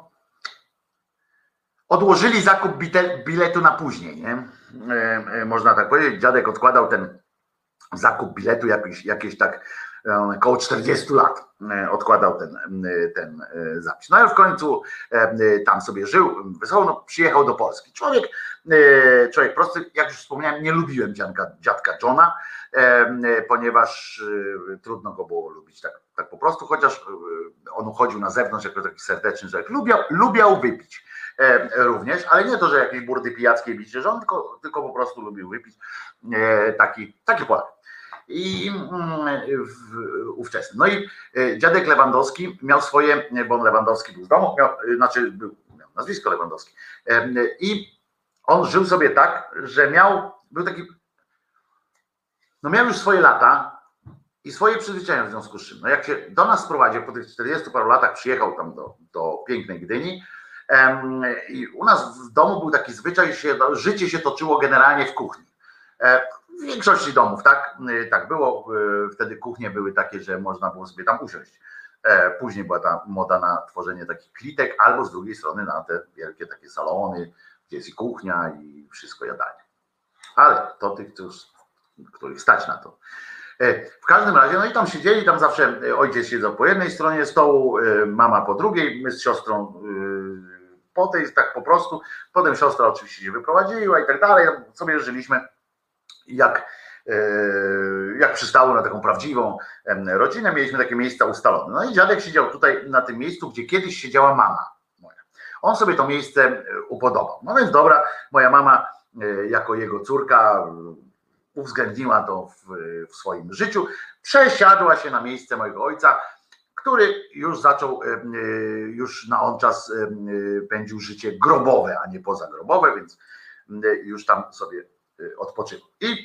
odłożyli zakup biletu na później, nie? Można tak powiedzieć. Dziadek odkładał ten zakup biletu jakieś, jakieś tak około czterdziestu lat odkładał ten, ten zapis. No ale w końcu tam sobie żył, wesoło, no, przyjechał do Polski. Człowiek, człowiek prosty, jak już wspomniałem, nie lubiłem dziadka, dziadka Johna, ponieważ trudno go było lubić tak, tak po prostu, chociaż on uchodził na zewnątrz jako taki serdeczny człowiek. Lubiał, lubiał wypić również, ale nie to, że jakieś burdy pijackie bicie, że on tylko, tylko po prostu lubił wypić. Taki, taki Polak. I w, ówczesny. No i dziadek Lewandowski miał swoje, bo on Lewandowski był z domu, miał, znaczy był, miał nazwisko Lewandowski. I on żył sobie tak, że miał, był taki, no miał już swoje lata i swoje przyzwyczajenia w związku z czym. No jak się do nas sprowadził, po tych czterdziestu paru latach przyjechał tam do, do pięknej Gdyni i u nas w domu był taki zwyczaj, że życie się toczyło generalnie w kuchni. W większości domów, tak? Tak było. Wtedy kuchnie były takie, że można było sobie tam usiąść. Później była ta moda na tworzenie takich klitek, albo z drugiej strony na te wielkie takie salony, gdzie jest i kuchnia, i wszystko jadanie. Ale to tych, których stać na to. W każdym razie, no i tam siedzieli, tam zawsze ojciec siedział po jednej stronie stołu, mama po drugiej, my z siostrą po tej, tak po prostu. Potem siostra oczywiście się wyprowadziła i tak dalej. Sobie żyliśmy jak, jak przystało na taką prawdziwą rodzinę, mieliśmy takie miejsca ustalone. No i dziadek siedział tutaj na tym miejscu, gdzie kiedyś siedziała mama moja. On sobie to miejsce upodobał. No więc dobra, moja mama jako jego córka uwzględniła to w, w swoim życiu, przesiadła się na miejsce mojego ojca, który już zaczął, już na on czas pędził życie grobowe, a nie pozagrobowe, więc już tam sobie odpoczywał. I,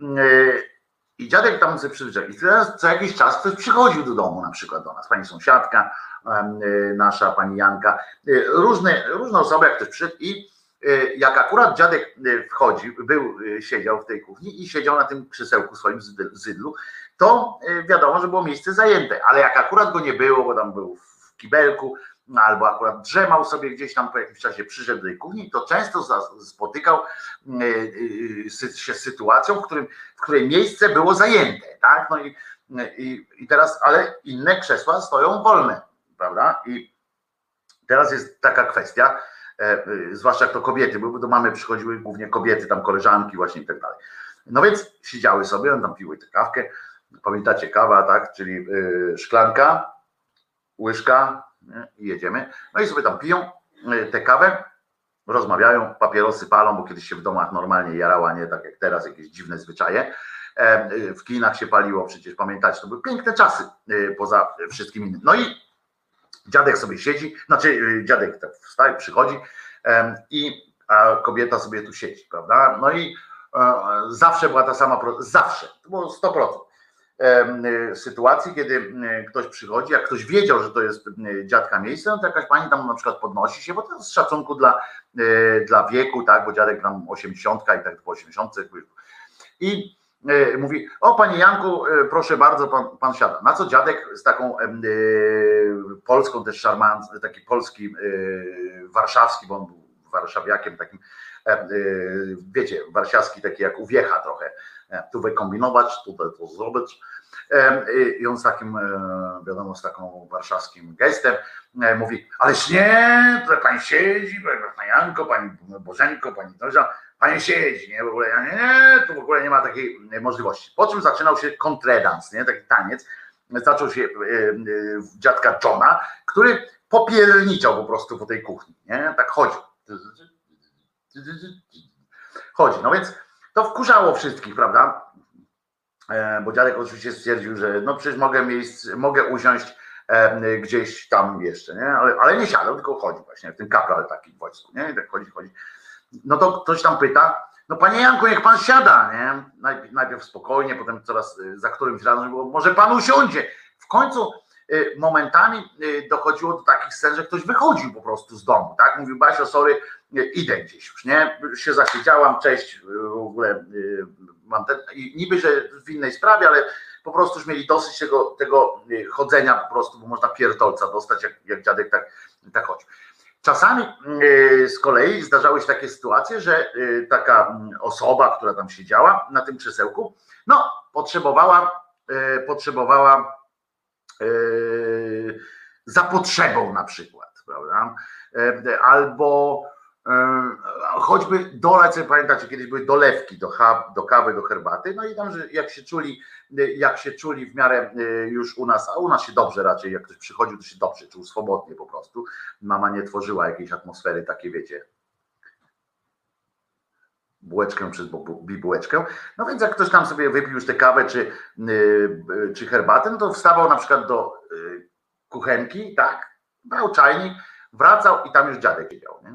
i dziadek tam sobie przyzwyczaił. I teraz co jakiś czas ktoś przychodził do domu, na przykład do nas, pani sąsiadka, nasza pani Janka, różne, różne osoby, jak ktoś przyszedł i jak akurat dziadek wchodził, był, siedział w tej kuchni i siedział na tym krzesełku swoim zydlu, to wiadomo, że było miejsce zajęte, ale jak akurat go nie było, bo tam był w kibelku, albo akurat drzemał sobie gdzieś tam po jakimś czasie, przyszedł do tej kuchni, to często spotykał się z sytuacją, w, którym, w której miejsce było zajęte, tak? No i, i, i teraz, ale inne krzesła stoją wolne, prawda? I teraz jest taka kwestia, zwłaszcza jak to kobiety, bo do mamy przychodziły głównie kobiety, tam koleżanki właśnie i tak dalej. No więc siedziały sobie, on tam piły tę kawkę, pamiętacie kawa, tak? Czyli szklanka, łyżka, nie? I jedziemy. No i sobie tam piją tę kawę, rozmawiają, papierosy palą, bo kiedyś się w domach normalnie jarała, nie tak jak teraz, jakieś dziwne zwyczaje. W kinach się paliło przecież, pamiętacie, to były piękne czasy poza wszystkim innym. No i dziadek sobie siedzi, znaczy dziadek tak wstaje, przychodzi i a kobieta sobie tu siedzi, prawda? No i zawsze była ta sama, zawsze, to było sto procent. sytuacji, kiedy ktoś przychodzi, jak ktoś wiedział, że to jest dziadka miejsce, no to jakaś pani tam na przykład podnosi się, bo to jest z szacunku dla, dla wieku, tak, bo dziadek tam osiemdziesiątka i tak po osiemdziesiątce i mówi, o panie Janku, proszę bardzo, pan, pan siada. Na co dziadek z taką e, polską też szarman, taki polski, e, warszawski, bo on był warszawiakiem takim, e, wiecie, warszawski taki jak uwiecha trochę, e, tu wykombinować, tutaj to zrobić. E, I on z takim, e, wiadomo, z taką warszawskim gestem e, mówi, ależ nie, tutaj pani siedzi, pani Janko, pani Bożenko, pani Toża, Panie siedzi, nie, w ogóle, nie, nie, tu w ogóle nie ma takiej możliwości. Po czym zaczynał się kontredans, nie, taki taniec, zaczął się e, e, dziadka Johna, który popierniczał po prostu po tej kuchni, nie, tak chodził. Chodzi, no więc to wkurzało wszystkich, prawda, e, bo dziadek oczywiście stwierdził, że no przecież mogę miejsc, mogę usiąść e, gdzieś tam jeszcze, nie, ale, ale nie siadał, tylko chodzi właśnie, w tym kapral taki w wojsku, nie, i tak chodzi, chodzi. No to ktoś tam pyta, no panie Janku, niech pan siada, nie? Najpierw, najpierw spokojnie, potem coraz za którymś razem, bo może pan usiądzie. W końcu momentami dochodziło do takich scen, że ktoś wychodził po prostu z domu, tak? Mówił, Basio, sorry, idę gdzieś już, nie? Już się zasiedziałam, cześć, w ogóle mam ten, niby, że w innej sprawie, ale po prostu już mieli dosyć tego, tego chodzenia po prostu, bo można pierdolca dostać, jak, jak dziadek tak, tak chodzi. Czasami z kolei zdarzały się takie sytuacje, że taka osoba, która tam siedziała na tym krzesełku, no potrzebowała, potrzebowała za potrzebą na przykład, prawda? Albo choćby dolać, sobie pamiętacie, kiedyś były dolewki do, do kawy, do herbaty, no i tam, że jak się czuli, jak się czuli w miarę już u nas, a u nas się dobrze raczej, jak ktoś przychodził, to się dobrze czuł, swobodnie po prostu. Mama nie tworzyła jakiejś atmosfery takiej, wiecie, bułeczkę przez bibułeczkę. No więc jak ktoś tam sobie wypił już tę kawę czy, czy herbatę, no to wstawał na przykład do kuchenki, tak, brał czajnik, wracał i tam już dziadek siedział, nie?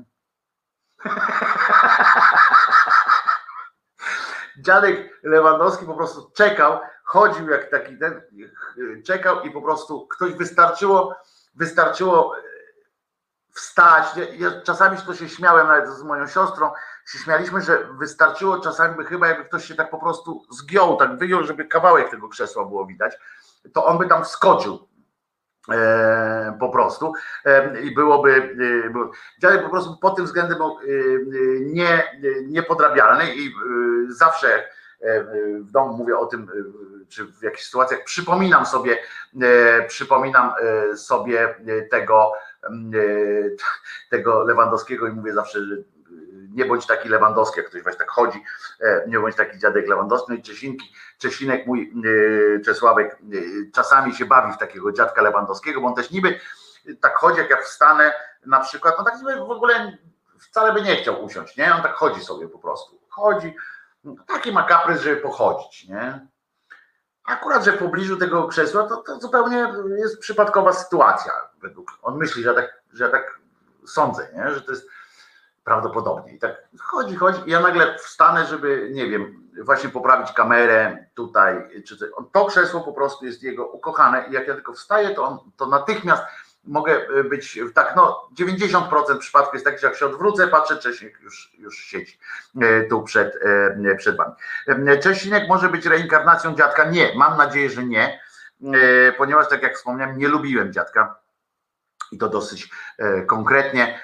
Dziadek Lewandowski po prostu czekał, chodził jak taki ten, czekał i po prostu ktoś wystarczyło, wystarczyło wstać. Ja czasami to się śmiałem, nawet z moją siostrą się śmialiśmy, że wystarczyło czasami by chyba jakby ktoś się tak po prostu zgiął, tak wyjął, żeby kawałek tego krzesła było widać, to on by tam wskoczył. E, po prostu e, i byłoby e, było, dziadek po prostu pod tym względem był e, nie, niepodrabialny i e, zawsze e, w domu mówię o tym, e, czy w jakichś sytuacjach przypominam sobie e, przypominam e, sobie tego e, tego Lewandowskiego i mówię zawsze, że nie bądź taki Lewandowski, jak ktoś właśnie tak chodzi, nie bądź taki dziadek Lewandowski. No i Czesinki, Czesinek mój, Czesławek czasami się bawi w takiego dziadka Lewandowskiego, bo on też niby tak chodzi, jak ja wstanę na przykład, no tak w ogóle wcale by nie chciał usiąść, nie? On tak chodzi sobie po prostu, chodzi, taki ma kaprys, żeby pochodzić, nie? Akurat, że w pobliżu tego krzesła, to, to zupełnie jest przypadkowa sytuacja, według, on myśli, że ja tak, że ja tak sądzę, nie? Że to jest prawdopodobnie. I tak chodzi, chodzi i ja nagle wstanę, żeby, nie wiem, właśnie poprawić kamerę tutaj, czy to, to krzesło po prostu jest jego ukochane i jak ja tylko wstaję, to, on, to natychmiast mogę być tak, no dziewięćdziesiąt procent przypadku jest tak, że jak się odwrócę, patrzę, Czesinek już, już siedzi tu przed, przed wami. Czesinek może być reinkarnacją dziadka? Nie, mam nadzieję, że nie, ponieważ tak jak wspomniałem, nie lubiłem dziadka i to dosyć konkretnie.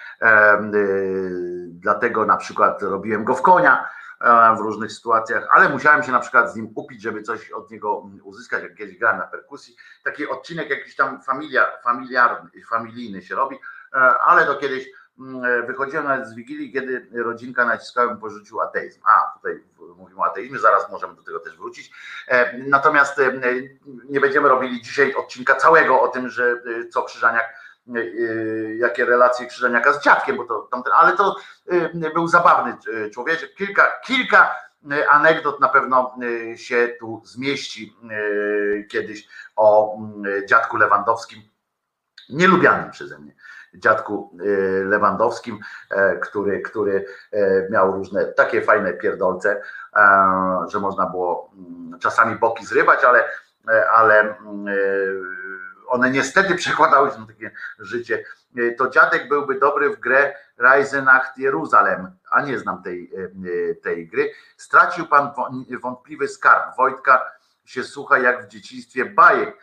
Dlatego na przykład robiłem go w konia w różnych sytuacjach, ale musiałem się na przykład z nim upić, żeby coś od niego uzyskać, jak kiedyś grałem na perkusji. Taki odcinek jakiś tam familia, familiarny, familijny się robi, ale to kiedyś wychodziłem nawet z Wigilii, kiedy rodzinka naciskała, porzucił ateizm. A, tutaj mówimy o ateizmie, zaraz możemy do tego też wrócić. Natomiast nie będziemy robili dzisiaj odcinka całego o tym, że co Krzyżaniak, jakie relacje Krzyżaniaka z dziadkiem, bo to tamten, ale to był zabawny człowiek. Kilka, kilka anegdot na pewno się tu zmieści kiedyś o dziadku Lewandowskim, nielubianym przeze mnie dziadku Lewandowskim, który, który miał różne takie fajne pierdolce, że można było czasami boki zrywać, ale ale one niestety przekładały się na takie życie. To dziadek byłby dobry w grę Reise nach Jeruzalem, a nie znam tej, tej gry. Stracił pan wątpliwy skarb. Wojtka się słucha jak w dzieciństwie bajek.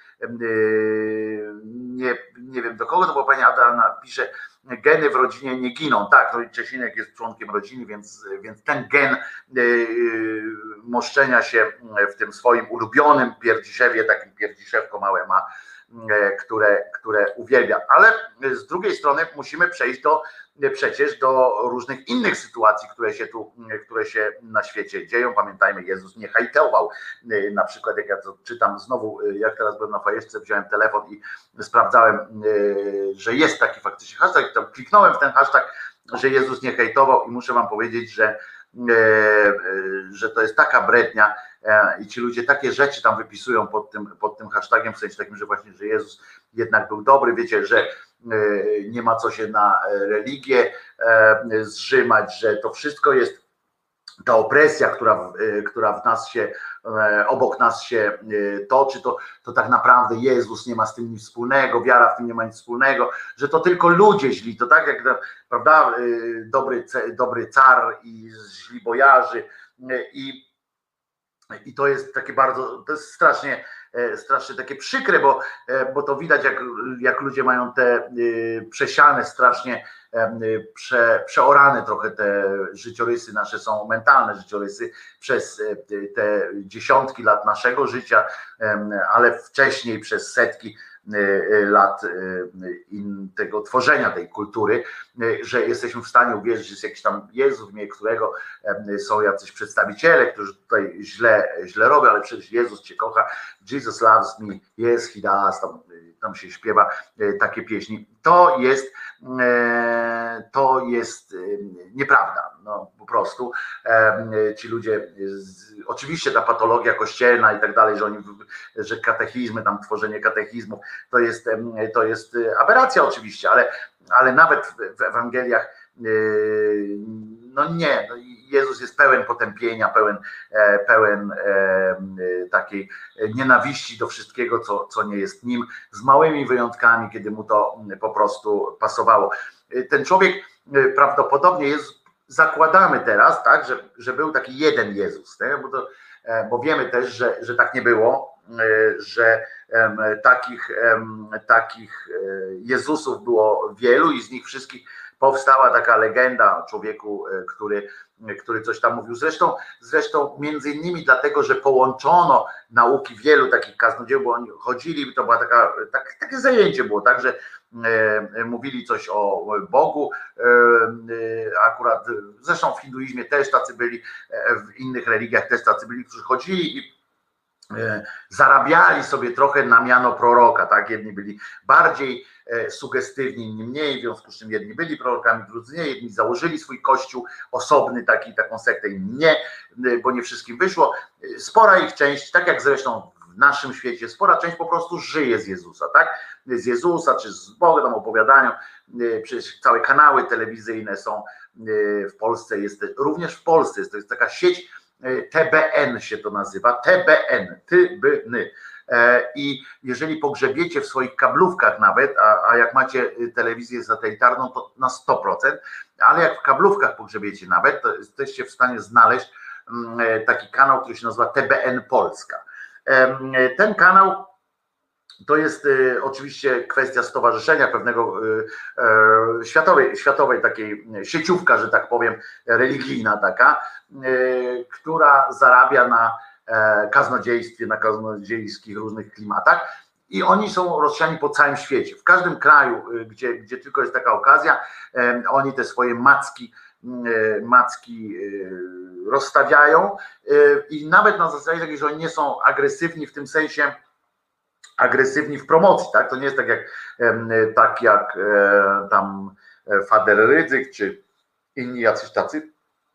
Nie, nie wiem do kogo, to bo pani Ada pisze, geny w rodzinie nie giną. Tak, no i Czesinek jest członkiem rodziny, więc, więc ten gen moszczenia się w tym swoim ulubionym pierdziszewie, takim pierdziszewko małe ma, które, które uwielbia. Ale z drugiej strony musimy przejść do przecież do różnych innych sytuacji, które się tu, które się na świecie dzieją. Pamiętajmy, Jezus nie hejtował. Na przykład jak ja to czytam znowu, jak teraz byłem na fajeczce, wziąłem telefon i sprawdzałem, że jest taki faktycznie hashtag, tam kliknąłem w ten hashtag, że Jezus nie hejtował i muszę wam powiedzieć, że że to jest taka brednia i ci ludzie takie rzeczy tam wypisują pod tym, pod tym hashtagiem, w sensie takim, że właśnie, że Jezus jednak był dobry, wiecie, że nie ma co się na religię zrzymać, że to wszystko jest ta opresja, która, która w nas się, obok nas się toczy, to, to tak naprawdę Jezus nie ma z tym nic wspólnego, wiara w tym nie ma nic wspólnego, że to tylko ludzie źli, to tak jak, prawda, dobry, dobry car i źli bojarzy i, i to jest takie bardzo, to jest strasznie, strasznie takie przykre, bo, bo to widać jak, jak ludzie mają te przesiane strasznie, prze, przeorane trochę te życiorysy nasze są mentalne życiorysy przez te dziesiątki lat naszego życia, ale wcześniej przez setki lat tego tworzenia tej kultury, że jesteśmy w stanie uwierzyć, że jest jakiś tam Jezus, w imię którego są jacyś przedstawiciele, którzy tutaj źle, źle robią, ale przecież Jezus cię kocha, Jesus loves me, yes he does, tam, tam się śpiewa takie pieśni. To jest to jest nieprawda, no po prostu ci ludzie, oczywiście ta patologia kościelna i tak dalej, że oni, że katechizmy, tam tworzenie katechizmów, to jest, to jest aberracja oczywiście, ale, ale nawet w Ewangeliach no nie, no Jezus jest pełen potępienia, pełen, pełen takiej nienawiści do wszystkiego, co, co nie jest nim, z małymi wyjątkami, kiedy mu to po prostu pasowało. Ten człowiek prawdopodobnie jest, zakładamy teraz, tak, że, że był taki jeden Jezus, nie? Bo, to, bo wiemy też, że, że tak nie było, że takich, takich Jezusów było wielu i z nich wszystkich powstała taka legenda o człowieku, który, który coś tam mówił. Zresztą, zresztą między innymi dlatego, że połączono nauki wielu takich kaznodzieł, bo oni chodzili, to była taka, tak, takie zajęcie było, tak, że e, mówili coś o Bogu, e, akurat, zresztą w hinduizmie też tacy byli, w innych religiach też tacy byli, którzy chodzili i zarabiali sobie trochę na miano proroka, tak? Jedni byli bardziej sugestywni, inni mniej, w związku z czym jedni byli prorokami, drudzy nie, jedni założyli swój kościół osobny, taki, taką sektę, inni nie, bo nie wszystkim wyszło. Spora ich część, tak jak zresztą w naszym świecie, spora część po prostu żyje z Jezusa, tak? Z Jezusa, czy z Boga, tam opowiadają, przecież całe kanały telewizyjne są w Polsce, jest również w Polsce, jest to jest taka sieć, T B N się to nazywa, T B N, ty, by, ny. I jeżeli pogrzebiecie w swoich kablówkach nawet, a, a jak macie telewizję satelitarną, to na sto procent, ale jak w kablówkach pogrzebiecie nawet, to jesteście w stanie znaleźć taki kanał, który się nazywa T B N Polska. Ten kanał to jest y, oczywiście kwestia stowarzyszenia pewnego y, y, światowej, światowej takiej sieciówka, że tak powiem, religijna taka, y, która zarabia na y, kaznodziejstwie, na kaznodziejskich różnych klimatach i oni są rozsiani po całym świecie. W każdym kraju, y, gdzie, gdzie tylko jest taka okazja, y, oni te swoje macki, y, macki y, rozstawiają y, i nawet na zasadzie takiej, że oni nie są agresywni w tym sensie, agresywni w promocji, tak? To nie jest tak jak, tak jak tam Fader Rydzyk czy inni jacyś tacy,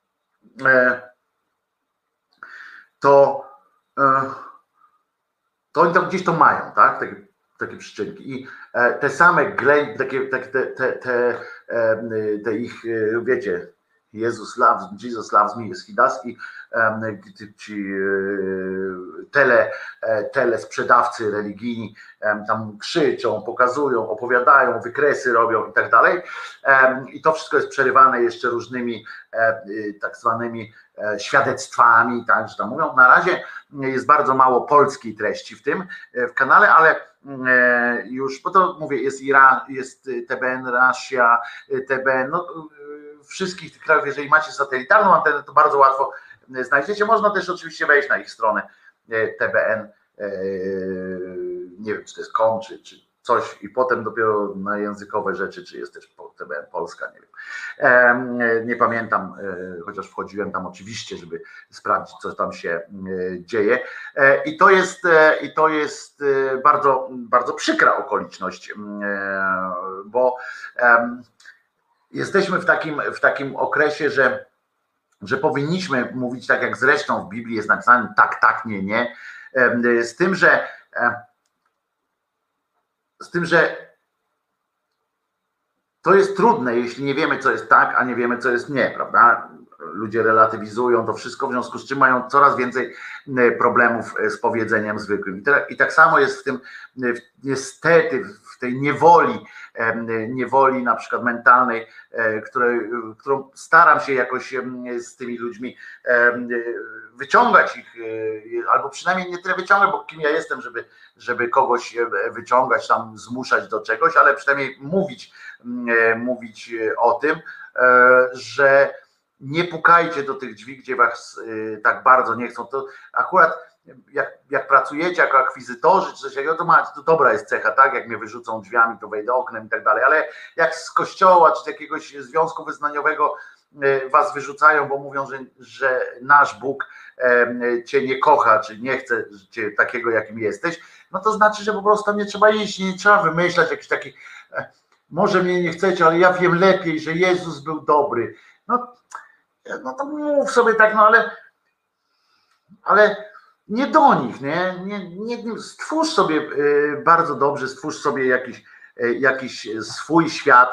to, to oni tam gdzieś to mają, tak? Takie, takie przyczynki i te same ględź, takie, takie te, te, te, te ich, wiecie, Jezus loves, Jesus loves me jest Hidas i ci tele, tele sprzedawcy religijni tam krzyczą, pokazują, opowiadają, wykresy robią i tak dalej. I to wszystko jest przerywane jeszcze różnymi tak zwanymi świadectwami, tak, że tam mówią. Na razie jest bardzo mało polskiej treści w tym w kanale, ale już, bo to mówię, jest Iran, jest T B N Russia, T B N, no wszystkich tych krajów, jeżeli macie satelitarną antenę, to bardzo łatwo znajdziecie. Można też oczywiście wejść na ich stronę T B N, nie wiem, czy to jest kom, czy, czy coś i potem dopiero na językowe rzeczy, czy jest też T B N Polska, nie wiem. Nie pamiętam, chociaż wchodziłem tam oczywiście, żeby sprawdzić, co tam się dzieje. I to jest, i to jest bardzo, bardzo przykra okoliczność, bo jesteśmy w takim, w takim okresie, że, że powinniśmy mówić tak, jak zresztą w Biblii jest napisane, tak, tak, nie, nie, z tym, że z tym, że to jest trudne, jeśli nie wiemy, co jest tak, a nie wiemy, co jest nie, prawda? Ludzie relatywizują to wszystko, w związku z czym mają coraz więcej problemów z powiedzeniem zwykłym. I tak samo jest w tym, niestety, w tej niewoli, niewoli na przykład mentalnej, której, którą staram się jakoś z tymi ludźmi wyciągać ich, albo przynajmniej nie tyle wyciągać, bo kim ja jestem, żeby, żeby kogoś wyciągać, tam zmuszać do czegoś, ale przynajmniej mówić, mówić o tym, że nie pukajcie do tych drzwi, gdzie was tak bardzo nie chcą. To akurat jak, jak pracujecie jako akwizytorzy czy coś takiego, to, ma, to dobra jest cecha, tak? Jak mnie wyrzucą drzwiami, to wejdę oknem i tak dalej, ale jak z kościoła czy z jakiegoś związku wyznaniowego was wyrzucają, bo mówią, że, że nasz Bóg cię nie kocha, czy nie chce cię takiego, jakim jesteś, no to znaczy, że po prostu tam nie trzeba iść, nie trzeba wymyślać jakiś taki, może mnie nie chcecie, ale ja wiem lepiej, że Jezus był dobry. No, no to mów sobie tak, no ale, ale nie do nich, nie? Nie, nie, stwórz sobie bardzo dobrze, stwórz sobie jakiś, jakiś swój świat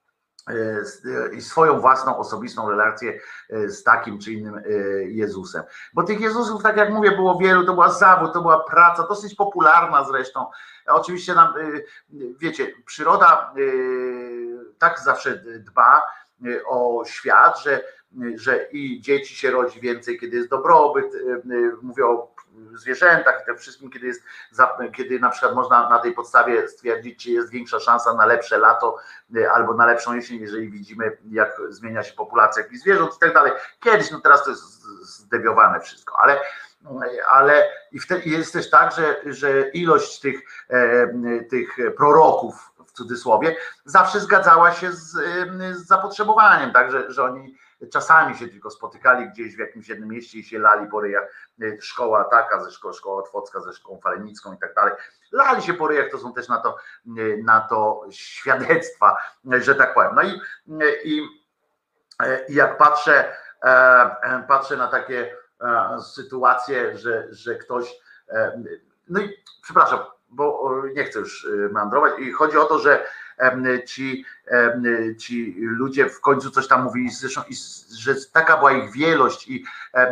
i swoją własną osobistą relację z takim czy innym Jezusem. Bo tych Jezusów, tak jak mówię, było wielu, to była zawód, to była praca, dosyć popularna zresztą. Oczywiście nam, wiecie, przyroda tak zawsze dba o świat, że, że i dzieci się rodzi więcej, kiedy jest dobrobyt, mówię o zwierzętach i tym wszystkim, kiedy jest, kiedy na przykład można na tej podstawie stwierdzić, czy jest większa szansa na lepsze lato albo na lepszą jesień, jeżeli widzimy, jak zmienia się populacja jakichś zwierząt i tak dalej. Kiedyś, no teraz to jest zdewiowane wszystko, ale ale i wtedy jest też tak, że, że ilość tych, tych proroków w cudzysłowie zawsze zgadzała się z, z zapotrzebowaniem, tak, że, że oni czasami się tylko spotykali gdzieś w jakimś jednym mieście i się lali po ryjach, szkoła taka ze szkoły, szkoła otwocka ze szkołą falenicką i tak dalej. Lali się po ryjach, to są też na to, na to świadectwa, że tak powiem. No i, i, i jak patrzę, patrzę na takie sytuacje, że, że ktoś, no i przepraszam, bo nie chcę już meandrować i chodzi o to, że ci, ci ludzie w końcu coś tam mówili, zresztą, i, że taka była ich wielość i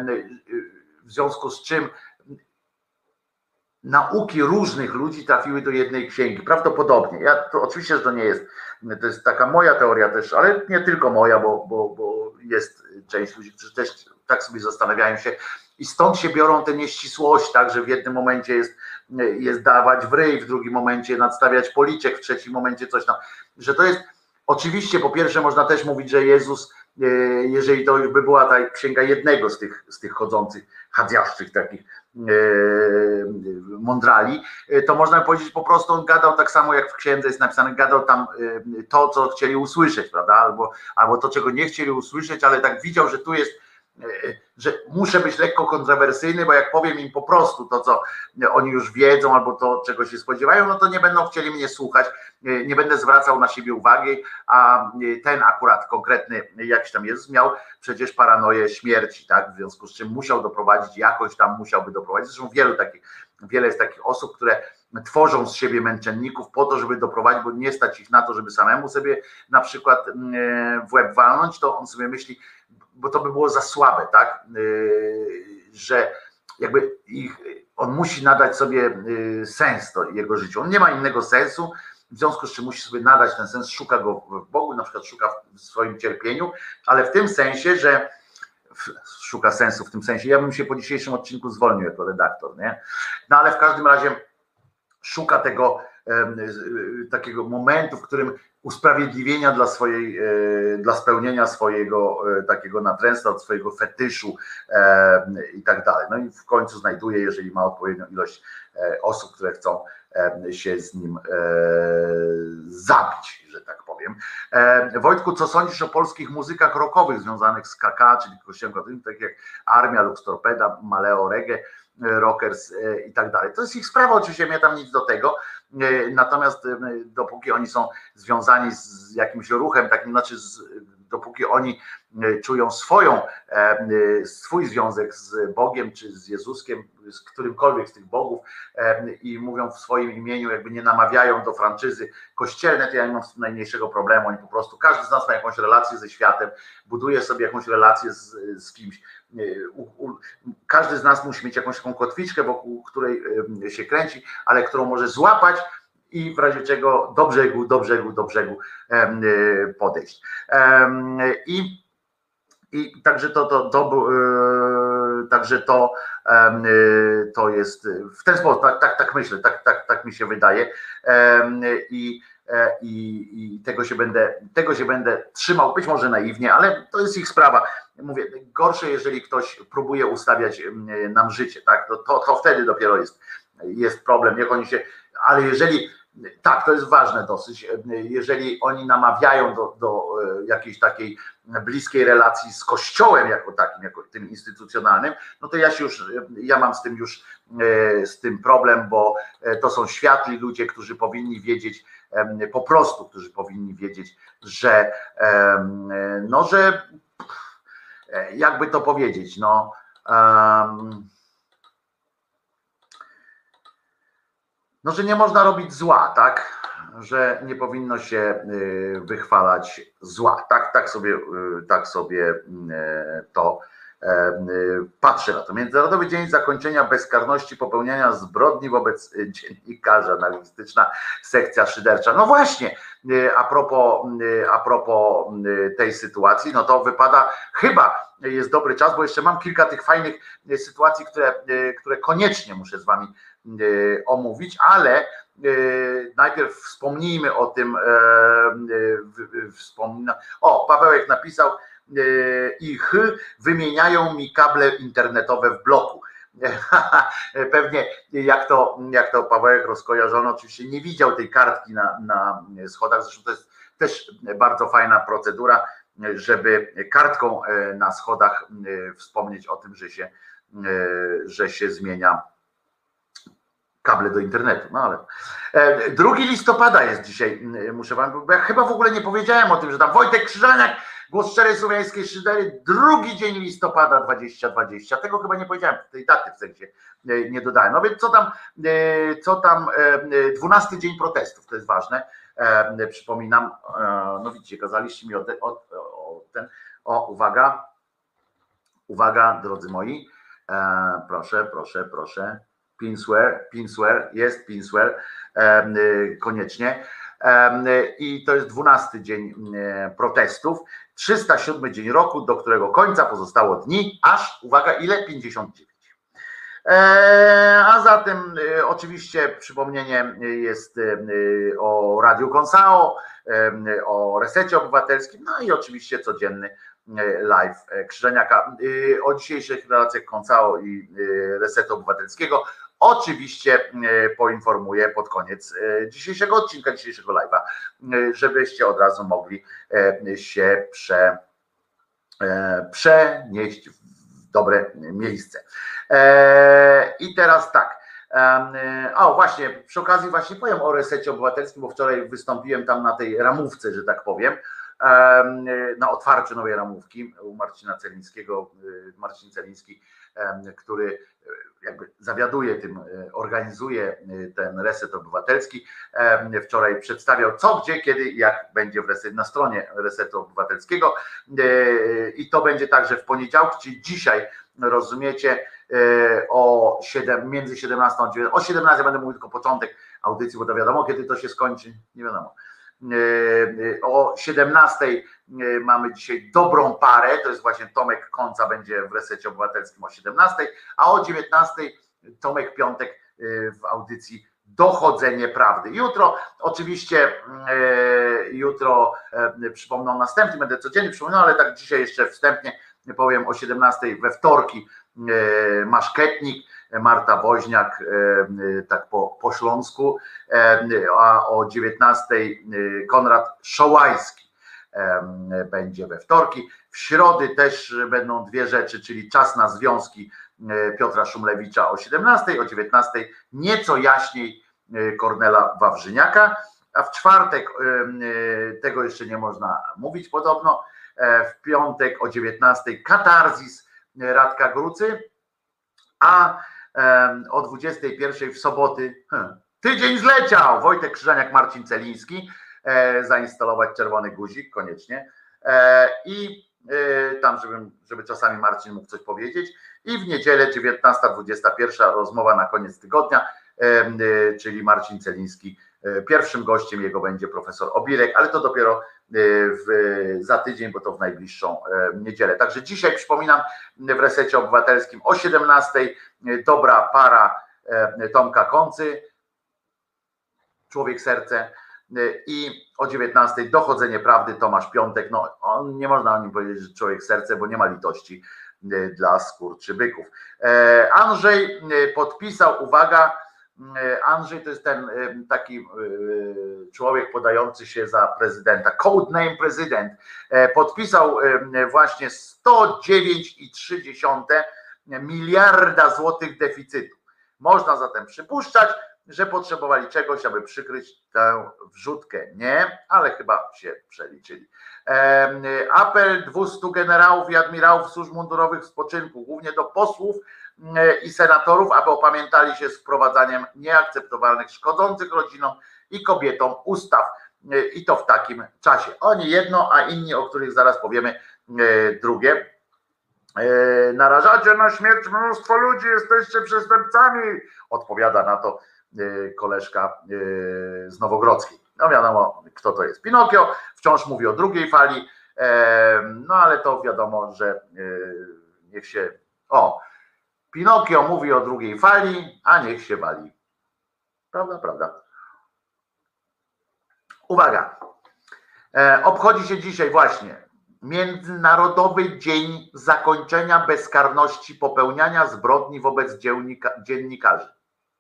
w związku z czym nauki różnych ludzi trafiły do jednej księgi, prawdopodobnie. Ja to oczywiście, że to nie jest, to jest taka moja teoria też, ale nie tylko moja, bo, bo, bo jest część ludzi, którzy też tak sobie zastanawiają się i stąd się biorą te nieścisłości, tak, że w jednym momencie jest, jest dawać w ryj, w drugim momencie nadstawiać policzek, w trzecim momencie coś tam, że to jest, oczywiście po pierwsze można też mówić, że Jezus, jeżeli to już by była ta księga jednego z tych, z tych chodzących, chadziaszczych takich mądrali, to można powiedzieć po prostu on gadał tak samo jak w księdze jest napisane, gadał tam to, co chcieli usłyszeć, prawda, albo, albo to, czego nie chcieli usłyszeć, ale tak widział, że tu jest, że muszę być lekko kontrowersyjny, bo jak powiem im po prostu to, co oni już wiedzą, albo to, czego się spodziewają, no to nie będą chcieli mnie słuchać, nie będę zwracał na siebie uwagi, a ten akurat konkretny jakiś tam Jezus miał przecież paranoję śmierci, tak, w związku z czym musiał doprowadzić, jakoś tam musiałby doprowadzić, zresztą wielu takich, wiele jest takich osób, które tworzą z siebie męczenników po to, żeby doprowadzić, bo nie stać ich na to, żeby samemu sobie na przykład w łeb walnąć, to on sobie myśli, bo to by było za słabe, tak, że jakby ich, on musi nadać sobie sens do jego życia. On nie ma innego sensu, w związku z czym musi sobie nadać ten sens, szuka go w Bogu, na przykład szuka w swoim cierpieniu, ale w tym sensie, że szuka sensu w tym sensie. Ja bym się po dzisiejszym odcinku zwolnił jako redaktor, nie? No ale w każdym razie szuka tego takiego momentu, w którym usprawiedliwienia dla swojej, dla spełnienia swojego takiego natręctwa, swojego fetyszu i tak dalej. No i w końcu znajduje, jeżeli ma odpowiednią ilość osób, które chcą się z nim zabić, że tak powiem. Wojtku, co sądzisz o polskich muzykach rockowych związanych z K K, czyli kościołem katolickim, tak jak Armia, Lux Torpeda, Maleo Reggae, Rockers i tak dalej. To jest ich sprawa, oczywiście mnie tam nic do tego, natomiast dopóki oni są związani z jakimś ruchem, takim, znaczy z, dopóki oni czują swoją, swój związek z Bogiem, czy z Jezuskiem, z którymkolwiek z tych bogów i mówią w swoim imieniu, jakby nie namawiają do franczyzy kościelnej, to ja nie mam z tym najmniejszego problemu. Oni po prostu, każdy z nas ma jakąś relację ze światem, buduje sobie jakąś relację z, z kimś. U, u, każdy z nas musi mieć jakąś taką kotwiczkę, wokół której się kręci, ale którą może złapać i w razie czego do brzegu, do brzegu, do brzegu podejść. I, i także to, to, to także to, to jest w ten sposób, tak, tak, tak myślę, tak, tak, tak mi się wydaje. I I, i tego się będę, tego się będę trzymał, być może naiwnie, ale to jest ich sprawa. Mówię, gorsze, jeżeli ktoś próbuje ustawiać nam życie, tak? To, to, to wtedy dopiero jest, jest problem, niech oni się, ale jeżeli, tak, to jest ważne dosyć, jeżeli oni namawiają do, do jakiejś takiej bliskiej relacji z Kościołem jako takim, jako tym instytucjonalnym, no to ja się już, ja mam z tym już z tym problem, bo to są światli ludzie, którzy powinni wiedzieć, po prostu, którzy powinni wiedzieć, że no, że jakby to powiedzieć, no um, no, że nie można robić zła, tak? Że nie powinno się wychwalać zła. Tak, tak sobie, tak sobie to patrzę na to. Międzynarodowy Dzień Zakończenia Bezkarności Popełniania Zbrodni wobec dziennikarza, analityczna sekcja szydercza. No właśnie, a propos, a propos tej sytuacji, no to wypada, chyba jest dobry czas, bo jeszcze mam kilka tych fajnych sytuacji, które, które koniecznie muszę z wami omówić, ale najpierw wspomnijmy o tym, wspomina, o, Pawełek napisał, ich wymieniają mi kable internetowe w bloku. Pewnie jak to, jak to Pawełek rozkojarzony, oczywiście nie widział tej kartki na, na schodach, zresztą to jest też bardzo fajna procedura, żeby kartką na schodach wspomnieć o tym, że się, że się zmienia kable do internetu, no ale drugiego listopada jest dzisiaj, muszę wam, bo ja chyba w ogóle nie powiedziałem o tym, że tam Wojtek Krzyżaniak, głos szczerej słowiańskiej szydery, drugi dzień listopada dwadzieścia dwadzieścia, tego chyba nie powiedziałem, tej daty w sensie nie dodałem, no więc co tam, co tam, dwunasty dzień protestów, to jest ważne, przypominam, no widzicie, kazaliście mi o, te, o, o ten, o uwaga, uwaga drodzy moi, proszę, proszę, proszę, Pinsware, Pinsware, jest Pinsware, koniecznie. I to jest dwunasty dzień protestów, trzysta siódmy dzień roku, do którego końca pozostało dni, aż, uwaga, ile? pięćdziesiąt dziewięć. A zatem oczywiście przypomnienie jest o Radiu Konsao, o Resecie Obywatelskim, no i oczywiście codzienny live Krzyżaniaka. O dzisiejszych relacjach Konsao i Resetu Obywatelskiego oczywiście poinformuję pod koniec dzisiejszego odcinka, dzisiejszego live'a, żebyście od razu mogli się prze, przenieść w dobre miejsce. I teraz tak. O właśnie, przy okazji właśnie powiem o Resecie Obywatelskim, bo wczoraj wystąpiłem tam na tej ramówce, że tak powiem, na otwarciu nowej ramówki u Marcina Celińskiego. Marcin Celiński, który jakby zawiaduje tym, organizuje ten Reset Obywatelski. Wczoraj przedstawiał co, gdzie, kiedy i jak będzie w reset, na stronie Resetu Obywatelskiego i to będzie także w poniedziałek, czyli dzisiaj, rozumiecie, o siedem, między siedemnastą a dziewiętnastą, o siedemnastej będę mówił tylko początek audycji, bo to wiadomo kiedy to się skończy, nie wiadomo. O siedemnastej mamy dzisiaj dobrą parę, to jest właśnie Tomek Końca będzie w Resecie Obywatelskim o siedemnastej, a o dziewiętnastej Tomek Piątek w audycji Dochodzenie Prawdy. Jutro oczywiście, jutro przypomnę o następnym, będę codziennie przypominał, ale tak dzisiaj jeszcze wstępnie powiem o siedemnastej we wtorki Maszketnik, Marta Woźniak, tak po, po śląsku, a o dziewiętnastej Konrad Szołajski będzie we wtorki. W środy też będą dwie rzeczy, czyli Czas na związki Piotra Szumlewicza o siedemnastej, o dziewiętnastej nieco jaśniej Kornela Wawrzyniaka, a w czwartek, tego jeszcze nie można mówić podobno, w piątek o dziewiętnastej Katarzis Radka Grucy, a o dwudziestej pierwszej w soboty hmm, tydzień zleciał Wojtek Krzyżaniak, Marcin Celiński, zainstalować czerwony guzik koniecznie i tam, żeby, żeby czasami Marcin mógł coś powiedzieć, i w niedzielę dziewiętnasta dwudziesta pierwsza rozmowa na koniec tygodnia, czyli Marcin Celiński. Pierwszym gościem jego będzie profesor Obirek, ale to dopiero w, za tydzień, bo to w najbliższą niedzielę. Także dzisiaj przypominam w Resecie Obywatelskim o siedemnastej dobra para Tomka Koncy, Człowiek Serce, i o dziewiętnastej Dochodzenie Prawdy Tomasz Piątek. No, on, nie można o nim powiedzieć, że Człowiek Serce, bo nie ma litości dla skurczybyków. Andrzej podpisał, uwaga, Andrzej to jest ten taki człowiek podający się za prezydenta, codename prezydent, podpisał właśnie sto dziewięć i trzy dziesiąte miliarda złotych deficytu. Można zatem przypuszczać, że potrzebowali czegoś, aby przykryć tę wrzutkę. Nie, ale chyba się przeliczyli. Apel dwustu generałów i admirałów służb mundurowych w spoczynku, głównie do posłów i senatorów, aby opamiętali się z wprowadzaniem nieakceptowalnych, szkodzących rodzinom i kobietom ustaw. I to w takim czasie. Oni jedno, a inni, o których zaraz powiemy, drugie. Narażacie na śmierć mnóstwo ludzi, jesteście przestępcami, odpowiada na to koleżka z Nowogrodzkiej. No wiadomo, kto to jest. Pinokio wciąż mówi o drugiej fali, no ale to wiadomo, że niech się... O, Pinokio mówi o drugiej fali, a niech się wali. Prawda, prawda. Uwaga, obchodzi się dzisiaj właśnie Międzynarodowy Dzień Zakończenia Bezkarności Popełniania Zbrodni wobec dziennikarzy.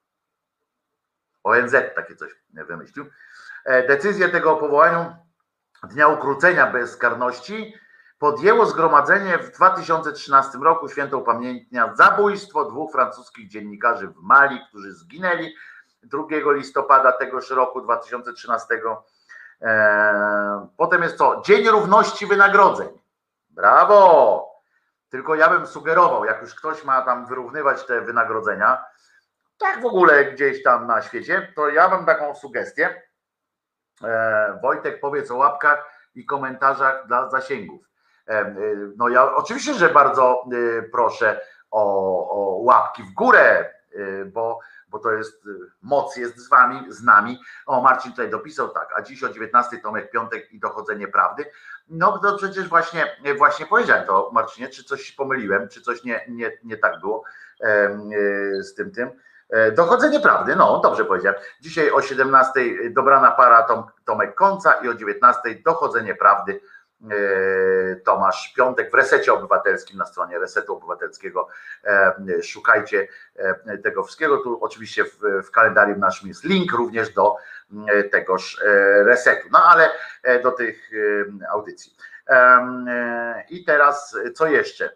O N Z takie coś wymyślił. Decyzję tego o powołaniu Dnia Ukrócenia Bezkarności podjęło zgromadzenie w dwa tysiące trzynastym roku, święto upamiętnia zabójstwo dwóch francuskich dziennikarzy w Mali, którzy zginęli drugiego listopada tegoż roku dwa tysiące trzynastego. Potem jest co? Dzień Równości Wynagrodzeń. Brawo! Tylko ja bym sugerował, jak już ktoś ma tam wyrównywać te wynagrodzenia, tak w ogóle gdzieś tam na świecie, to ja mam taką sugestię. Wojtek, powiedz o łapkach i komentarzach dla zasięgów. No ja oczywiście, że bardzo proszę o, o łapki w górę, bo, bo to jest, moc jest z wami, z nami. O, Marcin tutaj dopisał tak, a dziś o dziewiętnastej Tomek Piątek i Dochodzenie Prawdy. No to przecież właśnie, właśnie powiedziałem to, Marcinie, czy coś pomyliłem, czy coś nie, nie, nie tak było z tym tym. Dochodzenie Prawdy, no dobrze powiedziałem. Dzisiaj o siedemnastej dobrana para Tom, Tomek Końca i o dziewiętnastej Dochodzenie Prawdy Tomasz Piątek w Resecie Obywatelskim, na stronie Resetu Obywatelskiego. Szukajcie tego wszystkiego. Tu oczywiście w, w kalendarium naszym jest link również do tegoż resetu. No ale do tych audycji. I teraz co jeszcze?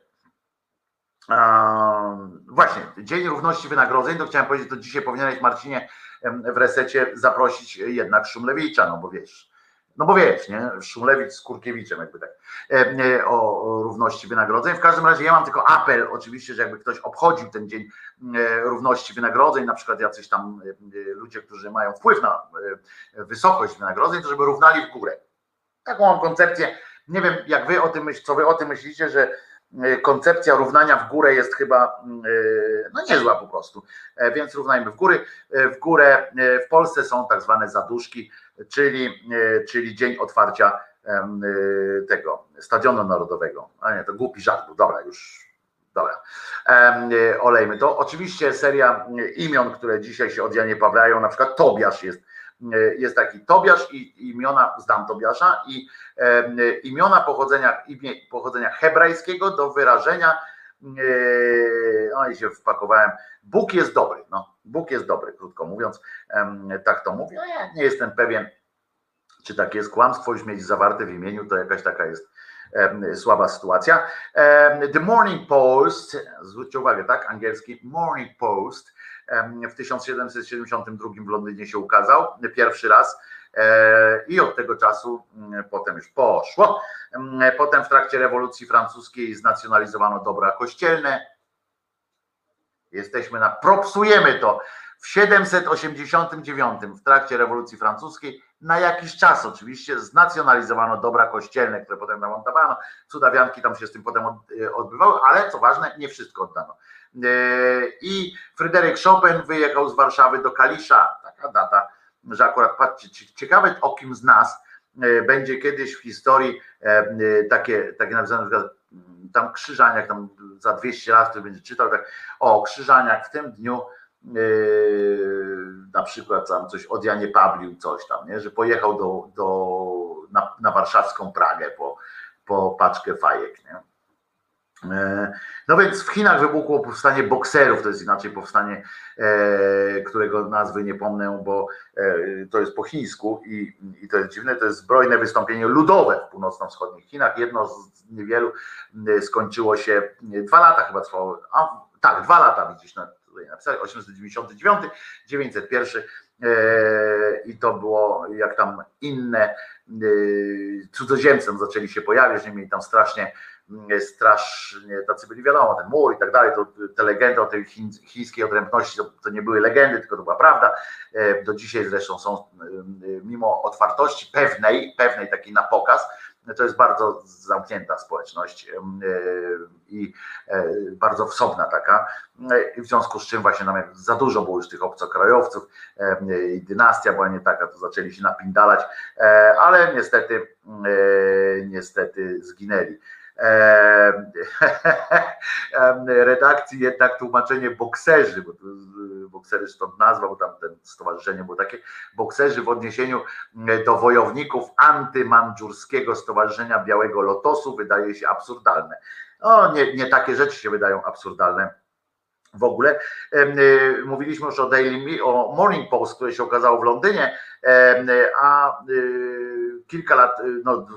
Właśnie, Dzień Równości Wynagrodzeń, to chciałem powiedzieć, to dzisiaj powinieneś, Marcinie, w Resecie zaprosić jednak Szumlewicza, no bo wiesz, no bo wiesz, nie, Szumlewicz z Kurkiewiczem jakby tak, o, o równości wynagrodzeń. W każdym razie ja mam tylko apel oczywiście, że jakby ktoś obchodził ten dzień równości wynagrodzeń, na przykład jacyś tam ludzie, którzy mają wpływ na wysokość wynagrodzeń, to żeby równali w górę. Taką mam koncepcję, nie wiem jak wy o tym myślicie, co wy o tym myślicie, że koncepcja równania w górę jest chyba no niezła po prostu, więc równajmy w góry, w górę. W Polsce są tak zwane zaduszki, czyli, czyli dzień otwarcia tego Stadionu Narodowego. A nie, to głupi żart był, dobra już, dobra, olejmy to. Oczywiście seria imion, które dzisiaj się odjaniepawiają, na przykład Tobiasz jest, jest taki Tobiasz i imiona, znam Tobiasza i e, imiona pochodzenia, imię pochodzenia hebrajskiego do wyrażenia, e, no i się wpakowałem, Bóg jest dobry, no Bóg jest dobry, krótko mówiąc, e, tak to mówię, no ja nie jestem pewien, czy tak jest, kłamstwo już mieć zawarte w imieniu, to jakaś taka jest e, słaba sytuacja. E, The Morning Post, zwróćcie uwagę, tak, angielski Morning Post, w tysiąc siedemset siedemdziesiątym drugim w Londynie się ukazał pierwszy raz i od tego czasu potem już poszło. Potem w trakcie rewolucji francuskiej znacjonalizowano dobra kościelne. Jesteśmy na, propsujemy to. W siedemset osiemdziesiątym dziewiątym w trakcie rewolucji francuskiej na jakiś czas oczywiście znacjonalizowano dobra kościelne, które potem tam oddawano. Cudawianki tam się z tym potem odbywały, ale co ważne, nie wszystko oddano. I Fryderyk Chopin wyjechał z Warszawy do Kalisza, taka data, że akurat patrzcie, ciekawe o kim z nas będzie kiedyś w historii takie, takie napisane, tam Krzyżaniak, tam za dwieście lat, który będzie czytał, tak, o Krzyżaniak w tym dniu na przykład tam coś od Janie Pawlił, coś tam, nie? Że pojechał do, do, na, na warszawską Pragę po, po paczkę fajek, nie? No więc w Chinach wybuchło powstanie bokserów, to jest inaczej powstanie, którego nazwy nie pomnę, bo to jest po chińsku i, i to jest dziwne, to jest zbrojne wystąpienie ludowe w północno-wschodnich Chinach, jedno z niewielu, skończyło się, dwa lata chyba trwało, a tak, dwa lata widzisz, tutaj napisali, osiemset dziewięćdziesiąty dziewiąty, dziewięćset jeden i to było jak tam inne cudzoziemcy zaczęli się pojawiać, że mieli tam strasznie strasznie, tacy byli wiadomo, ten mur i tak dalej, to te legendy o tej chińskiej odrębności to, to nie były legendy, tylko to była prawda. Do dzisiaj zresztą są, mimo otwartości pewnej, pewnej takiej na pokaz, to jest bardzo zamknięta społeczność i bardzo wsobna taka, i w związku z czym właśnie nam jak za dużo było już tych obcokrajowców i dynastia była nie taka, to zaczęli się napindalać, ale niestety niestety zginęli. Redakcji jednak tłumaczenie bokserzy, bo bokserzy stąd nazwa, bo tam ten stowarzyszenie było takie, bokserzy w odniesieniu do wojowników antymandżurskiego Stowarzyszenia Białego Lotosu wydaje się absurdalne. No nie, nie takie rzeczy się wydają absurdalne w ogóle. Mówiliśmy już o Daily, o Morning Post, które się okazało w Londynie, a kilka lat, no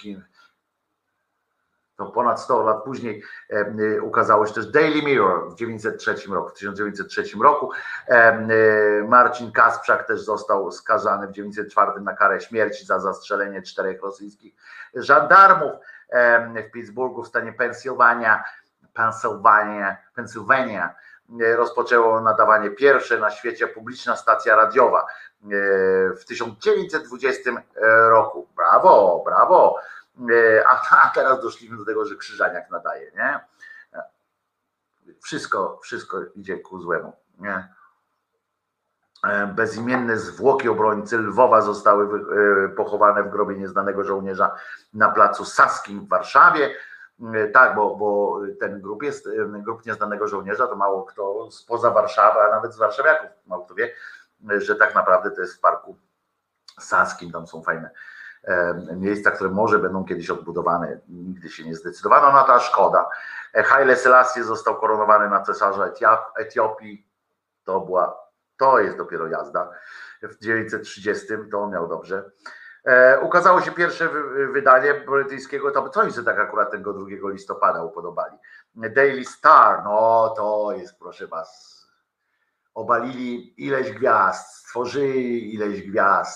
to ponad sto lat później ukazało się też Daily Mirror w dziewięćset trzecim roku, w tysiąc dziewięćset trzecim roku. Marcin Kasprzak też został skazany w dziewięćset czwartym na karę śmierci za zastrzelenie czterech rosyjskich żandarmów w Pittsburghu w stanie Pensylwania. Pensylwania, Pensylwania rozpoczęło nadawanie pierwsze na świecie publiczna stacja radiowa w tysiąc dziewięćset dwudziestym roku. Brawo, brawo. A teraz doszliśmy do tego, że Krzyżaniak nadaje, nie? Wszystko, wszystko idzie ku złemu, nie? Bezimienne zwłoki obrońcy Lwowa zostały pochowane w grobie nieznanego żołnierza na placu Saskim w Warszawie. Tak, bo, bo ten grób jest, grób nieznanego żołnierza, to mało kto spoza Warszawy, a nawet z warszawiaków mało kto wie, że tak naprawdę to jest w Parku Saskim, tam są fajne miejsca, które może będą kiedyś odbudowane, nigdy się nie zdecydowano na to, a szkoda. Haile Selassie został koronowany na cesarza Etiopii, to była, to jest dopiero jazda. W dziewięćset trzydziestym to on miał dobrze. Ukazało się pierwsze wydanie brytyjskiego, to co oni sobie tak akurat tego drugiego listopada upodobali. Daily Star, no to jest, proszę was, obalili ileś gwiazd, stworzyli ileś gwiazd.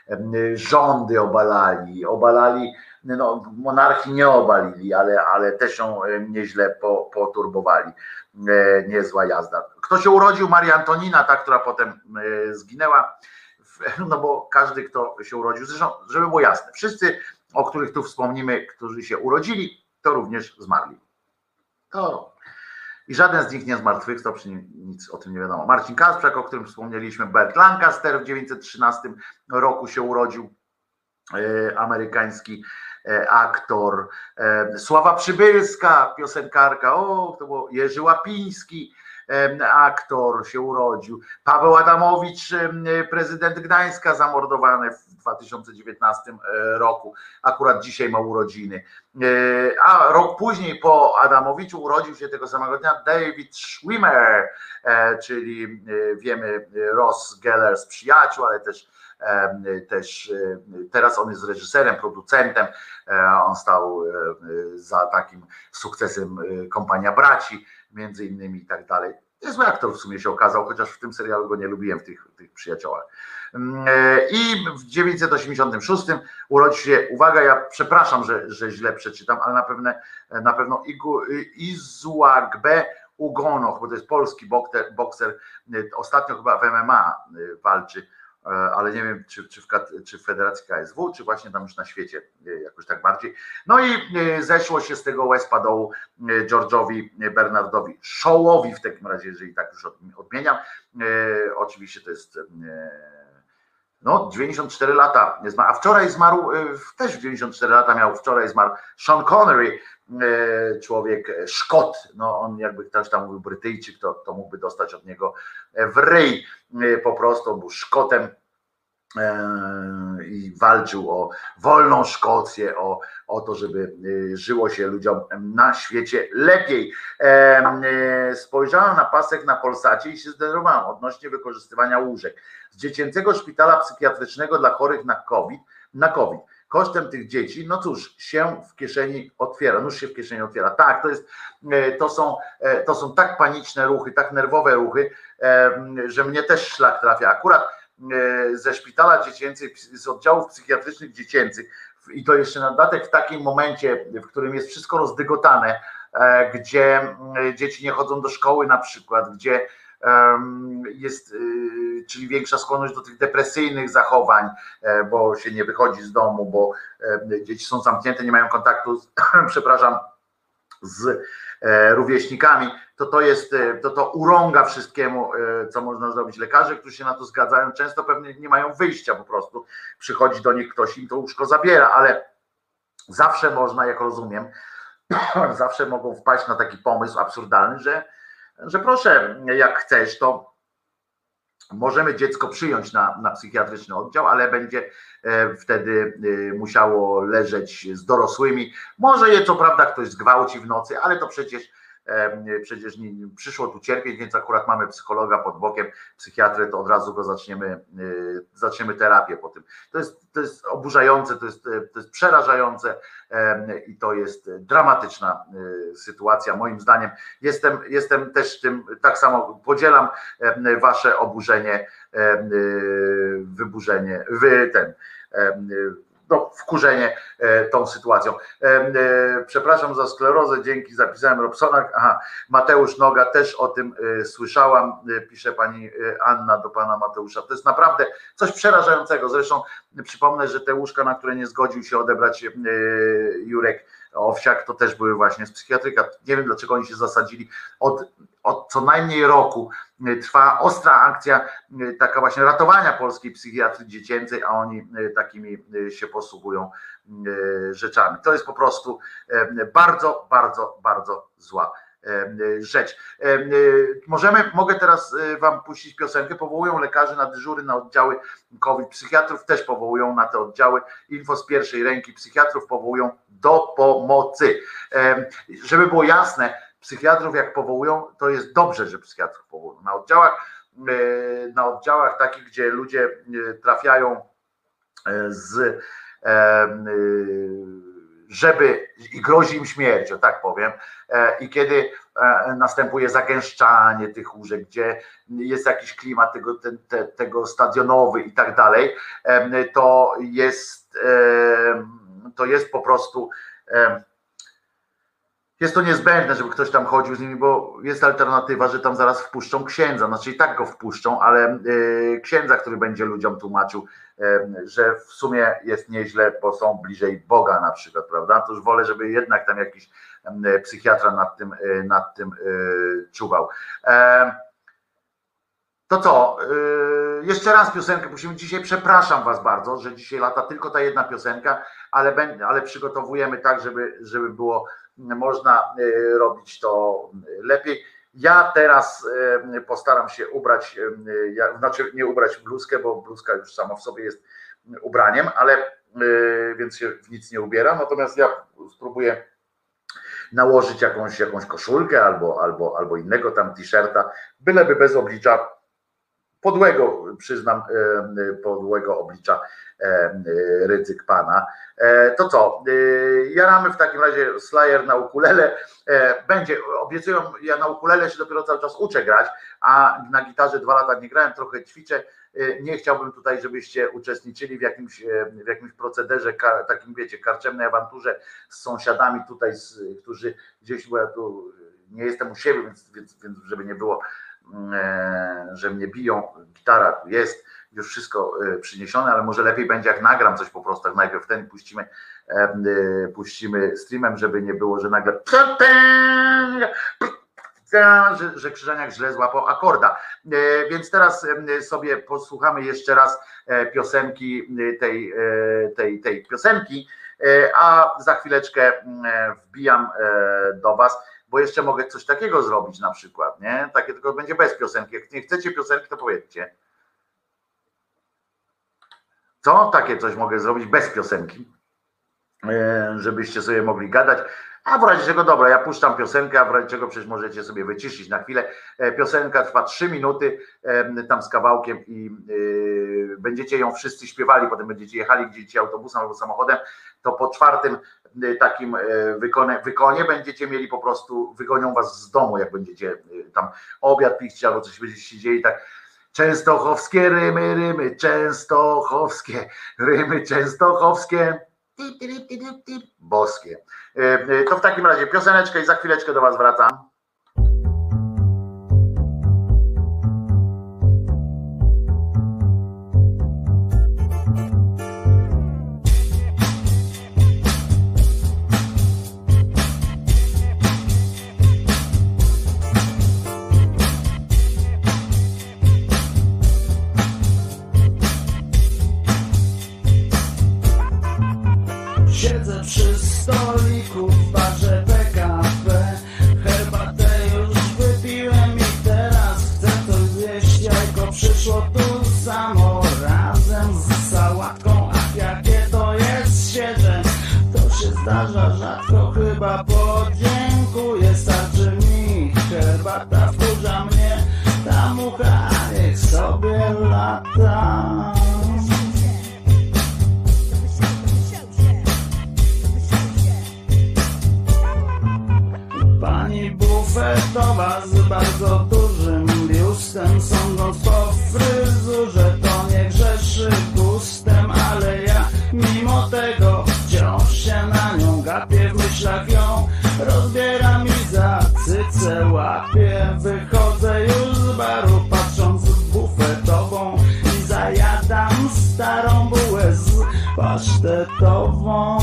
rządy obalali, obalali, no monarchii nie obalili, ale, ale też ją nieźle po, poturbowali. Niezła jazda. Kto się urodził? Maria Antonina, ta, która potem zginęła, no bo każdy, kto się urodził, zresztą, żeby było jasne, wszyscy, o których tu wspomnimy, którzy się urodzili, to również zmarli. To i żaden z nich nie zmartwychwstał, przy nim nic o tym nie wiadomo. Marcin Kasprzak, o którym wspomnieliśmy, Burt Lancaster w tysiąc dziewięćset trzynastym roku się urodził, e, amerykański e, aktor, e, Sława Przybylska, piosenkarka, o, to było Jerzy Łapiński, e, aktor się urodził, Paweł Adamowicz, e, prezydent Gdańska, zamordowany w dwa tysiące dziewiętnastym roku, akurat dzisiaj ma urodziny. A rok później po Adamowiczu urodził się tego samego dnia David Schwimmer, czyli wiemy Ross Geller z Przyjaciół, ale też, też teraz on jest reżyserem, producentem, on stał za takim sukcesem Kompania Braci między innymi i tak dalej. Niezły aktor w sumie się okazał, chociaż w tym serialu go nie lubiłem, w tych, tych Przyjaciołach. I w tysiąc dziewięćset osiemdziesiątym szóstym urodził się, uwaga, ja przepraszam, że, że źle przeczytam, ale na pewno, na pewno Izuagbe Ugonoch, bo to jest polski bokser, bokser, ostatnio chyba w M M A walczy, ale nie wiem, czy, czy, w, czy w Federacji K S W, czy właśnie tam już na świecie jakoś tak bardziej. No i zeszło się z tego łezpa dołu George'owi Bernardowi Shawowi w takim razie, jeżeli tak już odmieniam. Oczywiście to jest no dziewięćdziesiąt cztery lata, a wczoraj zmarł, też w dziewięćdziesiąt cztery lata miał, wczoraj zmarł Sean Connery, człowiek Szkot, no on jakby ktoś tam mówił Brytyjczyk, to, to mógłby dostać od niego w ryj po prostu, on był Szkotem i walczył o wolną Szkocję, o, o to, żeby żyło się ludziom na świecie lepiej. Spojrzałem na pasek na Polsacie i się zdenerwowałem odnośnie wykorzystywania łóżek z dziecięcego szpitala psychiatrycznego dla chorych na COVID, na COVID. Kosztem tych dzieci, no cóż, się w kieszeni otwiera, nóż się w kieszeni otwiera. Tak, to jest, to są, to są tak paniczne ruchy, tak nerwowe ruchy, że mnie też szlak trafia. Akurat ze szpitala dziecięcych, z oddziałów psychiatrycznych dziecięcych i to jeszcze na dodatek w takim momencie, w którym jest wszystko rozdygotane, gdzie dzieci nie chodzą do szkoły na przykład, gdzie jest, czyli większa skłonność do tych depresyjnych zachowań, bo się nie wychodzi z domu, bo dzieci są zamknięte, nie mają kontaktu z, przepraszam, z rówieśnikami, to to jest, to to urąga wszystkiemu, co można zrobić. Lekarze, którzy się na to zgadzają, często pewnie nie mają wyjścia po prostu, przychodzi do nich ktoś, im to łóżko zabiera, ale zawsze można, jak rozumiem, zawsze mogą wpaść na taki pomysł absurdalny, że że proszę, jak chcesz, to możemy dziecko przyjąć na, na psychiatryczny oddział, ale będzie wtedy musiało leżeć z dorosłymi. Może je co prawda ktoś zgwałci w nocy, ale to przecież przecież nie, przyszło tu cierpieć, więc akurat mamy psychologa pod bokiem, psychiatrę, to od razu go zaczniemy, zaczniemy terapię po tym. To jest, to jest oburzające, to jest, to jest przerażające i to jest dramatyczna sytuacja moim zdaniem. Jestem, jestem też tym, tak samo podzielam wasze oburzenie, wyburzenie, wy ten no, wkurzenie e, tą sytuacją. E, e, przepraszam za sklerozę, dzięki, zapisałem Robsona. Aha, Mateusz Noga, też o tym e, słyszałam, e, pisze pani Anna do pana Mateusza. To jest naprawdę coś przerażającego. Zresztą przypomnę, że te łóżka, na które nie zgodził się odebrać e, Jurek Owsiak, to też były właśnie z psychiatryka. Nie wiem, dlaczego oni się zasadzili. Od, od co najmniej roku trwa ostra akcja taka właśnie ratowania polskiej psychiatrii dziecięcej, a oni takimi się posługują rzeczami. To jest po prostu bardzo, bardzo, bardzo zła rzecz. Możemy, mogę teraz wam puścić piosenkę. Powołują lekarzy na dyżury, na oddziały COVID. Psychiatrów też powołują na te oddziały. Info z pierwszej ręki. Psychiatrów powołują do pomocy. Żeby było jasne, psychiatrów jak powołują, to jest dobrze, że psychiatrów powołują. Na oddziałach, na oddziałach takich, gdzie ludzie trafiają z żeby i grozi im śmiercią, tak powiem, i kiedy następuje zagęszczanie tych łóżek, gdzie jest jakiś klimat tego, te, te, tego stadionowy i tak dalej, to jest, to jest po prostu jest to niezbędne, żeby ktoś tam chodził z nimi, bo jest alternatywa, że tam zaraz wpuszczą księdza, znaczy i tak go wpuszczą, ale księdza, który będzie ludziom tłumaczył, że w sumie jest nieźle, bo są bliżej Boga na przykład, prawda? To już wolę, żeby jednak tam jakiś psychiatra nad tym, nad tym czuwał. To co? Jeszcze raz piosenkę musimy dzisiaj, przepraszam was bardzo, że dzisiaj lata tylko ta jedna piosenka, ale, ale przygotowujemy tak, żeby, żeby było można robić to lepiej. Ja teraz postaram się ubrać, znaczy nie ubrać w bluzkę, bo bluzka już sama w sobie jest ubraniem, ale więc się w nic nie ubieram, natomiast ja spróbuję nałożyć jakąś, jakąś koszulkę albo, albo, albo innego tam t-shirta, byleby bez oblicza podłego, przyznam, podłego oblicza Rydzyk Pana. To co, jaramy w takim razie Slayer na ukulele, będzie, obiecują, ja na ukulele się dopiero cały czas uczę grać, a na gitarze dwa lata nie grałem, trochę ćwiczę, nie chciałbym tutaj, żebyście uczestniczyli w jakimś, w jakimś procederze, takim wiecie, karczemnej awanturze z sąsiadami tutaj, którzy gdzieś, bo ja tu nie jestem u siebie, więc, więc, więc żeby nie było, że mnie biją, gitara tu jest, już wszystko przyniesione, ale może lepiej będzie jak nagram coś po prostu, jak najpierw ten puścimy, puścimy streamem, żeby nie było, że nagle że, że Krzyżaniak źle złapał akorda. Więc teraz sobie posłuchamy jeszcze raz piosenki tej, tej, tej piosenki, a za chwileczkę wbijam do was, bo jeszcze mogę coś takiego zrobić na przykład, nie? Takie tylko będzie bez piosenki. Jak nie chcecie piosenki, to powiedzcie. Co? Takie coś mogę zrobić bez piosenki, żebyście sobie mogli gadać. A w razie czego, dobra, ja puszczam piosenkę, a w razie czego przecież możecie sobie wyciszyć na chwilę. Piosenka trwa trzy minuty tam z kawałkiem i yy, będziecie ją wszyscy śpiewali, potem będziecie jechali gdzieś autobusem albo samochodem, to po czwartym yy, takim yy, wykonie, wykonie będziecie mieli po prostu, wygonią was z domu, jak będziecie yy, tam obiad pić albo coś będziecie siedzieli tak. Częstochowskie rymy, rymy, częstochowskie rymy, częstochowskie. Tip, tip, tip, tip, tip, boskie. To w takim razie pioseneczkę i za chwileczkę do was wracam. Siedzę przy stoliku w barze P K P. Herbatę już wypiłem i teraz chcę coś zjeść. Jajko przyszło tu samo razem z sałatką. Ach, jakie to jest świeże, to się zdarza rzadko. Chyba podziękuję, starczy mi. Herbata wkurza mnie, ta mucha niech sobie lata. Pani bufetowa z bardzo dużym biustem, sądząc po fryzurze, to nie grzeszy gustem, ale ja mimo tego wciąż się na nią gapię, w myślach ją rozbieram i za cycę łapię. Wychodzę już z baru, patrząc w bufetową i zajadam starą bułę z pasztetową.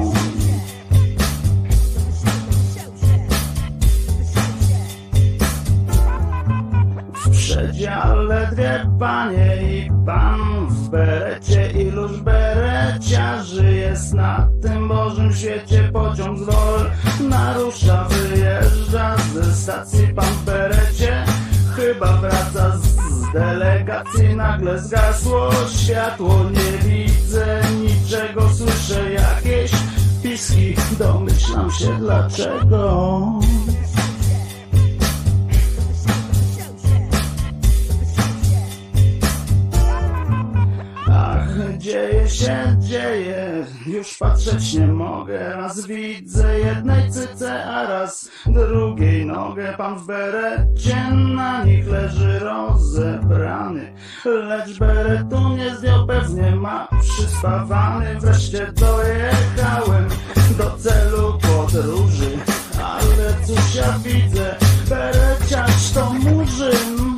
W przedziale dwie panie i pan w berecie. Iluż bereciarzy jest na tym Bożym świecie. Pociąg z Wol narusza, wyjeżdża ze stacji pan w berecie. Chyba wraca z delegacji. Nagle zgasło światło, nie widzę niczego. Słyszę jakieś piski, domyślam się dlaczego. Dzieje się, dzieje, już patrzeć nie mogę. Raz widzę jednej cyce, a raz drugiej nogę. Pan w berecie na nich leży rozebrany, lecz beretu nie zdjął, pewnie ma przyspawany. Wreszcie dojechałem do celu podróży, ale cóż ja widzę, bereciarz to murzyn.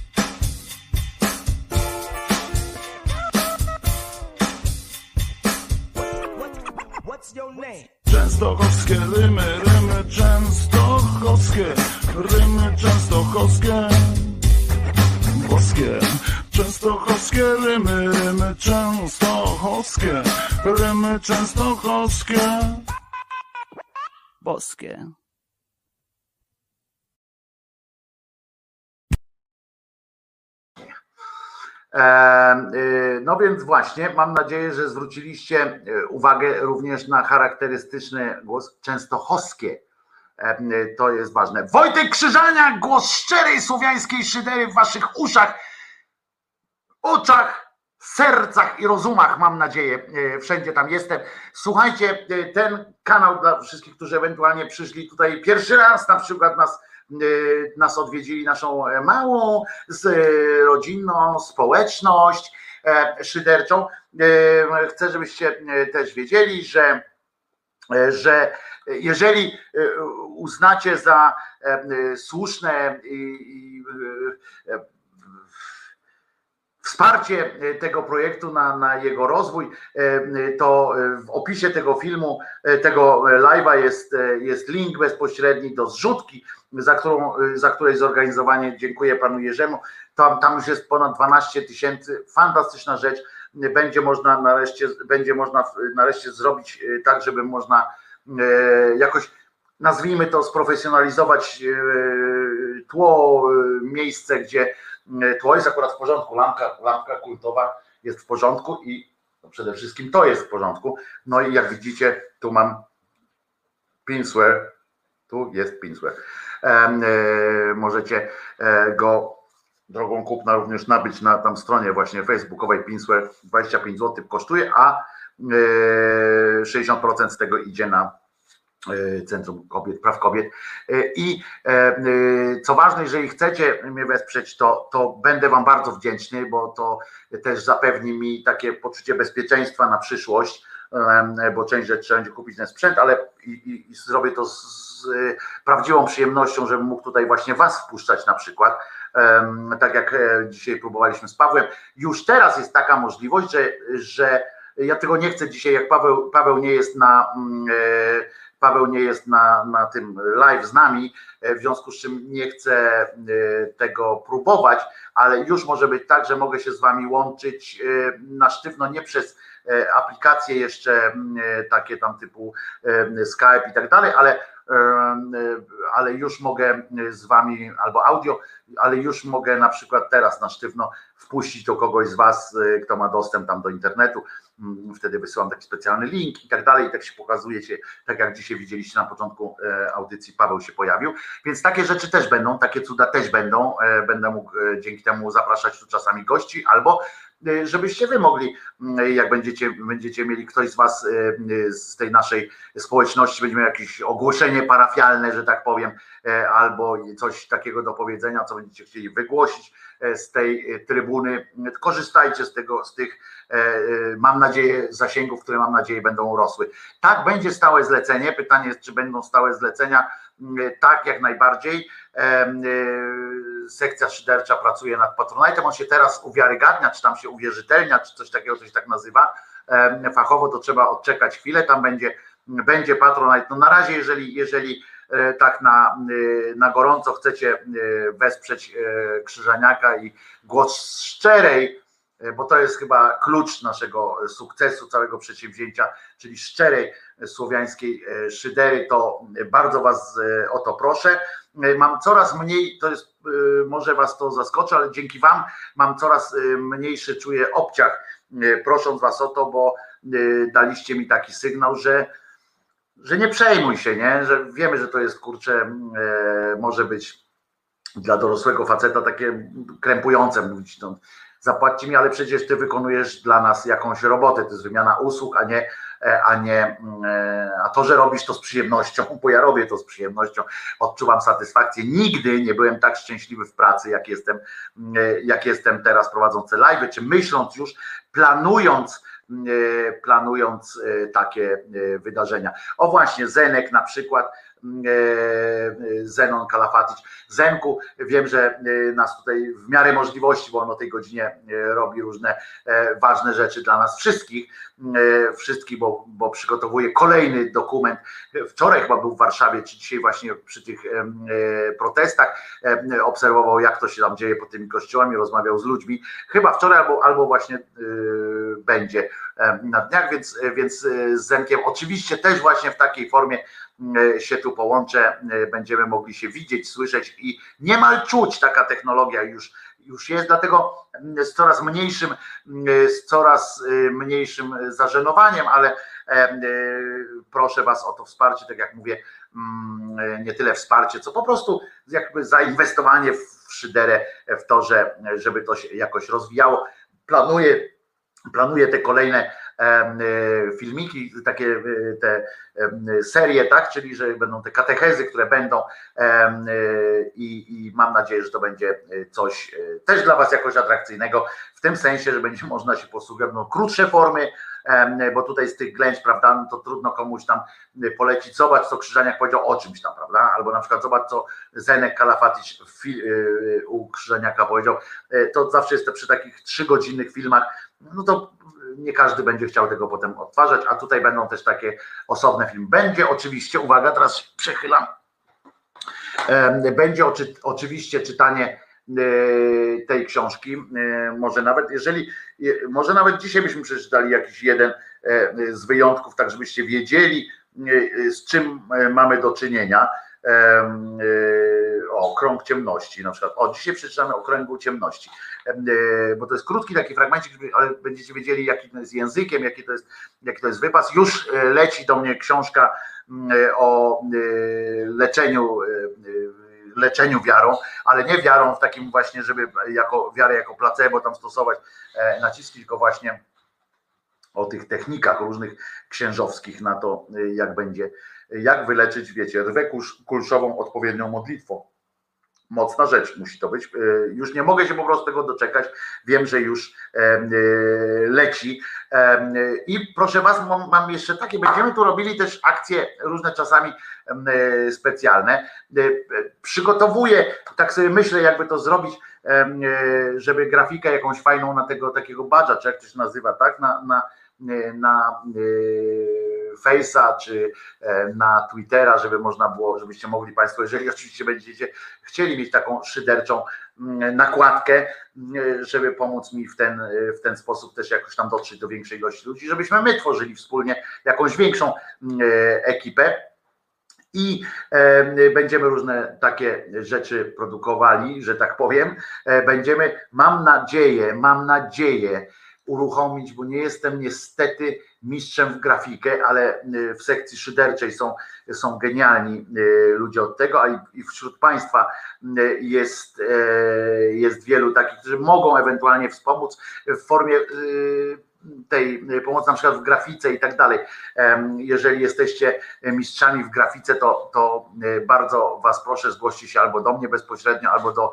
Częstochowskie rymy, rymy częstochowskie, rymy częstochowskie, boskie. Częstochowskie rymy, rymy częstochowskie, rymy częstochowskie, Boskie. No więc właśnie, mam nadzieję, że zwróciliście uwagę również na charakterystyczny głos częstochowskie. To jest ważne. Wojtek Krzyżania, głos szczerej słowiańskiej szydery w waszych uszach, oczach, sercach i rozumach, mam nadzieję. Wszędzie tam jestem. Słuchajcie, ten kanał dla wszystkich, którzy ewentualnie przyszli tutaj pierwszy raz, na przykład nas nas odwiedzili, naszą małą, rodzinną społeczność szyderczą. Chcę, żebyście też wiedzieli, że, że jeżeli uznacie za słuszne i wsparcie tego projektu na, na jego rozwój, to w opisie tego filmu, tego live'a jest, jest link bezpośredni do zrzutki, za, którą, za której zorganizowanie dziękuję panu Jerzemu. Tam, tam już jest ponad dwanaście tysięcy, fantastyczna rzecz. Będzie można nareszcie, będzie można nareszcie zrobić tak, żeby można jakoś, nazwijmy to, sprofesjonalizować tło, miejsce, gdzie tło jest akurat w porządku, lampka, lampka kultowa jest w porządku i no przede wszystkim to jest w porządku. No i jak widzicie, tu mam Pinsware, tu jest Pinsware. E, e, możecie go drogą kupna również nabyć na tam stronie właśnie facebookowej. Pinsware dwadzieścia pięć złotych kosztuje, a e, sześćdziesiąt procent z tego idzie na Centrum Kobiet, Praw Kobiet. I co ważne, jeżeli chcecie mnie wesprzeć, to, to będę wam bardzo wdzięczny, bo to też zapewni mi takie poczucie bezpieczeństwa na przyszłość, bo część rzeczy trzeba będzie kupić ten sprzęt, ale i, i, i zrobię to z, z prawdziwą przyjemnością, żebym mógł tutaj właśnie was wpuszczać na przykład, tak jak dzisiaj próbowaliśmy z Pawłem. Już teraz jest taka możliwość, że, że ja tego nie chcę dzisiaj, jak Paweł, Paweł nie jest na Paweł nie jest na, na tym live z nami, w związku z czym nie chcę tego próbować, ale już może być tak, że mogę się z wami łączyć na sztywno, nie przez aplikacje jeszcze takie tam typu Skype i tak dalej, ale, ale już mogę z wami, albo audio, ale już mogę na przykład teraz na sztywno wpuścić do kogoś z was, kto ma dostęp tam do internetu. Wtedy wysyłam taki specjalny link i tak dalej, i tak się pokazuje się, tak jak dzisiaj widzieliście na początku audycji, Paweł się pojawił, więc takie rzeczy też będą, takie cuda też będą, będę mógł dzięki temu zapraszać tu czasami gości, albo żebyście wy mogli, jak będziecie, będziecie mieli, ktoś z was z tej naszej społeczności będzie miał jakieś ogłoszenie parafialne, że tak powiem, albo coś takiego do powiedzenia, co będziecie chcieli wygłosić z tej trybuny, korzystajcie z tego, z tych, mam nadzieję, zasięgów, które mam nadzieję będą rosły. Tak, będzie stałe zlecenie, pytanie jest, czy będą stałe zlecenia, tak, jak najbardziej. Sekcja szydercza pracuje nad Patronite'em, on się teraz uwiarygadnia, czy tam się uwierzytelnia, czy coś takiego, coś tak nazywa fachowo, to trzeba odczekać chwilę, tam będzie, będzie Patronite. No na razie, jeżeli, jeżeli tak na, na gorąco chcecie wesprzeć Krzyżaniaka i głos szczerej, bo to jest chyba klucz naszego sukcesu, całego przedsięwzięcia, czyli szczerej słowiańskiej szydery, to bardzo was o to proszę. Mam coraz mniej, to jest, może was to zaskoczy, ale dzięki wam mam coraz mniejszy, czuję obciach, prosząc was o to, bo daliście mi taki sygnał, że że nie przejmuj się, nie? Że wiemy, że to jest, kurczę, może być dla dorosłego faceta takie krępujące, mówić, no, zapłaćcie mi, ale przecież ty wykonujesz dla nas jakąś robotę, to jest wymiana usług, a nie, a nie, a to, że robisz to z przyjemnością, bo ja robię to z przyjemnością, odczuwam satysfakcję. Nigdy nie byłem tak szczęśliwy w pracy, jak jestem, jak jestem teraz prowadząc te live'y, czy myśląc już, planując, planując takie wydarzenia. O właśnie, Zenek na przykład, Zenon Kalafatic. Zenku, wiem, że nas tutaj w miarę możliwości, bo on o tej godzinie robi różne ważne rzeczy dla nas wszystkich, wszystkich, bo, bo przygotowuje kolejny dokument. Wczoraj chyba był w Warszawie, czy dzisiaj właśnie przy tych protestach, obserwował, jak to się tam dzieje pod tymi kościołami, rozmawiał z ludźmi. Chyba wczoraj albo, albo właśnie będzie na dniach, więc, więc z Zenkiem oczywiście też właśnie w takiej formie się tu połączę, będziemy mogli się widzieć, słyszeć i niemal czuć, taka technologia już, już jest, dlatego z coraz mniejszym, z coraz mniejszym zażenowaniem, ale proszę was o to wsparcie, tak jak mówię, nie tyle wsparcie, co po prostu jakby zainwestowanie w szyderę, w to, że, żeby to się jakoś rozwijało. Planuję, planuję te kolejne filmiki, takie te serie, tak, czyli że będą te katechezy, które będą i, i mam nadzieję, że to będzie coś też dla was jakoś atrakcyjnego, w tym sensie, że będzie można się posługiwać, no, krótsze formy, bo tutaj z tych ględź, prawda, no to trudno komuś tam polecić, zobacz co Krzyżaniak powiedział o czymś tam, prawda, albo na przykład zobacz co Zenek Kalafatic u Krzyżaniaka powiedział, to zawsze jest przy takich trzygodzinnych filmach, no to nie każdy będzie chciał tego potem odtwarzać, a tutaj będą też takie osobne filmy. Będzie oczywiście, uwaga, teraz przechylam, będzie oczy, oczywiście czytanie tej książki, może nawet jeżeli, może nawet dzisiaj byśmy przeczytali jakiś jeden z wyjątków, tak żebyście wiedzieli, z czym mamy do czynienia. O, Krąg Ciemności na przykład. O, dzisiaj przeczytamy o Kręgu Ciemności, bo to jest krótki taki fragmencik, ale będziecie wiedzieli, jaki to jest językiem, jaki to jest, jaki to jest wypas. Już leci do mnie książka o leczeniu leczeniu wiarą, ale nie wiarą w takim właśnie, żeby jako wiarę jako placebo tam stosować naciski, tylko właśnie o tych technikach różnych księżowskich na to, jak będzie, jak wyleczyć, wiecie, rwę kulszową odpowiednią modlitwą. Mocna rzecz musi to być. Już nie mogę się po prostu tego doczekać. Wiem, że już leci. I proszę was, mam jeszcze takie, będziemy tu robili też akcje różne czasami specjalne. Przygotowuję, tak sobie myślę, jakby to zrobić, żeby grafikę jakąś fajną na tego takiego badża, czy jak to się nazywa, tak? Na, na, na Face'a czy na Twittera, żeby można było, żebyście mogli państwo, jeżeli oczywiście będziecie chcieli mieć taką szyderczą nakładkę, żeby pomóc mi w ten, w ten sposób też jakoś tam dotrzeć do większej ilości ludzi, żebyśmy my tworzyli wspólnie jakąś większą ekipę i będziemy różne takie rzeczy produkowali, że tak powiem. Będziemy, mam nadzieję, mam nadzieję uruchomić, bo nie jestem niestety mistrzem w grafikę, ale w sekcji szyderczej są, są genialni ludzie od tego, a i wśród państwa jest, jest wielu takich, którzy mogą ewentualnie wspomóc w formie tej pomocy, na przykład w grafice i tak dalej. Jeżeli jesteście mistrzami w grafice, to, to bardzo was proszę, zgłoście się albo do mnie bezpośrednio, albo do,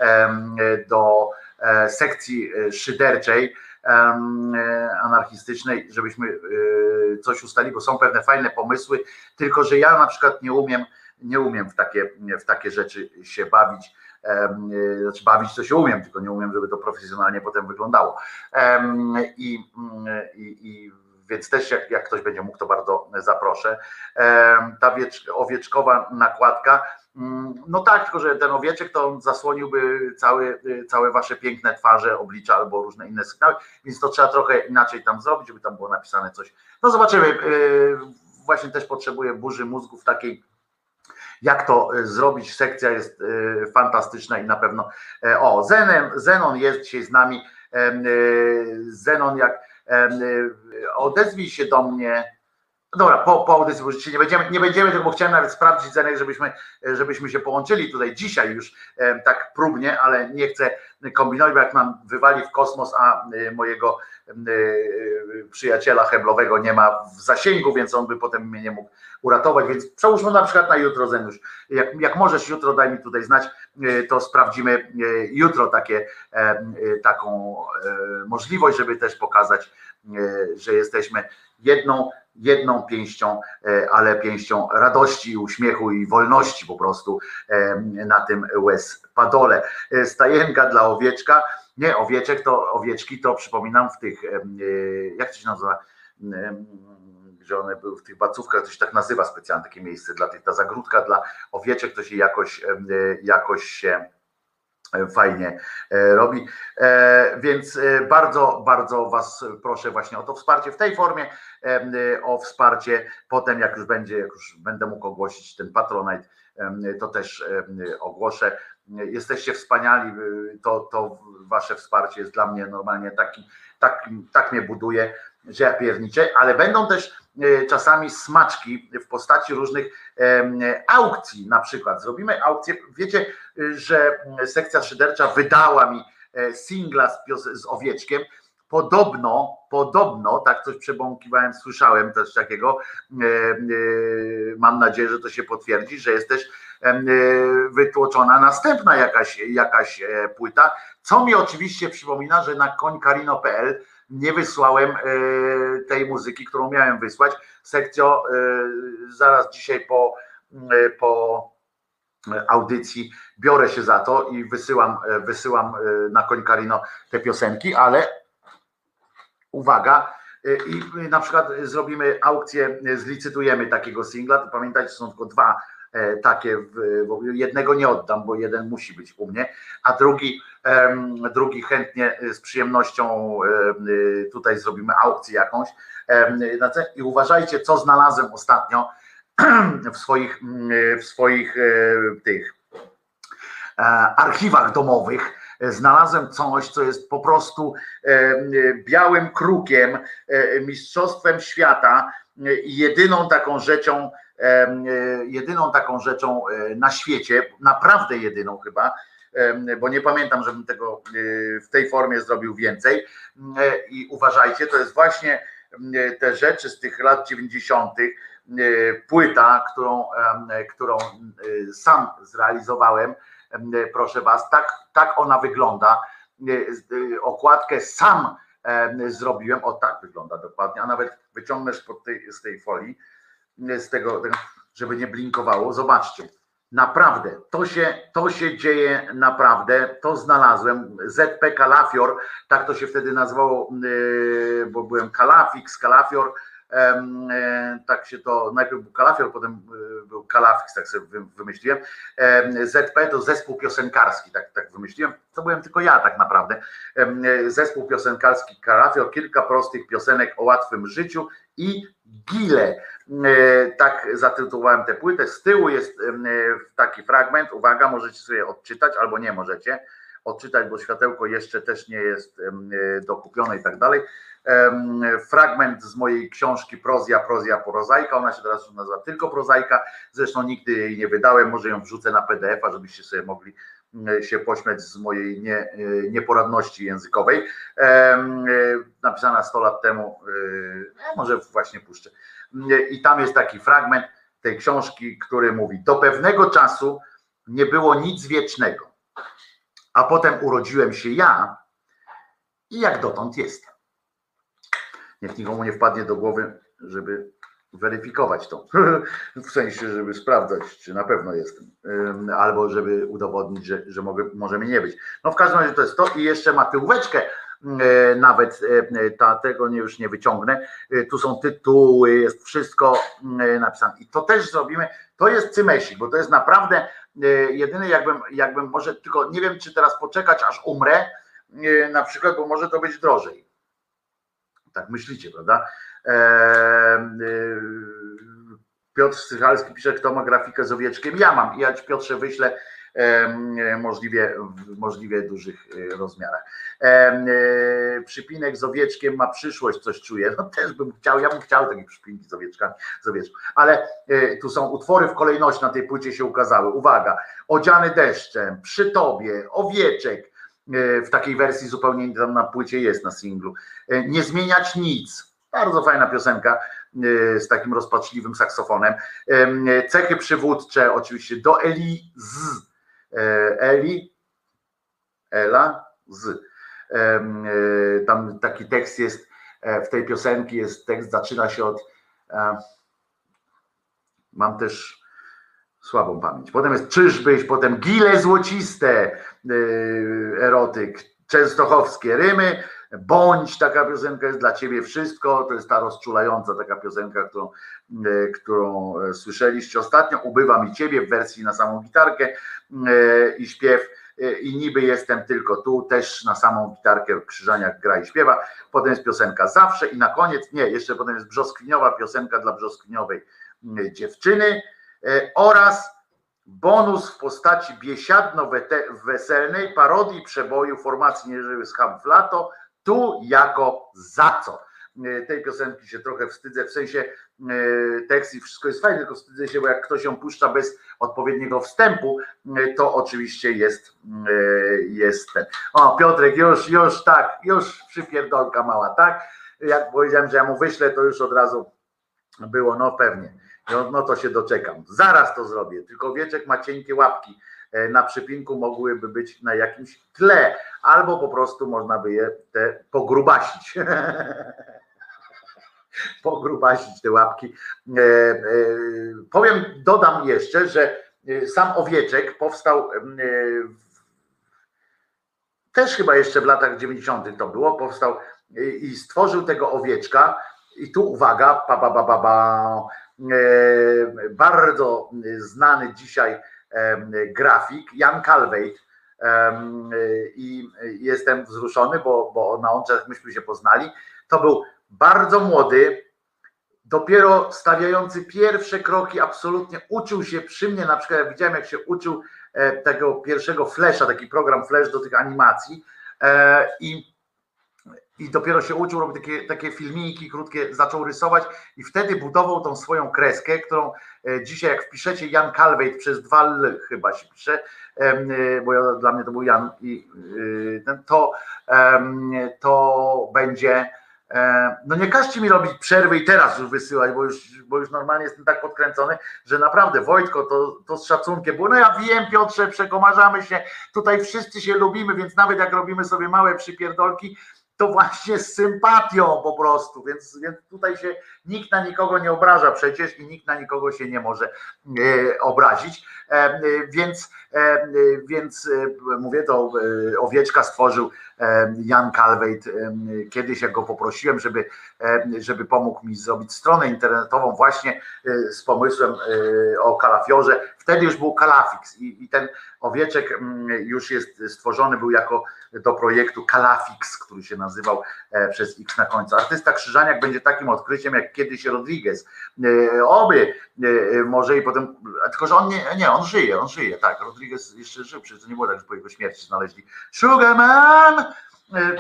do sekcji szyderczej, anarchistycznej, żebyśmy coś ustalili, bo są pewne fajne pomysły, tylko że ja na przykład nie umiem, nie umiem w takie, w takie rzeczy się bawić. Znaczy bawić to się umiem, tylko nie umiem, żeby to profesjonalnie potem wyglądało. I, i, i więc też jak, jak ktoś będzie mógł, to bardzo zaproszę. Ta wiecz, owieczkowa nakładka, no tak, tylko że ten owieczek to on zasłoniłby cały, całe wasze piękne twarze, oblicza albo różne inne sygnały, więc to trzeba trochę inaczej tam zrobić, żeby tam było napisane coś. No zobaczymy, właśnie też potrzebuję burzy mózgów takiej, jak to zrobić. Sekcja jest fantastyczna i na pewno. O, Zenon, Zenon jest dzisiaj z nami. Zenon, jak odezwij się do mnie, Dobra, po, po audycji bo nie będziemy, nie będziemy tego, bo chciałem nawet sprawdzić, Zenek, żebyśmy, żebyśmy się połączyli tutaj dzisiaj już e, tak próbnie, ale nie chcę kombinować, bo jak nam wywali w kosmos, a e, mojego e, przyjaciela heblowego nie ma w zasięgu, więc on by potem mnie nie mógł uratować, więc przełóżmy na przykład na jutro, Zenusz. Jak, jak możesz jutro, daj mi tutaj znać, e, to sprawdzimy e, jutro takie, e, taką e, możliwość, żeby też pokazać, e, że jesteśmy jedną jedną pięścią, ale pięścią radości, uśmiechu i wolności po prostu na tym łez padole. Stajenka dla owieczka, nie owieczek, to owieczki to przypominam w tych, jak to się nazywa, gdzie one były w tych bacówkach, to się tak nazywa specjalnie takie miejsce dla tych, ta zagródka dla owieczek, to się jakoś, jakoś się fajnie robi, więc bardzo, bardzo was proszę właśnie o to wsparcie w tej formie, o wsparcie potem jak już będzie, jak już będę mógł ogłosić ten Patronite, to też ogłoszę. Jesteście wspaniali, to, to wasze wsparcie jest dla mnie normalnie taki, tak, tak mnie buduje, że ja pierniczę, ale będą też czasami smaczki w postaci różnych aukcji, na przykład zrobimy aukcję, wiecie, że sekcja szydercza wydała mi singla z, z Owieczkiem, podobno, podobno, tak coś przebąkiwałem, słyszałem też takiego, mam nadzieję, że to się potwierdzi, że jest też wytłoczona następna jakaś, jakaś płyta, co mi oczywiście przypomina, że na koń karino kropka p l nie wysłałem tej muzyki, którą miałem wysłać. Sekcjo, zaraz dzisiaj po, po audycji biorę się za to i wysyłam, wysyłam na koń karino te piosenki, ale uwaga, i na przykład zrobimy aukcję, zlicytujemy takiego singla, to pamiętajcie, są tylko dwa takie, bo jednego nie oddam, bo jeden musi być u mnie, a drugi, drugi chętnie z przyjemnością tutaj zrobimy aukcję jakąś. I uważajcie, co znalazłem ostatnio w swoich, w swoich tych archiwach domowych. Znalazłem coś, co jest po prostu białym krukiem, mistrzostwem świata i jedyną taką rzeczą, jedyną taką rzeczą na świecie, naprawdę jedyną chyba, bo nie pamiętam, żebym tego w tej formie zrobił więcej. I uważajcie, to jest właśnie te rzeczy z tych lat dziewięćdziesiątych, płyta, którą, którą sam zrealizowałem, proszę was, tak, tak ona wygląda. Okładkę sam zrobiłem, o tak wygląda dokładnie, a nawet wyciągnę spod tej, z tej folii, z tego, żeby nie blinkowało. Zobaczcie, naprawdę, to się, to się dzieje naprawdę, to znalazłem, Z P Kalafior, tak to się wtedy nazywało, bo byłem Kalafix, Kalafior, tak się to, najpierw był Kalafior, potem był Kalafix, tak sobie wymyśliłem. Z P to zespół piosenkarski, tak, tak wymyśliłem, to byłem tylko ja tak naprawdę. Zespół piosenkarski Kalafior, kilka prostych piosenek o łatwym życiu i gile. Tak zatytułowałem tę płytę. Z tyłu jest taki fragment, uwaga, możecie sobie odczytać, albo nie możecie odczytać, bo światełko jeszcze też nie jest dokupione i tak dalej. Fragment z mojej książki Prozja, Prozja, Prozaika, ona się teraz nazywa tylko Prozaika, zresztą nigdy jej nie wydałem, może ją wrzucę na P D F a, żebyście sobie mogli się pośmiać z mojej nie, nieporadności językowej, napisana sto lat temu, może właśnie puszczę. I tam jest taki fragment tej książki, który mówi: do pewnego czasu nie było nic wiecznego, a potem urodziłem się ja i jak dotąd jestem. Niech nikomu nie wpadnie do głowy, żeby weryfikować to, w sensie, żeby sprawdzać, czy na pewno jestem, albo żeby udowodnić, że, że mogę, może mi nie być. No w każdym razie to jest to i jeszcze ma tyłóweczkę, nawet ta, tego nie, już nie wyciągnę, tu są tytuły, jest wszystko napisane i to też zrobimy, to jest cymesik, bo to jest naprawdę jedyny, jakbym, jakbym może, tylko nie wiem, czy teraz poczekać, aż umrę, na przykład, bo może to być drożej. Tak myślicie, prawda? Piotr Strychalski pisze, kto ma grafikę z owieczkiem. Ja mam i ja ci, Piotrze, wyślę możliwie w możliwie dużych rozmiarach. przypinek z owieczkiem ma przyszłość, coś czuję. No też bym chciał, ja bym chciał takie przypinki z owieczkami, z owieczką. Ale tu są utwory w kolejności na tej płycie się ukazały. Uwaga, Odziany deszczem, Przy tobie, Owieczek, w takiej wersji zupełnie tam na płycie jest, na singlu. Nie zmieniać nic. Bardzo fajna piosenka z takim rozpaczliwym saksofonem. Cechy przywódcze oczywiście do Eli z Eli Ela z tam taki tekst jest w tej piosenki, jest tekst, zaczyna się od mam też słabą pamięć. Potem jest Czyżbyś, potem Gile złociste, erotyk, częstochowskie rymy, Bądź, taka piosenka jest Dla ciebie wszystko, to jest ta rozczulająca taka piosenka, którą, którą słyszeliście ostatnio, Ubywa mi ciebie w wersji na samą gitarkę i śpiew, i Niby jestem tylko tu, też na samą gitarkę Krzyżaniak gra i śpiewa. Potem jest piosenka Zawsze i na koniec, nie, jeszcze potem jest brzoskwiniowa piosenka dla brzoskwiniowej dziewczyny oraz bonus w postaci biesiadno-weselnej parodii przeboju formacji Nie żyły schab w lato, Tu jako za co. Tej piosenki się trochę wstydzę, w sensie tekst i wszystko jest fajne, tylko wstydzę się, bo jak ktoś ją puszcza bez odpowiedniego wstępu, to oczywiście jest, jest ten. O, Piotrek, już, już tak, już przypierdolka mała, tak? Jak powiedziałem, że ja mu wyślę, to już od razu było, no pewnie. No, no to się doczekam. Zaraz to zrobię, tylko Wieczek ma cienkie łapki. Na przypinku mogłyby być na jakimś tle, albo po prostu można by je te pogrubasić. Pogrubasić te łapki. E, e, powiem, dodam jeszcze, że sam Owieczek powstał e, też chyba jeszcze w latach dziewięćdziesiątych to było, powstał e, i stworzył tego Owieczka i tu uwaga, pa, pa, pa, pa, pa, e, bardzo znany dzisiaj grafik Jan Kalwejt i jestem wzruszony, bo, bo na Łączach myśmy się poznali. To był bardzo młody, dopiero stawiający pierwsze kroki, absolutnie uczył się przy mnie, na przykład ja widziałem, jak się uczył tego pierwszego Flasha, taki program Flash do tych animacji i I dopiero się uczył, robił takie, takie filmiki krótkie, zaczął rysować i wtedy budował tą swoją kreskę, którą dzisiaj jak wpiszecie Jan Kalwejt przez dwa L chyba się pisze, bo ja, dla mnie to był Jan i to, to będzie, no nie każcie mi robić przerwy i teraz już wysyłać, bo już, bo już normalnie jestem tak podkręcony, że naprawdę Wojtko, to, to z szacunkiem było, no ja wiem Piotrze, przekomarzamy się, tutaj wszyscy się lubimy, więc nawet jak robimy sobie małe przypierdolki, to właśnie z sympatią po prostu, więc, więc tutaj się nikt na nikogo nie obraża przecież i nikt na nikogo się nie może e, obrazić, e, więc, e, więc e, mówię to, e, Owieczka stworzył e, Jan Kalwejt, e, kiedyś jak go poprosiłem, żeby, e, żeby pomógł mi zrobić stronę internetową właśnie e, z pomysłem e, o kalafiorze, wtedy już był Kalafix i, i ten Owieczek m, już jest stworzony, był jako do projektu Kalafix, który się nazywał e, przez X na końcu. Artysta Krzyżaniak będzie takim odkryciem jak kiedyś Rodriguez. E, oby e, może i potem, tylko że on nie, nie, on żyje, on żyje, tak, Rodriguez jeszcze żył, przecież to nie było tak, że po jego śmierci znaleźli Sugarman e,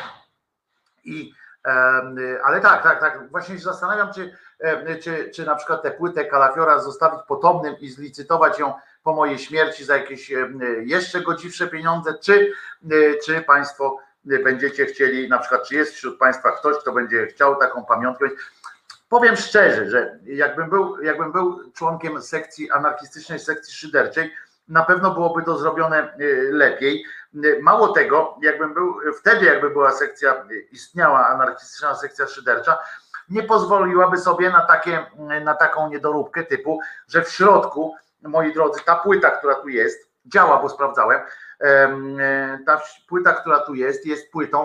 i e, ale tak, tak, tak, właśnie się zastanawiam, czy, e, czy, czy na przykład tę płytę Kalafiora zostawić potomnym i zlicytować ją po mojej śmierci za jakieś jeszcze godziwsze pieniądze, czy, czy Państwo będziecie chcieli, na przykład czy jest wśród Państwa ktoś, kto będzie chciał taką pamiątkę. Powiem szczerze, że jakbym był, jakbym był członkiem sekcji anarchistycznej, sekcji szyderczej, na pewno byłoby to zrobione lepiej. Mało tego, jakbym był, wtedy jakby była sekcja, istniała anarchistyczna sekcja szydercza, nie pozwoliłaby sobie na, takie, na taką niedoróbkę typu, że w środku, moi drodzy, ta płyta, która tu jest, działa, bo sprawdzałem, ta płyta, która tu jest, jest płytą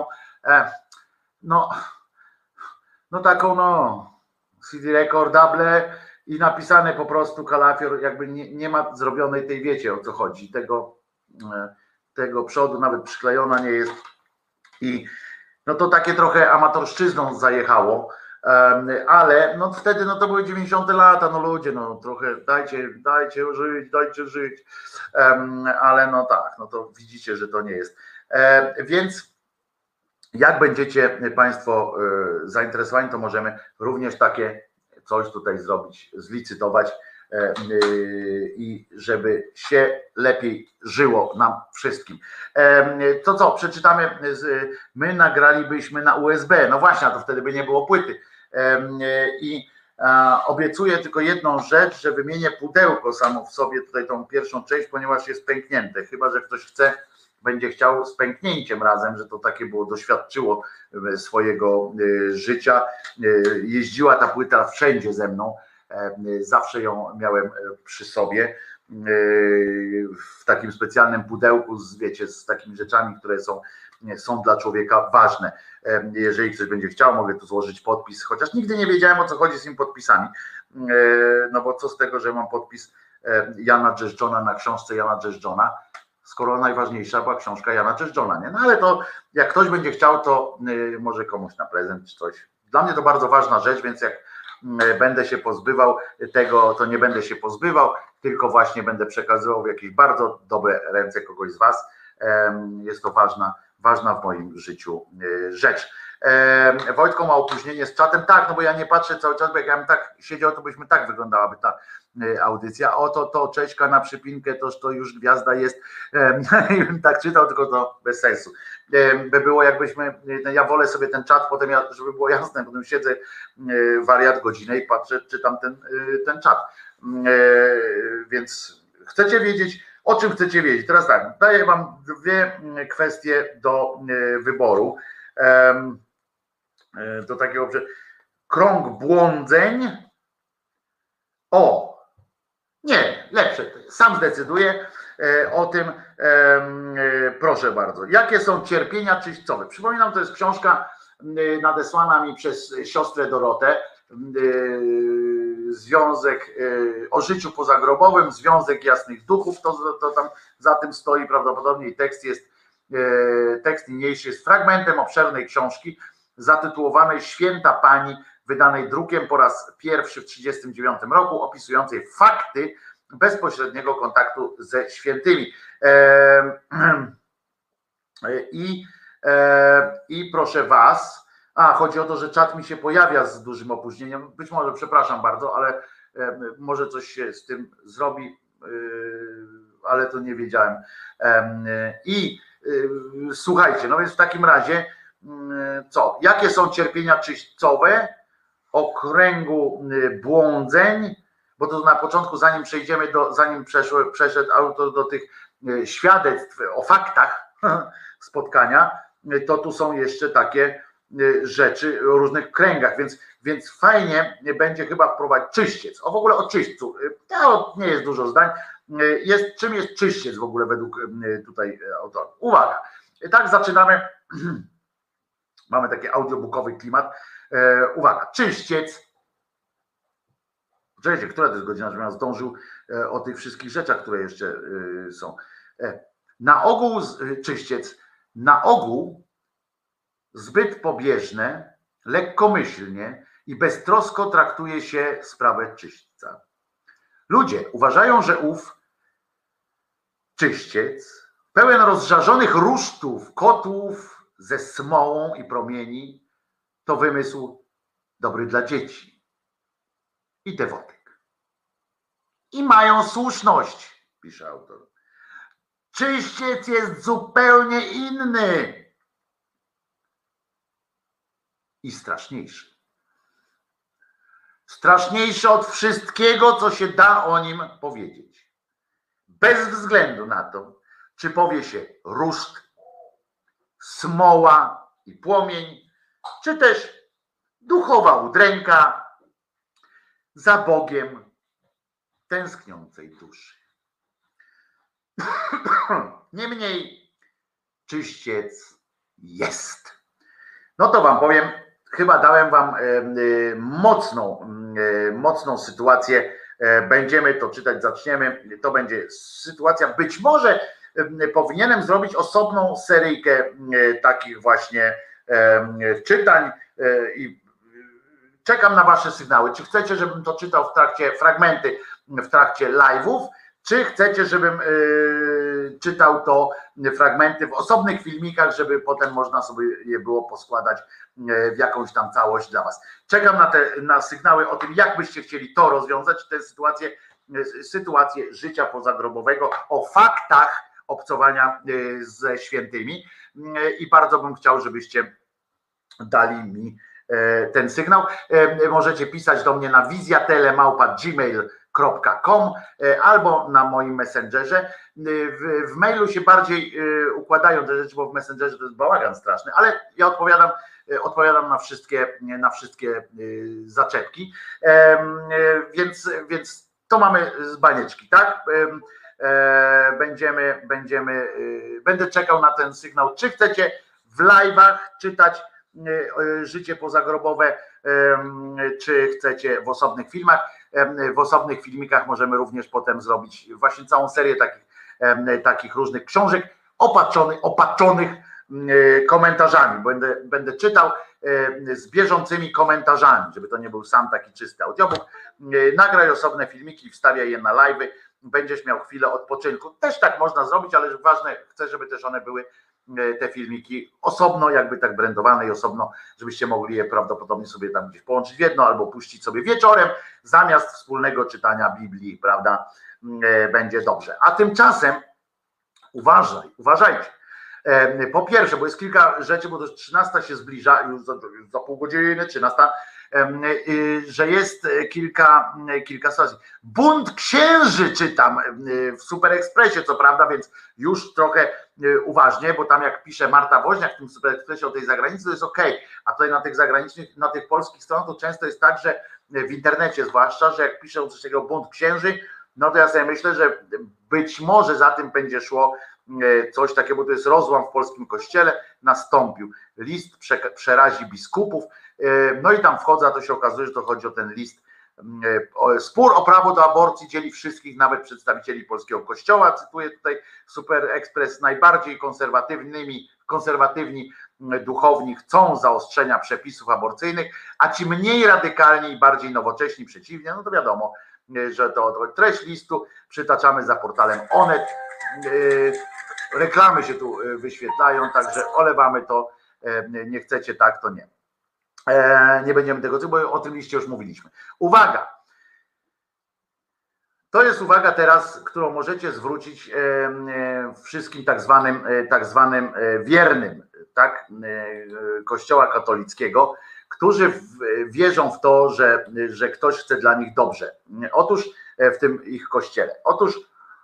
no, no taką no C D rekordable i napisane po prostu Kalafior, jakby nie, nie ma zrobionej tej, wiecie o co chodzi, tego, tego przodu, nawet przyklejona nie jest i no to takie trochę amatorszczyzną zajechało. Ale no wtedy no to były dziewięćdziesiąte lata, no ludzie, no trochę dajcie, dajcie żyć, dajcie żyć, ale no tak, no to widzicie, że to nie jest. Więc jak będziecie Państwo zainteresowani, to możemy również takie coś tutaj zrobić, zlicytować i żeby się lepiej żyło nam wszystkim. To co, przeczytamy, my nagralibyśmy na U S B, no właśnie, a to wtedy by nie było płyty. I obiecuję tylko jedną rzecz, że wymienię pudełko samo w sobie, tutaj tą pierwszą część, ponieważ jest pęknięte, chyba że ktoś chce, będzie chciał z pęknięciem razem, że to takie było, doświadczyło swojego życia. Jeździła ta płyta wszędzie ze mną, zawsze ją miałem przy sobie w takim specjalnym pudełku z, wiecie, z takimi rzeczami, które są, są dla człowieka ważne. Jeżeli ktoś będzie chciał, mogę tu złożyć podpis, chociaż nigdy nie wiedziałem, o co chodzi z tymi podpisami, no bo co z tego, że mam podpis Jana Drzeżdżona na książce Jana Drzeżdżona, skoro najważniejsza była książka Jana Drzeżdżona, nie? No ale to jak ktoś będzie chciał, to może komuś na prezent czy coś. Dla mnie to bardzo ważna rzecz, więc jak będę się pozbywał tego, to nie będę się pozbywał, tylko właśnie będę przekazywał w jakieś bardzo dobre ręce kogoś z was. Jest to ważna, ważna w moim życiu rzecz. Wojtko ma opóźnienie z czatem, tak, no bo ja nie patrzę cały czas, bo jak ja bym tak siedział, to byśmy tak wyglądałaby ta audycja. Oto to Cześćka na przypinkę, toż to już gwiazda jest. I bym tak czytał, tylko to bez sensu. By było jakbyśmy, ja wolę sobie ten czat, potem ja, żeby było jasne, potem siedzę wariat godzinę i patrzę, czytam ten, ten czat. Więc chcecie wiedzieć, o czym chcecie wiedzieć? Teraz tak, daję wam dwie kwestie do wyboru. Do takiego, że krąg błądzeń. O, nie, lepsze, sam zdecyduję o tym. Proszę bardzo. Jakie są cierpienia czyśćcowe? Przypominam, to jest książka nadesłana mi przez siostrę Dorotę. Związek o życiu pozagrobowym, Związek Jasnych Duchów, to, to tam za tym stoi prawdopodobnie i tekst jest, tekst niniejszy jest fragmentem obszernej książki zatytułowanej Święta Pani, wydanej drukiem po raz pierwszy w tysiąc dziewięćset trzydziestym dziewiątym roku, opisującej fakty bezpośredniego kontaktu ze świętymi. I, i proszę was, a chodzi o to, że czat mi się pojawia z dużym opóźnieniem, być może, przepraszam bardzo, ale może coś się z tym zrobi, ale to nie wiedziałem. I słuchajcie, no więc w takim razie co? Jakie są cierpienia czyśćcowe okręgu błądzeń? Bo to na początku, zanim przejdziemy do, zanim przeszły, przeszedł autor do tych świadectw o faktach spotkania, to tu są jeszcze takie rzeczy o różnych kręgach, więc, więc fajnie będzie chyba wprowadzić czyściec. O w ogóle o czyśćcu. To nie jest dużo zdań. Jest, czym jest czyściec w ogóle według tutaj autora? Uwaga. Tak zaczynamy. Mamy taki audiobookowy klimat. E, uwaga, czyściec. Czekajcie, która to jest godzina, żebym ja zdążył e, o tych wszystkich rzeczach, które jeszcze e, są. E, na ogół, e, czyściec, na ogół zbyt pobieżne, lekkomyślnie i beztrosko traktuje się sprawę czyśćca. Ludzie uważają, że ów czyściec, pełen rozżarzonych rusztów, kotłów ze smołą i promieni, to wymysł dobry dla dzieci i dewotek. I mają słuszność, pisze autor. Czyściec jest zupełnie inny i straszniejszy. Straszniejszy od wszystkiego, co się da o nim powiedzieć. Bez względu na to, czy powie się ruszt, smoła i płomień, czy też duchowa udręka za Bogiem tęskniącej duszy. Niemniej czyściec jest. No to wam powiem, chyba dałem wam mocną, mocną sytuację. Będziemy to czytać, zaczniemy. To będzie sytuacja, być może powinienem zrobić osobną seryjkę takich właśnie czytań i czekam na wasze sygnały. Czy chcecie, żebym to czytał w trakcie, fragmenty w trakcie live'ów, czy chcecie, żebym czytał to fragmenty w osobnych filmikach, żeby potem można sobie je było poskładać w jakąś tam całość dla was. Czekam na te na sygnały o tym, jak byście chcieli to rozwiązać, tę sytuację, sytuację życia pozagrobowego, o faktach obcowania ze świętymi i bardzo bym chciał, żebyście dali mi ten sygnał. Możecie pisać do mnie na wizjatele małpa gmail kropka com albo na moim messengerze. W, w mailu się bardziej układają te rzeczy, bo w messengerze to jest bałagan straszny, ale ja odpowiadam, odpowiadam na wszystkie, na wszystkie zaczepki. Więc, więc to mamy z banieczki, tak? Będziemy, będziemy, będę czekał na ten sygnał. Czy chcecie w live'ach czytać życie pozagrobowe, czy chcecie w osobnych filmach. W osobnych filmikach możemy również potem zrobić właśnie całą serię takich, takich różnych książek opatrzonych, opatrzonych komentarzami. Będę, będę czytał z bieżącymi komentarzami, żeby to nie był sam taki czysty audiobook. Nagraj osobne filmiki, wstawiaj je na live'y, będziesz miał chwilę odpoczynku. Też tak można zrobić, ale ważne, chcę, żeby też one były, te filmiki osobno, jakby tak brandowane i osobno, żebyście mogli je prawdopodobnie sobie tam gdzieś połączyć w jedno albo puścić sobie wieczorem zamiast wspólnego czytania Biblii, prawda? Będzie dobrze. A tymczasem uważaj, uważajcie. Po pierwsze, bo jest kilka rzeczy, bo to trzynasta się zbliża, już za, już za pół godziny, trzynasta, że jest kilka, kilka sytuacji. Bunt księży czytam w Super Expressie, co prawda, więc już trochę uważnie, bo tam jak pisze Marta Woźniak w tym Super Expressie o tej zagranicy, to jest okej, okay. A tutaj na tych zagranicznych, na tych polskich stronach to często jest tak, że w internecie zwłaszcza, że jak piszą coś takiego bunt księży, no to ja sobie myślę, że być może za tym będzie szło coś takiego, bo to jest rozłam w polskim kościele, nastąpił. List przerazi biskupów, no i tam wchodzę, a to się okazuje, że to chodzi o ten list. Spór o prawo do aborcji dzieli wszystkich, nawet przedstawicieli polskiego kościoła, cytuję tutaj Super Express, najbardziej konserwatywnymi, konserwatywni duchowni chcą zaostrzenia przepisów aborcyjnych, a ci mniej radykalni i bardziej nowocześni przeciwnie, no to wiadomo, że to treść listu przytaczamy za portalem Onet. Reklamy się tu wyświetlają, także olewamy to, nie chcecie tak, to nie. Nie będziemy tego, bo o tym liście już mówiliśmy. Uwaga! To jest uwaga teraz, którą możecie zwrócić wszystkim tak zwanym, tak zwanym wiernym, tak, Kościoła katolickiego, którzy wierzą w to, że, że ktoś chce dla nich dobrze. Otóż w tym ich kościele. Otóż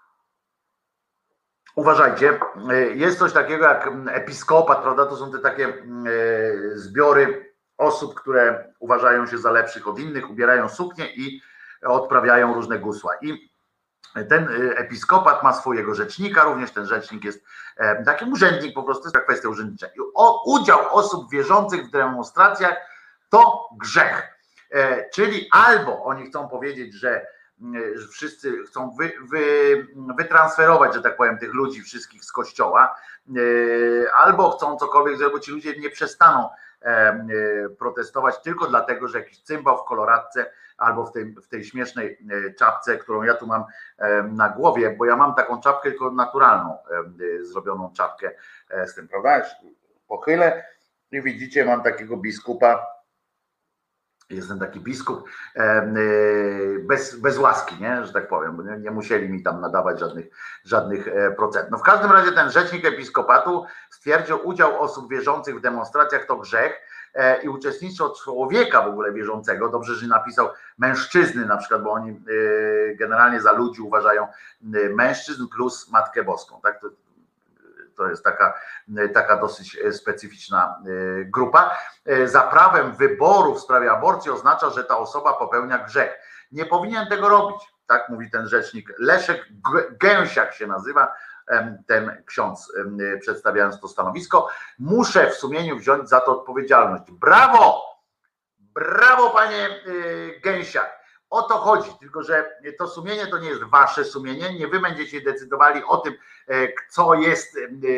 uważajcie, jest coś takiego jak episkopat, prawda? To są te takie zbiory osób, które uważają się za lepszych od innych, ubierają suknie i odprawiają różne gusła. I ten episkopat ma swojego rzecznika, również ten rzecznik jest taki urzędnik, po prostu jest taka kwestia urzędnicza. I o, udział osób wierzących w demonstracjach to grzech. Czyli albo oni chcą powiedzieć, że wszyscy chcą wy, wy, wytransferować, że tak powiem, tych ludzi wszystkich z kościoła, albo chcą cokolwiek zrobić, bo ci ludzie nie przestaną protestować tylko dlatego, że jakiś cymbał w koloradce albo w tej, w tej śmiesznej czapce, którą ja tu mam na głowie, bo ja mam taką czapkę tylko naturalną, zrobioną czapkę z tym, prawda? Pochylę i widzicie, mam takiego biskupa. Jestem taki biskup bez, bez łaski, nie? Że tak powiem, bo nie, nie musieli mi tam nadawać żadnych, żadnych procentów. No w każdym razie ten rzecznik episkopatu stwierdził, udział osób wierzących w demonstracjach to grzech i uczestnictwo człowieka w ogóle wierzącego, dobrze, że napisał mężczyzny na przykład, bo oni generalnie za ludzi uważają mężczyzn plus Matkę Boską, tak? To, To jest taka, taka dosyć specyficzna grupa. Za prawem wyboru w sprawie aborcji oznacza, że ta osoba popełnia grzech. Nie powinien tego robić, tak mówi ten rzecznik. Leszek Gęsiak się nazywa ten ksiądz, przedstawiając to stanowisko. Muszę w sumieniu wziąć za to odpowiedzialność. Brawo! Brawo, panie Gęsiak! O to chodzi, tylko że to sumienie to nie jest wasze sumienie, nie wy będziecie decydowali o tym, co jest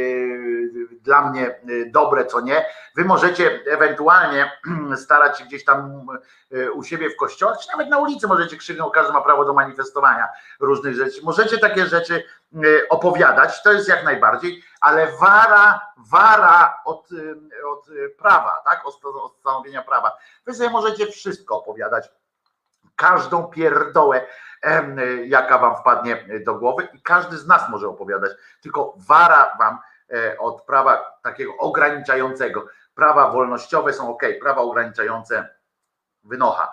dla mnie dobre, co nie. Wy możecie ewentualnie starać się gdzieś tam u siebie w kościołach, czy nawet na ulicy możecie krzyknąć, każdy ma prawo do manifestowania różnych rzeczy. Możecie takie rzeczy opowiadać, to jest jak najbardziej, ale wara, wara od, od prawa, tak, od stanowienia prawa. Wy sobie możecie wszystko opowiadać, każdą pierdołę, jaka wam wpadnie do głowy i każdy z nas może opowiadać, tylko wara wam od prawa takiego ograniczającego. Prawa wolnościowe są ok, prawa ograniczające wynocha.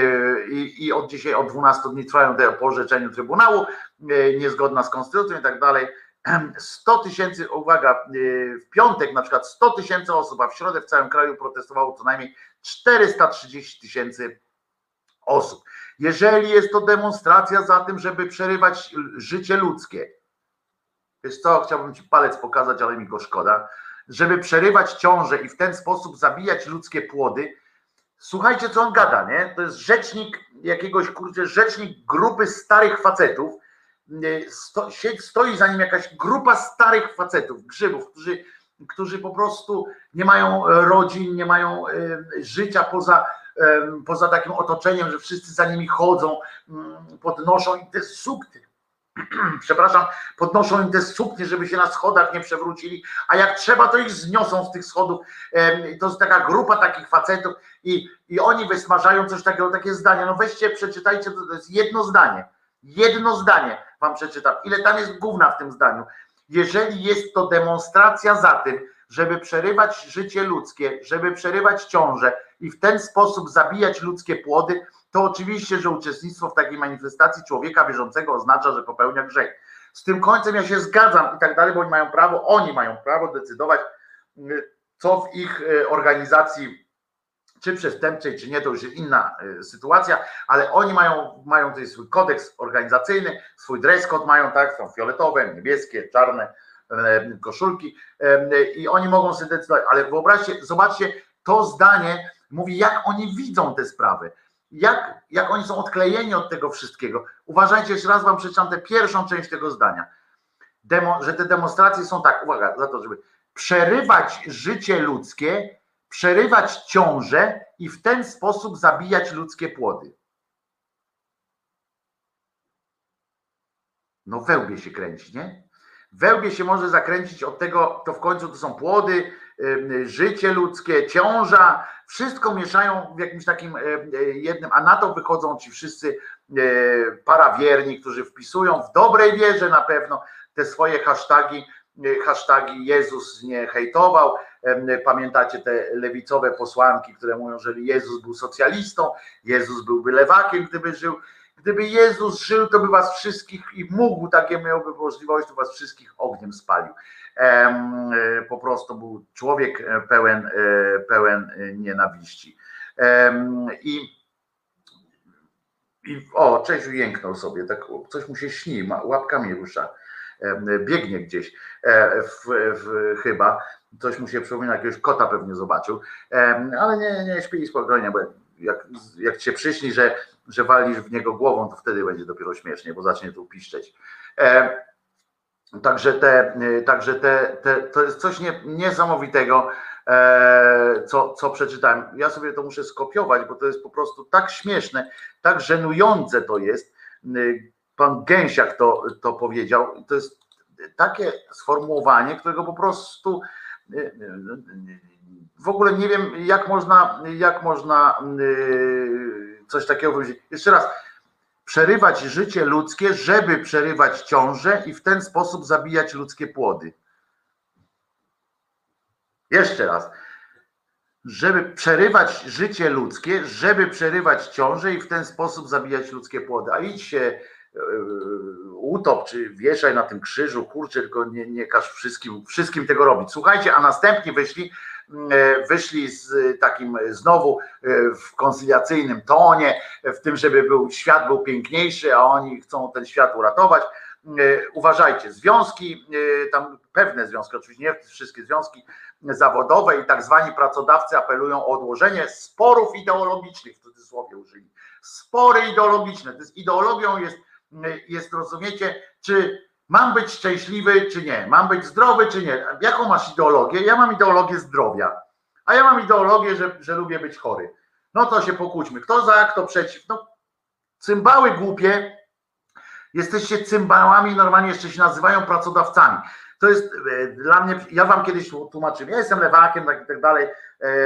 I, i od dzisiaj, od dwunastu dni trwają te po orzeczeniu Trybunału, niezgodna z konstytucją i tak dalej. sto tysięcy, uwaga, w piątek na przykład sto tysięcy osób, a w środę w całym kraju protestowało co najmniej czterysta trzydzieści tysięcy osób. Jeżeli jest to demonstracja za tym, żeby przerywać życie ludzkie, wiesz co, chciałbym ci palec pokazać, ale mi go szkoda, żeby przerywać ciążę i w ten sposób zabijać ludzkie płody, słuchajcie, co on gada, nie? To jest rzecznik jakiegoś, kurczę, rzecznik grupy starych facetów, sto, stoi za nim jakaś grupa starych facetów, grzybów, którzy, którzy po prostu nie mają rodzin, nie mają życia poza poza takim otoczeniem, że wszyscy za nimi chodzą, podnoszą im te sukny, przepraszam, podnoszą im te suknie, żeby się na schodach nie przewrócili, a jak trzeba, to ich zniosą z tych schodów. To jest taka grupa takich facetów i, i oni wysmażają coś takiego, takie zdanie. No weźcie, przeczytajcie, to jest jedno zdanie, jedno zdanie wam przeczytam. Ile tam jest gówna w tym zdaniu. Jeżeli jest to demonstracja za tym, żeby przerywać życie ludzkie, żeby przerywać ciążę i w ten sposób zabijać ludzkie płody, to oczywiście, że uczestnictwo w takiej manifestacji człowieka wierzącego oznacza, że popełnia grzech. Z tym końcem ja się zgadzam i tak dalej, bo oni mają prawo, oni mają prawo decydować, co w ich organizacji, czy przestępczej, czy nie, to już jest inna sytuacja, ale oni mają, mają tutaj swój kodeks organizacyjny, swój dress code mają, tak, są fioletowe, niebieskie, czarne koszulki i oni mogą sobie decydować, ale wyobraźcie, zobaczcie, to zdanie mówi, jak oni widzą te sprawy, jak, jak oni są odklejeni od tego wszystkiego. Uważajcie, jeszcze raz wam przeczytam tę pierwszą część tego zdania, Demo, że te demonstracje są tak, uwaga, za to, żeby przerywać życie ludzkie, przerywać ciążę i w ten sposób zabijać ludzkie płody. No we łbie się kręci, nie? We łbie się może zakręcić od tego, to w końcu to są płody, życie ludzkie, ciąża, wszystko mieszają w jakimś takim jednym, a na to wychodzą ci wszyscy parawierni, którzy wpisują w dobrej wierze na pewno te swoje hasztagi, hasztagi Jezus nie hejtował. Pamiętacie te lewicowe posłanki, które mówią, że Jezus był socjalistą, Jezus byłby lewakiem, gdyby żył. Gdyby Jezus żył, to by was wszystkich i mógł, takie miałby możliwość, to was wszystkich ogniem spalił. Po prostu był człowiek pełen, pełen nienawiści. I, i o, Czesiu jęknął sobie, tak coś mu się śni, łapkami rusza, biegnie gdzieś w, w, chyba, coś mu się przypomina, jakiegoś kota pewnie zobaczył, ale nie, nie śpi spokojnie, bo jak, jak się przyśni, że, że walisz w niego głową, to wtedy będzie dopiero śmiesznie, bo zacznie tu piszczeć. E, także te, także te, te, to jest coś nie, niesamowitego, e, co, co przeczytałem. Ja sobie to muszę skopiować, bo to jest po prostu tak śmieszne, tak żenujące to jest. Pan Gęsiak to, to powiedział. To jest takie sformułowanie, którego po prostu w ogóle nie wiem, jak można, jak można coś takiego powiedzieć. Jeszcze raz, przerywać życie ludzkie, żeby przerywać ciążę i w ten sposób zabijać ludzkie płody. Jeszcze raz, żeby przerywać życie ludzkie, żeby przerywać ciążę i w ten sposób zabijać ludzkie płody. A idź się utop, czy wieszaj na tym krzyżu, kurczę, tylko nie, nie każ wszystkim, wszystkim tego robić. Słuchajcie, a następnie wyszli, wyszli z takim znowu w koncyliacyjnym tonie, w tym, żeby był, świat był piękniejszy, a oni chcą ten świat uratować. uważajcie, związki, tam pewne związki, oczywiście nie wszystkie związki zawodowe i tak zwani pracodawcy apelują o odłożenie sporów ideologicznych, w cudzysłowie użyli. Spory ideologiczne, to jest ideologią jest, jest rozumiecie, czy mam być szczęśliwy, czy nie, mam być zdrowy, czy nie. Jaką masz ideologię? Ja mam ideologię zdrowia, a ja mam ideologię, że, że lubię być chory. No to się pokłóćmy. Kto za, kto przeciw? No, cymbały głupie. Jesteście cymbałami, normalnie jeszcze się nazywają pracodawcami. To jest e, dla mnie, ja wam kiedyś tłumaczyłem, ja jestem lewakiem, tak i tak dalej, e, e,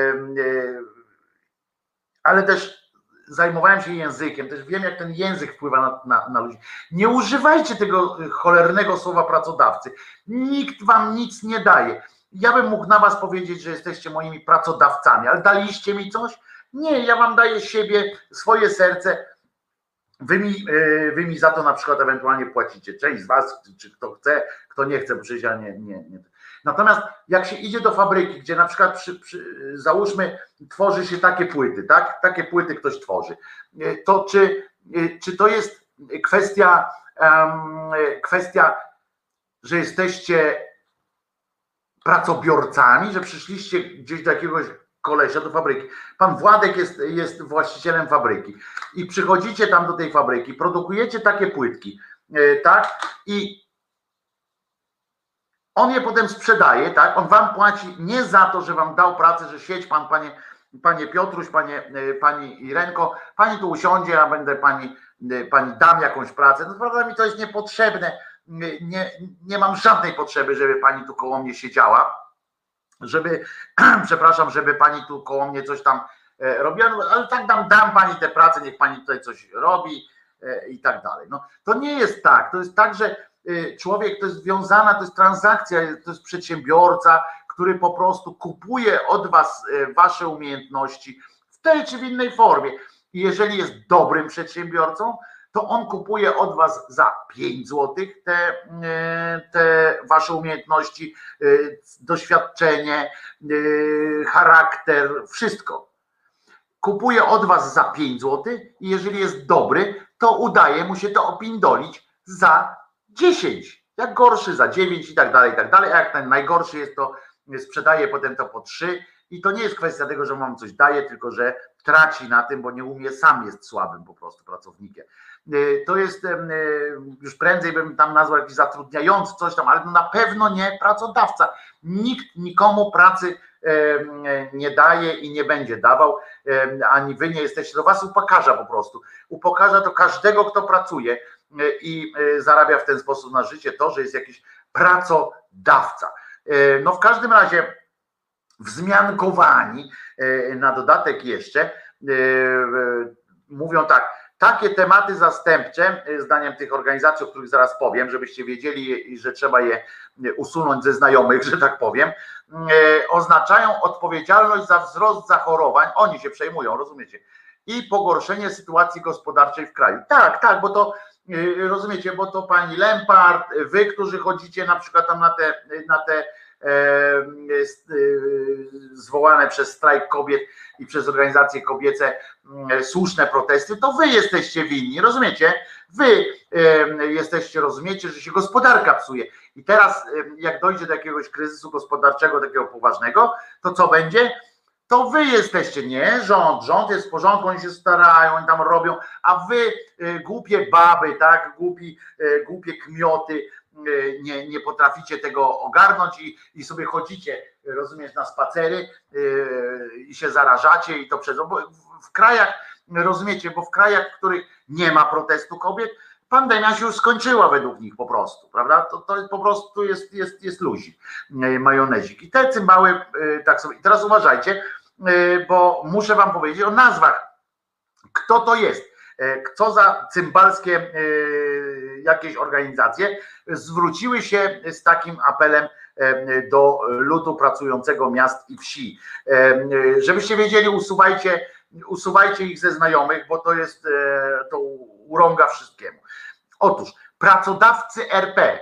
ale też zajmowałem się językiem, też wiem, jak ten język wpływa na, na, na ludzi. Nie używajcie tego cholernego słowa pracodawcy. Nikt wam nic nie daje. Ja bym mógł na was powiedzieć, że jesteście moimi pracodawcami, ale daliście mi coś? Nie, ja wam daję siebie, swoje serce. Wy mi, wy mi za to na przykład ewentualnie płacicie. Część z was, czy kto chce, kto nie chce, przecież ja nie, nie, nie. Natomiast jak się idzie do fabryki, gdzie na przykład przy, przy, załóżmy tworzy się takie płyty, tak? Takie płyty ktoś tworzy, to czy, czy to jest kwestia, um, kwestia, że jesteście pracobiorcami, że przyszliście gdzieś do jakiegoś kolesia do fabryki. Pan Władek jest, jest właścicielem fabryki i przychodzicie tam do tej fabryki, produkujecie takie płytki, tak? I on je potem sprzedaje, tak? On wam płaci nie za to, że wam dał pracę, że siedź pan, panie, panie Piotruś, panie, pani Irenko, pani tu usiądzie, ja będę pani, pani dam jakąś pracę. No prawda, mi to jest niepotrzebne. Nie, nie mam żadnej potrzeby, żeby pani tu koło mnie siedziała, żeby, przepraszam, żeby pani tu koło mnie coś tam robiła, no, ale tak dam, dam pani tę pracę, niech pani tutaj coś robi i tak dalej. No, to nie jest tak, to jest tak, że człowiek to jest związana, to jest transakcja, to jest przedsiębiorca, który po prostu kupuje od was wasze umiejętności w tej czy w innej formie. I jeżeli jest dobrym przedsiębiorcą, to on kupuje od was za pięć złotych te, te wasze umiejętności, doświadczenie, charakter, wszystko. Kupuje od was za pięć złotych i jeżeli jest dobry, to udaje mu się to opindolić za dziesięć. Jak gorszy za dziewięć i tak dalej, i tak dalej. A jak ten najgorszy jest, to sprzedaje potem to po trzy. I to nie jest kwestia tego, że wam coś daje, tylko że traci na tym, bo nie umie, sam jest słabym po prostu pracownikiem. To jest, już prędzej bym tam nazwał jakiś zatrudniający coś tam, ale na pewno nie pracodawca. Nikt nikomu pracy nie daje i nie będzie dawał, ani wy nie jesteście, to was upokarza po prostu. Upokarza to każdego, kto pracuje i zarabia w ten sposób na życie, to, że jest jakiś pracodawca. No w każdym razie wzmiankowani na dodatek jeszcze mówią tak, takie tematy zastępcze, zdaniem tych organizacji, o których zaraz powiem, żebyście wiedzieli, że trzeba je usunąć ze znajomych, że tak powiem, oznaczają odpowiedzialność za wzrost zachorowań, oni się przejmują, rozumiecie, i pogorszenie sytuacji gospodarczej w kraju. Tak, tak, bo to rozumiecie, bo to pani Lempart, wy, którzy chodzicie na przykład tam na te, na te zwołane przez strajk kobiet i przez organizacje kobiece słuszne protesty, to wy jesteście winni, rozumiecie? Wy jesteście, rozumiecie, że się gospodarka psuje. I teraz jak dojdzie do jakiegoś kryzysu gospodarczego, takiego poważnego, to co będzie? To wy jesteście, nie rząd, rząd jest w porządku, oni się starają, oni tam robią, a wy głupie baby, tak, głupi, głupie kmioty, nie, nie potraficie tego ogarnąć i, i sobie chodzicie, rozumiesz, na spacery yy, i się zarażacie i to przez, bo w, w krajach, rozumiecie, bo w krajach, w których nie ma protestu kobiet, pandemia się już skończyła według nich po prostu, prawda? To, to po prostu jest, jest, jest luzik, yy, majonezik. I te cymbały yy, tak sobie. I teraz uważajcie, yy, bo muszę wam powiedzieć o nazwach. Kto to jest? Co za cymbalskie jakieś organizacje zwróciły się z takim apelem do ludu pracującego miast i wsi. Żebyście wiedzieli, usuwajcie, usuwajcie ich ze znajomych, bo to jest, to urąga wszystkiemu. Otóż pracodawcy R P.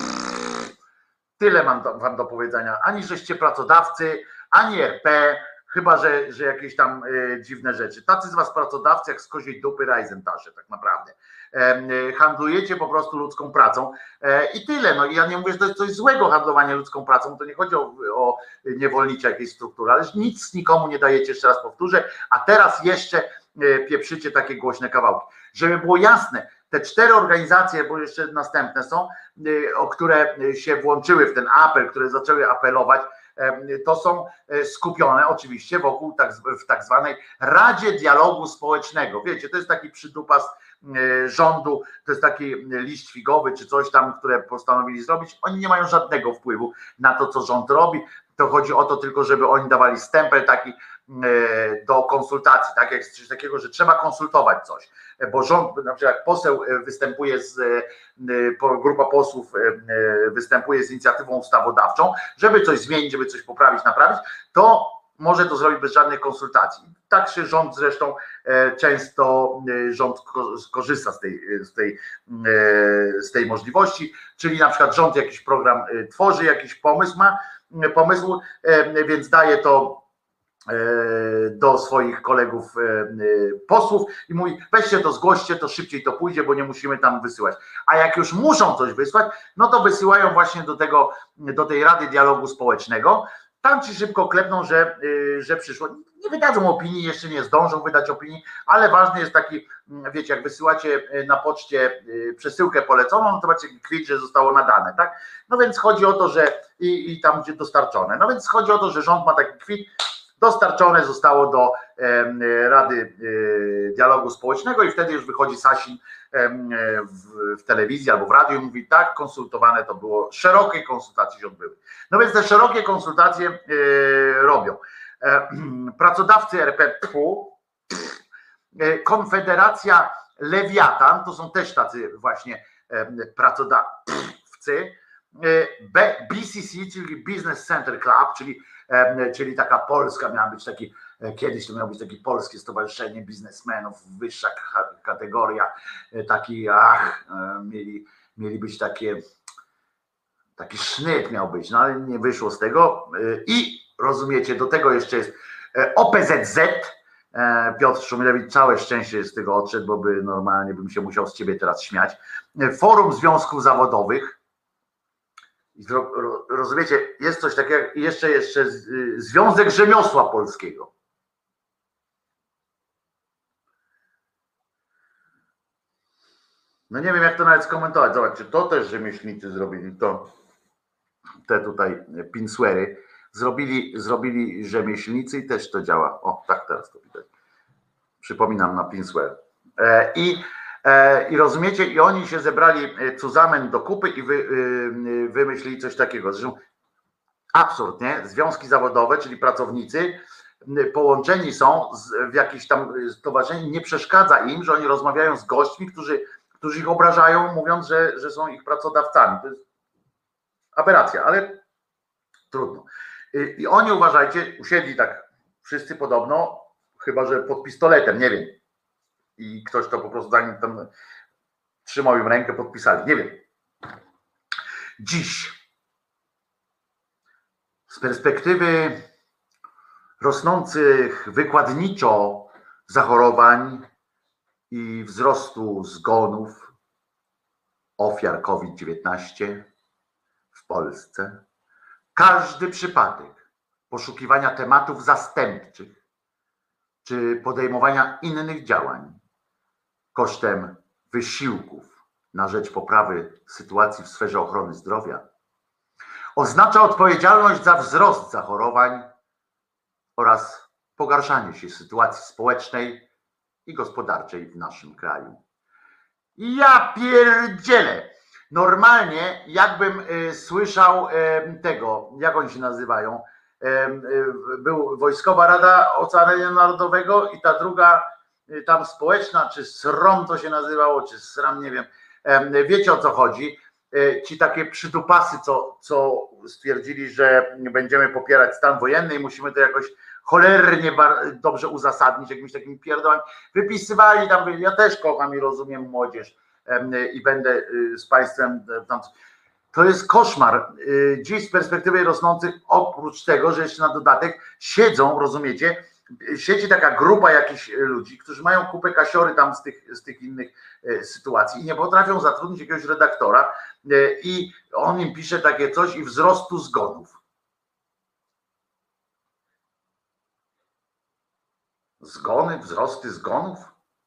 Tyle mam do, wam do powiedzenia. Ani żeście pracodawcy, ani R P, chyba że, że jakieś tam dziwne rzeczy. Tacy z was pracodawcy jak z koziej dupy Reisentasche tak naprawdę. Handlujecie po prostu ludzką pracą i tyle. No i ja nie mówię, że to jest coś złego handlowanie ludzką pracą, to nie chodzi o, o niewolnicze jakieś struktury, ale nic nikomu nie dajecie, jeszcze raz powtórzę, a teraz jeszcze pieprzycie takie głośne kawałki. Żeby było jasne, te cztery organizacje, bo jeszcze następne są, o które się włączyły w ten apel, które zaczęły apelować, to są skupione oczywiście wokół tak, w tak zwanej Radzie Dialogu Społecznego. Wiecie, to jest taki przydupas rządu, to jest taki liść figowy czy coś tam, które postanowili zrobić. Oni nie mają żadnego wpływu na to, co rząd robi. To chodzi o to tylko, żeby oni dawali stempel taki do konsultacji, tak jak coś takiego, że trzeba konsultować coś, bo rząd, na przykład jak poseł występuje z, grupa posłów występuje z inicjatywą ustawodawczą, żeby coś zmienić, żeby coś poprawić, naprawić, to może to zrobić bez żadnych konsultacji. Tak się rząd zresztą często rząd korzysta z tej, z tej, z tej możliwości, czyli na przykład rząd jakiś program tworzy, jakiś pomysł ma, pomysł, więc daje to do swoich kolegów posłów i mówi, weźcie to, zgłoście to, szybciej to pójdzie, bo nie musimy tam wysyłać. A jak już muszą coś wysłać, no to wysyłają właśnie do tego, do tej Rady Dialogu Społecznego. Tam ci szybko klepną, że, że przyszło. Nie wydadzą opinii, jeszcze nie zdążą wydać opinii, ale ważny jest taki, wiecie, jak wysyłacie na poczcie przesyłkę poleconą, no to macie kwit, że zostało nadane, tak? No więc chodzi o to, że i, i tam będzie dostarczone. No więc chodzi o to, że rząd ma taki kwit, dostarczone zostało do Rady Dialogu Społecznego i wtedy już wychodzi Sasin w, w telewizji albo w radiu i mówi, tak, konsultowane to było, szerokie konsultacje się odbyły. No więc te szerokie konsultacje robią. Pracodawcy R P, pfu, Konfederacja Lewiatan, to są też tacy właśnie pracodawcy, B C C, czyli Business Center Club, czyli, czyli taka polska, miała być taki, kiedyś to miało być takie polskie stowarzyszenie biznesmenów, wyższa kategoria, taki, ach, mieli, mieli być takie, taki sznyt miał być, no ale nie wyszło z tego i rozumiecie, do tego jeszcze jest O P Z Z, Piotr Szumilewicz, całe szczęście z tego odszedł, bo by normalnie bym się musiał z ciebie teraz śmiać, Forum Związków Zawodowych. Rozumiecie, jest coś takiego, jeszcze jeszcze Związek Rzemiosła Polskiego. No nie wiem, jak to nawet skomentować. Zobaczcie, to też rzemieślnicy zrobili, to te tutaj pinswery zrobili, zrobili rzemieślnicy i też to działa. O, tak teraz to widać. Przypominam na pinswear. I I rozumiecie, i oni się zebrali zusammen do kupy i wy, wymyślili coś takiego. Zresztą absurd, nie? Związki zawodowe, czyli pracownicy połączeni są z, w jakieś tam stowarzyszeniu, nie przeszkadza im, że oni rozmawiają z gośćmi, którzy, którzy ich obrażają, mówiąc, że, że są ich pracodawcami. To jest aberracja, ale trudno. I, i oni, uważajcie, usiedli tak wszyscy podobno, chyba że pod pistoletem, nie wiem. I ktoś to po prostu zanim tam trzymał im rękę, podpisali. Nie wiem. Dziś z perspektywy rosnących wykładniczo zachorowań i wzrostu zgonów ofiar COVID dziewiętnaście w Polsce, każdy przypadek poszukiwania tematów zastępczych czy podejmowania innych działań kosztem wysiłków na rzecz poprawy sytuacji w sferze ochrony zdrowia oznacza odpowiedzialność za wzrost zachorowań oraz pogarszanie się sytuacji społecznej i gospodarczej w naszym kraju. Ja pierdzielę. Normalnie jakbym y, słyszał y, tego, jak oni się nazywają, y, y, był Wojskowa Rada Ocalenia Narodowego i ta druga y, tam społeczna, czy SROM to się nazywało, czy SRAM, nie wiem, y, wiecie o co chodzi. Y, ci takie przydupasy, co, co stwierdzili, że będziemy popierać stan wojenny i musimy to jakoś cholernie dobrze uzasadnić jakimś takim pierdolem. Wypisywali tam, ja też kocham i rozumiem młodzież i będę z państwem tam. To jest koszmar. Dziś z perspektywy rosnących, oprócz tego, że jeszcze na dodatek siedzą, rozumiecie, siedzi taka grupa jakichś ludzi, którzy mają kupę kasiory tam z tych, z tych innych sytuacji i nie potrafią zatrudnić jakiegoś redaktora i on im pisze takie coś i wzrostu zgonów. Zgony, wzrosty zgonów?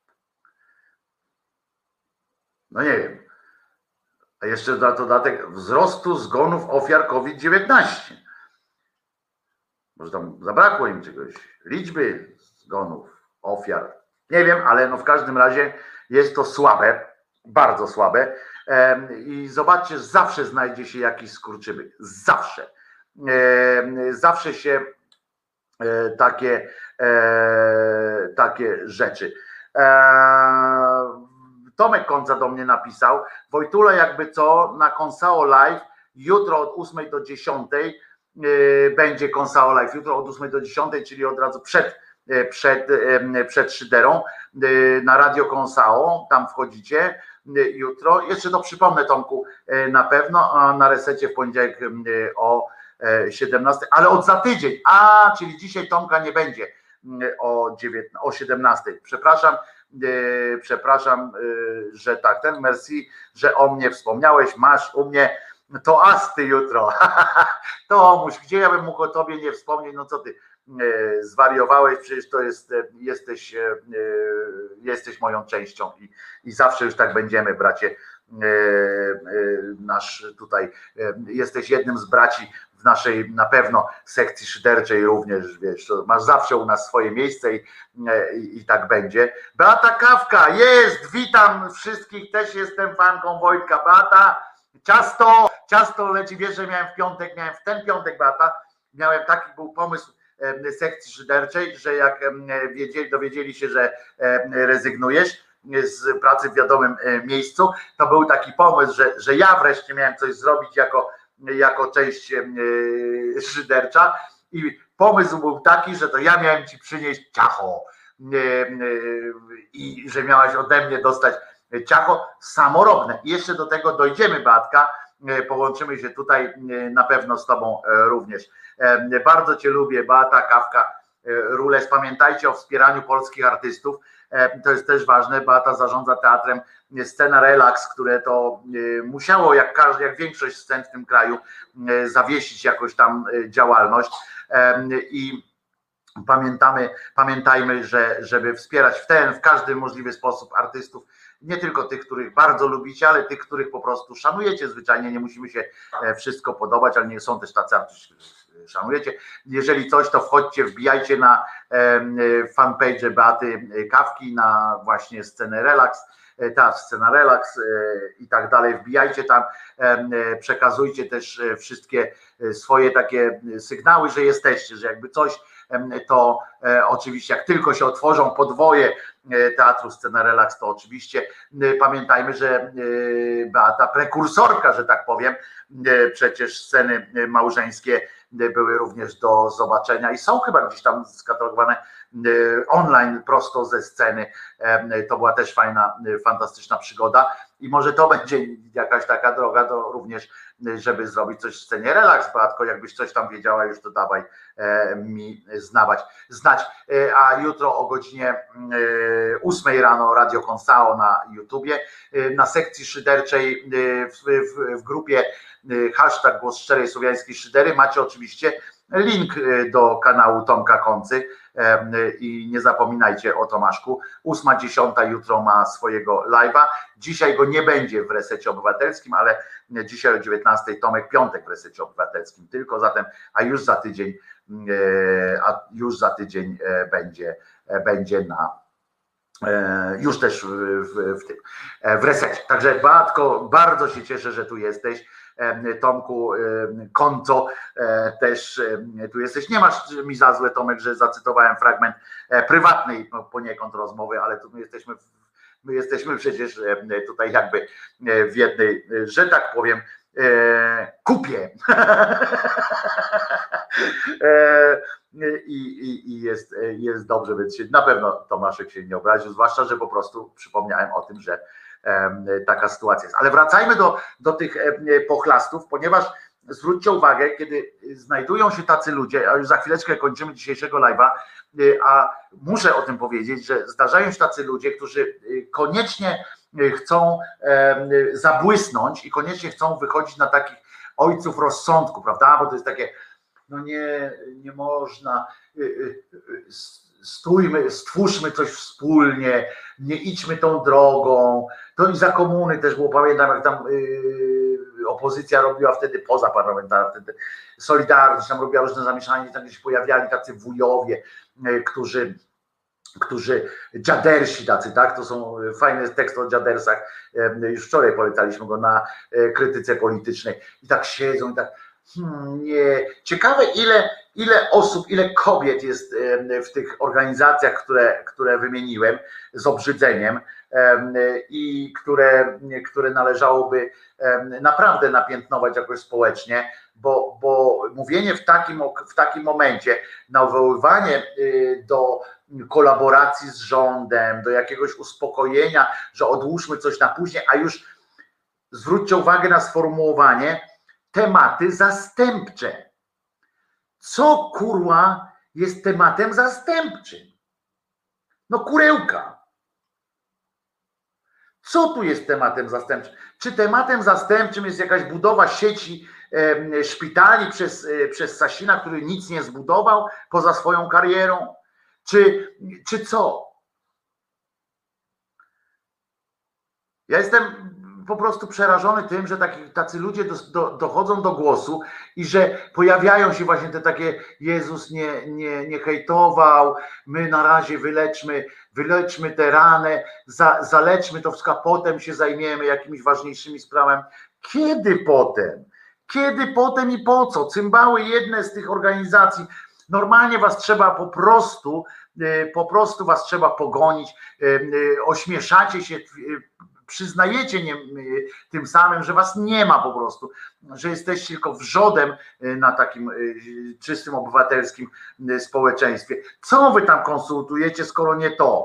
No nie wiem. A jeszcze na dodatek wzrostu zgonów ofiar COVID dziewiętnaście. Może tam zabrakło im czegoś. Liczby zgonów, ofiar. Nie wiem, ale no w każdym razie jest to słabe, bardzo słabe. I zobaczcie, zawsze znajdzie się jakiś skurczybyk. Zawsze. Zawsze się takie, takie rzeczy. Tomek Końca do mnie napisał: Wojtula, jakby co, na Konsao Live jutro od ósmej do dziesiątej yy, będzie Konsao Live, jutro od ósmej do dziesiątej, czyli od razu przed, przed, przed Szyderą, yy, na Radio Konsao, tam wchodzicie yy, jutro. Jeszcze to przypomnę, Tomku, yy, na pewno, a na Resecie w poniedziałek yy, o siedemnastej, ale od za tydzień, a czyli dzisiaj Tomka nie będzie yy, o, dziewiętnastej, o siedemnastej. Przepraszam, Yy, przepraszam, yy, że tak, ten merci, że o mnie wspomniałeś, masz u mnie to asty jutro. Tomuś, gdzie ja bym mógł o tobie nie wspomnieć, no co ty yy, zwariowałeś, przecież to jest, yy, jesteś, yy, jesteś moją częścią i, i zawsze już tak będziemy, bracie, yy, yy, nasz tutaj, yy, jesteś jednym z braci w naszej na pewno sekcji szyderczej również, wiesz, masz zawsze u nas swoje miejsce i, i, i tak będzie. Beata Kawka jest, witam wszystkich, też jestem fanką Wojtka. Beata, ciasto, ciasto leci, wiesz, że miałem w piątek, miałem w ten piątek, Beata, miałem taki był pomysł sekcji szyderczej, że jak wiedzieli, dowiedzieli się, że rezygnujesz z pracy w wiadomym miejscu, to był taki pomysł, że, że ja wreszcie miałem coś zrobić jako jako część szydercza i pomysł był taki, że to ja miałem ci przynieść ciacho i że miałaś ode mnie dostać ciacho samorobne. I jeszcze do tego dojdziemy, Beatka, połączymy się tutaj na pewno z tobą również. Bardzo cię lubię, Beata Kawka, Rules. Pamiętajcie o wspieraniu polskich artystów. To jest też ważne. Beata zarządza teatrem Scena Relax, które to musiało, jak każdy, jak większość scen w tym kraju, zawiesić jakoś tam działalność. I pamiętamy, pamiętajmy, że żeby wspierać w ten, w każdy możliwy sposób artystów, nie tylko tych, których bardzo lubicie, ale tych, których po prostu szanujecie zwyczajnie. Nie musimy się wszystko podobać, ale nie są też tacy artyści, szanujecie. Jeżeli coś, to wchodźcie, wbijajcie na fanpage Beaty Kawki, na właśnie Scenę Relax, ta Scena Relax i tak dalej. Wbijajcie tam, przekazujcie też wszystkie swoje takie sygnały, że jesteście, że jakby coś, to oczywiście jak tylko się otworzą podwoje Teatru Scena Relax, to oczywiście pamiętajmy, że Beata prekursorka, że tak powiem, przecież sceny małżeńskie były również do zobaczenia i są chyba gdzieś tam skatalogowane online prosto ze sceny. To była też fajna, fantastyczna przygoda i może to będzie jakaś taka droga do również, żeby zrobić coś w Scenie Relax. Beatko, jakbyś coś tam wiedziała już, to dawaj mi znawać, znać. A jutro o godzinie ósmej rano Radio Konsao na YouTubie, na sekcji szyderczej w, w, w grupie hashtag Głos Szczerej Słowiańskiej Szydery macie oczywiście link do kanału Tomka Koncy i nie zapominajcie o Tomaszku. ósma dziesiąta jutro ma swojego live'a. Dzisiaj go nie będzie w Resecie Obywatelskim, ale dzisiaj o dziewiętnastej Tomek Piątek w Resecie Obywatelskim tylko, zatem, a już za tydzień a już za tydzień będzie, będzie na już też w, w, w tym w Resecie. Także Beatko, bardzo się cieszę, że tu jesteś. Tomku Konco, też tu jesteś. Nie masz mi za złe, Tomek, że zacytowałem fragment prywatnej poniekąd rozmowy, ale tu my jesteśmy, my jesteśmy przecież tutaj jakby w jednej, że tak powiem, kupie. I, i, i jest, jest dobrze, więc się, na pewno Tomaszek się nie obraził, zwłaszcza, że po prostu przypomniałem o tym, że taka sytuacja jest. Ale wracajmy do, do tych pochlastów, ponieważ zwróćcie uwagę, kiedy znajdują się tacy ludzie, a już za chwileczkę kończymy dzisiejszego live'a, a muszę o tym powiedzieć, że zdarzają się tacy ludzie, którzy koniecznie chcą zabłysnąć i koniecznie chcą wychodzić na takich ojców rozsądku, prawda? Bo to jest takie, no nie, nie można, stójmy, stwórzmy coś wspólnie, nie idźmy tą drogą. To i za komuny też było, pamiętam, jak tam yy, opozycja robiła wtedy pozaparlamentarna, wtedy Solidarność tam robiła różne zamieszanie, tam się pojawiali tacy wujowie, yy, którzy którzy, dziadersi tacy, tak, to są fajne teksty o dziadersach, już wczoraj polecaliśmy go na krytyce politycznej i tak siedzą i tak, hmm, nie, ciekawe ile, ile osób, ile kobiet jest w tych organizacjach, które, które wymieniłem z obrzydzeniem i które, które należałoby naprawdę napiętnować jakoś społecznie, bo, bo mówienie w takim, w takim momencie, nawoływanie do kolaboracji z rządem, do jakiegoś uspokojenia, że odłóżmy coś na później, a już zwróćcie uwagę na sformułowanie tematy zastępcze. Co kurwa jest tematem zastępczym? No kurełka. Co tu jest tematem zastępczym? Czy tematem zastępczym jest jakaś budowa sieci e, szpitali przez, e, przez Sasina, który nic nie zbudował poza swoją karierą? Czy, czy co? Ja jestem po prostu przerażony tym, że taki, tacy ludzie do, do, dochodzą do głosu i że pojawiają się właśnie te takie Jezus nie, nie, nie hejtował, my na razie wyleczmy, wyleczmy tę ranę, za, zaleczmy to wszystko, a potem się zajmiemy jakimiś ważniejszymi sprawami. Kiedy potem? Kiedy potem i po co? Cymbały jedne z tych organizacji. Normalnie was trzeba po prostu, po prostu was trzeba pogonić, ośmieszacie się, przyznajecie nie, tym samym, że was nie ma po prostu, że jesteście tylko wrzodem na takim czystym obywatelskim społeczeństwie. Co wy tam konsultujecie, skoro nie to,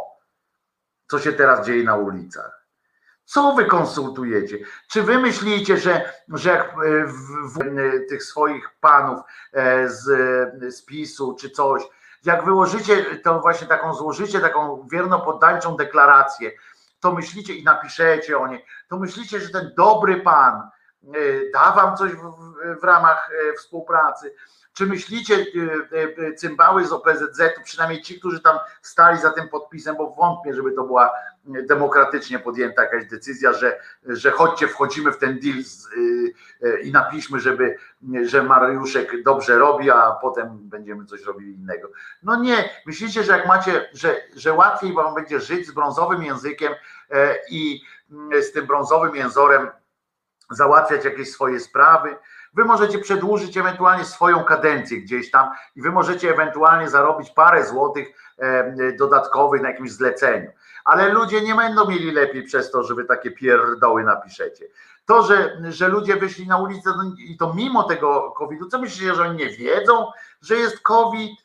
co się teraz dzieje na ulicach? Co wy konsultujecie? Czy wy myślicie, że, że jak w, w, tych swoich panów z, z PiS-u czy coś, jak wyłożycie to właśnie taką, złożycie taką wiernopoddańczą deklarację, to myślicie i napiszecie o niej, to myślicie, że ten dobry pan da wam coś w, w ramach współpracy? Czy myślicie, cymbały z O P Z Z-u, przynajmniej ci, którzy tam stali za tym podpisem, bo wątpię, żeby to była demokratycznie podjęta jakaś decyzja, że, że chodźcie, wchodzimy w ten deal z, yy, i napiszmy, żeby, że Mariuszek dobrze robi, a potem będziemy coś robili innego. No nie, myślicie, że jak macie, że, że łatwiej wam będzie żyć z brązowym językiem yy, i yy, z tym brązowym jęzorem załatwiać jakieś swoje sprawy. Wy możecie przedłużyć ewentualnie swoją kadencję gdzieś tam i wy możecie ewentualnie zarobić parę złotych dodatkowych na jakimś zleceniu. Ale ludzie nie będą mieli lepiej przez to, że wy takie pierdoły napiszecie. To, że, że ludzie wyszli na ulicę i to mimo tego kowida, co myślicie, że oni nie wiedzą, że jest COVID?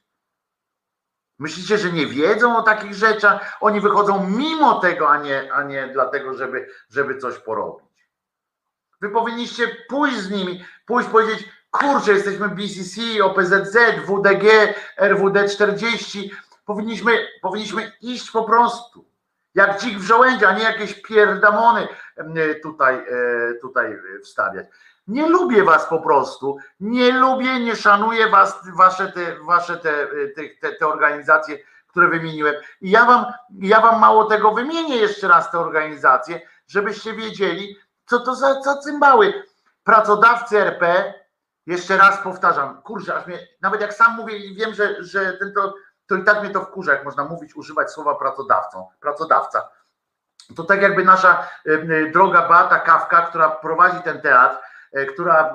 Myślicie, że nie wiedzą o takich rzeczach? Oni wychodzą mimo tego, a nie, a nie dlatego, żeby, żeby coś porobić. Wy powinniście pójść z nimi, pójść powiedzieć, kurczę, jesteśmy B C C, O P Z Z, W D G, R W D czterdzieści. Powinniśmy, powinniśmy iść po prostu, jak dzik w żołędzie, a nie jakieś pierdamony tutaj, tutaj wstawiać. Nie lubię was po prostu, nie lubię, nie szanuję was, wasze te, wasze te, te, te organizacje, które wymieniłem. I ja wam, ja wam mało tego wymienię jeszcze raz te organizacje, żebyście wiedzieli, co to za, za cymbały. Pracodawcy R P, jeszcze raz powtarzam, kurczę, aż mnie, nawet jak sam mówię i wiem, że, że ten to, to i tak mnie to wkurza, jak można mówić, używać słowa pracodawcą, pracodawca. To tak jakby nasza y, droga Beata Kawka, która prowadzi ten teatr, y, która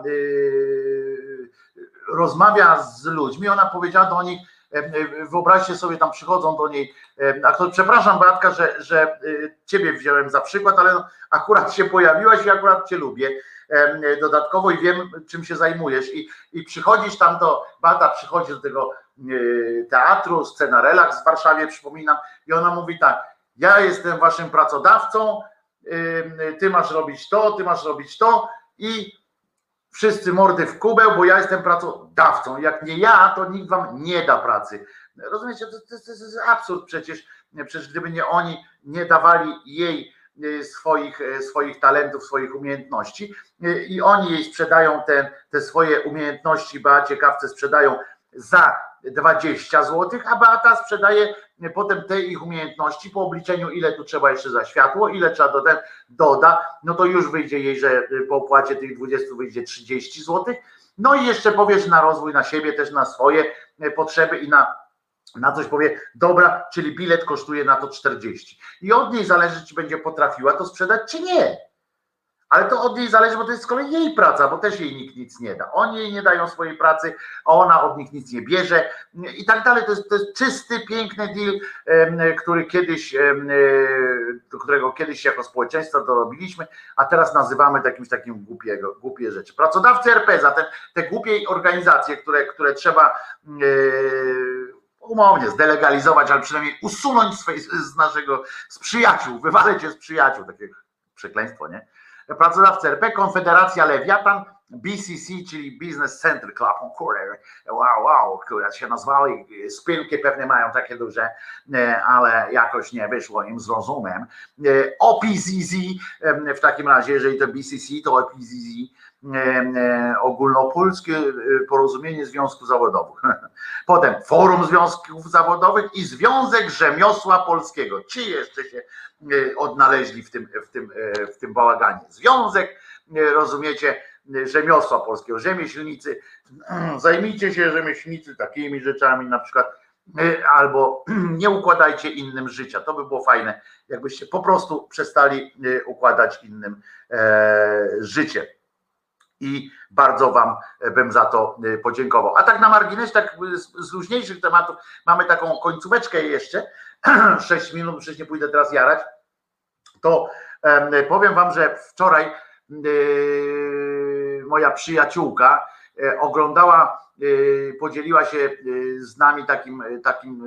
y, rozmawia z ludźmi, ona powiedziała do nich, y, wyobraźcie sobie, tam przychodzą do niej, y, a to, przepraszam Beatka, że, że y, ciebie wziąłem za przykład, ale no, akurat się pojawiłaś i akurat cię lubię y, dodatkowo i wiem, czym się zajmujesz i, i przychodzisz tam do, Beata przychodzi do tego y, teatru, Scena Relaks w Warszawie, przypominam, i ona mówi tak, ja jestem waszym pracodawcą, ty masz robić to, ty masz robić to i wszyscy mordy w kubeł, bo ja jestem pracodawcą. Jak nie ja, to nikt wam nie da pracy. Rozumiecie, to, to, to jest absurd przecież. Przecież gdyby nie oni nie dawali jej swoich, swoich talentów, swoich umiejętności i oni jej sprzedają te, te swoje umiejętności, Beacie Kawce sprzedają za dwadzieścia złotych, a Beata sprzedaje potem te ich umiejętności po obliczeniu, ile tu trzeba jeszcze za światło, ile trzeba dodać, doda, no to już wyjdzie jej, że po opłacie tych dwudziestu wyjdzie trzydzieści złotych, no i jeszcze powiesz na rozwój, na siebie, też na swoje potrzeby i na, na coś powie, dobra, czyli bilet kosztuje na to czterdzieści i od niej zależy, czy będzie potrafiła to sprzedać, czy nie. Ale to od niej zależy, bo to jest z kolei jej praca, bo też jej nikt nic nie da. Oni jej nie dają swojej pracy, a ona od nich nic nie bierze i tak dalej. To jest, to jest czysty, piękny deal, który kiedyś, do którego kiedyś jako społeczeństwo dorobiliśmy, a teraz nazywamy takimś takim głupiego, głupie rzeczy. Pracodawcy R P, zatem te głupie organizacje, które, które trzeba umownie zdelegalizować, ale przynajmniej usunąć z naszego, z przyjaciół, wywaleć je z przyjaciół, takie przekleństwo, nie? Pracodawcy R P, Konfederacja Lewiatan, B C C, czyli Business Center Club, kurde, wow, wow, które się nazwali, spinki pewnie mają takie duże, ale jakoś nie wyszło im z rozumem. O P Z Z, w takim razie, jeżeli to B C C, to O P Z Z, Ogólnopolskie Porozumienie Związków Zawodowych. Potem Forum Związków Zawodowych i Związek Rzemiosła Polskiego. Ci jeszcze się odnaleźli w tym, w tym, w tym bałaganie. Związek, rozumiecie, Rzemiosła Polskiego, rzemieślnicy, zajmijcie się rzemieślnicy takimi rzeczami na przykład, albo nie układajcie innym życia. To by było fajne, jakbyście po prostu przestali układać innym życie. I bardzo wam bym za to podziękował. A tak na margines, tak z luźniejszych tematów, mamy taką końcóweczkę jeszcze, sześć minut, przecież nie pójdę teraz jarać, to powiem wam, że wczoraj moja przyjaciółka oglądała, podzieliła się z nami takim, takim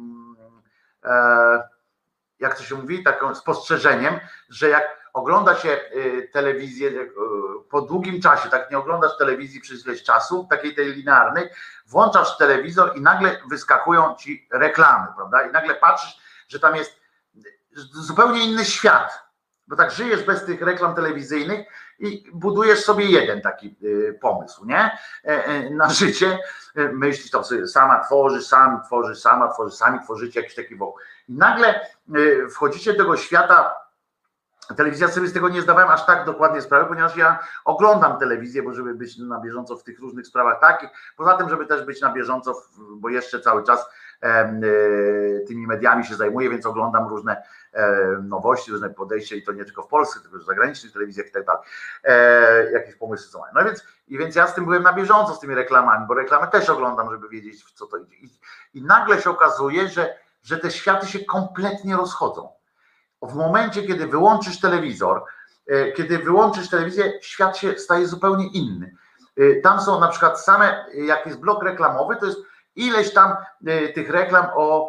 jak to się mówi, takim spostrzeżeniem, że jak ogląda się telewizję po długim czasie, tak nie oglądasz telewizji przez ileś czasu, takiej tej linearnej, włączasz telewizor i nagle wyskakują ci reklamy, prawda? I nagle patrzysz, że tam jest zupełnie inny świat, bo tak żyjesz bez tych reklam telewizyjnych i budujesz sobie jeden taki pomysł, nie? Na życie. Myślisz tam sobie, sama tworzysz, sam tworzysz, sama tworzysz, sami tworzycie jakiś taki wokół. I nagle wchodzicie do tego świata. Telewizja, sobie z tego nie zdawałem aż tak dokładnie sprawy, ponieważ ja oglądam telewizję, bo żeby być na bieżąco w tych różnych sprawach takich, poza tym, żeby też być na bieżąco, bo jeszcze cały czas e, tymi mediami się zajmuję, więc oglądam różne e, nowości, różne podejścia i to nie tylko w Polsce, tylko w zagranicznych telewizjach i tak dalej. E, jakieś pomysły są. No więc, i więc ja z tym byłem na bieżąco, z tymi reklamami, bo reklamy też oglądam, żeby wiedzieć, w co to idzie. I, i nagle się okazuje, że, że te światy się kompletnie rozchodzą. W momencie, kiedy wyłączysz telewizor, kiedy wyłączysz telewizję, świat się staje zupełnie inny. Tam są na przykład same, jak jest blok reklamowy, to jest ileś tam tych reklam o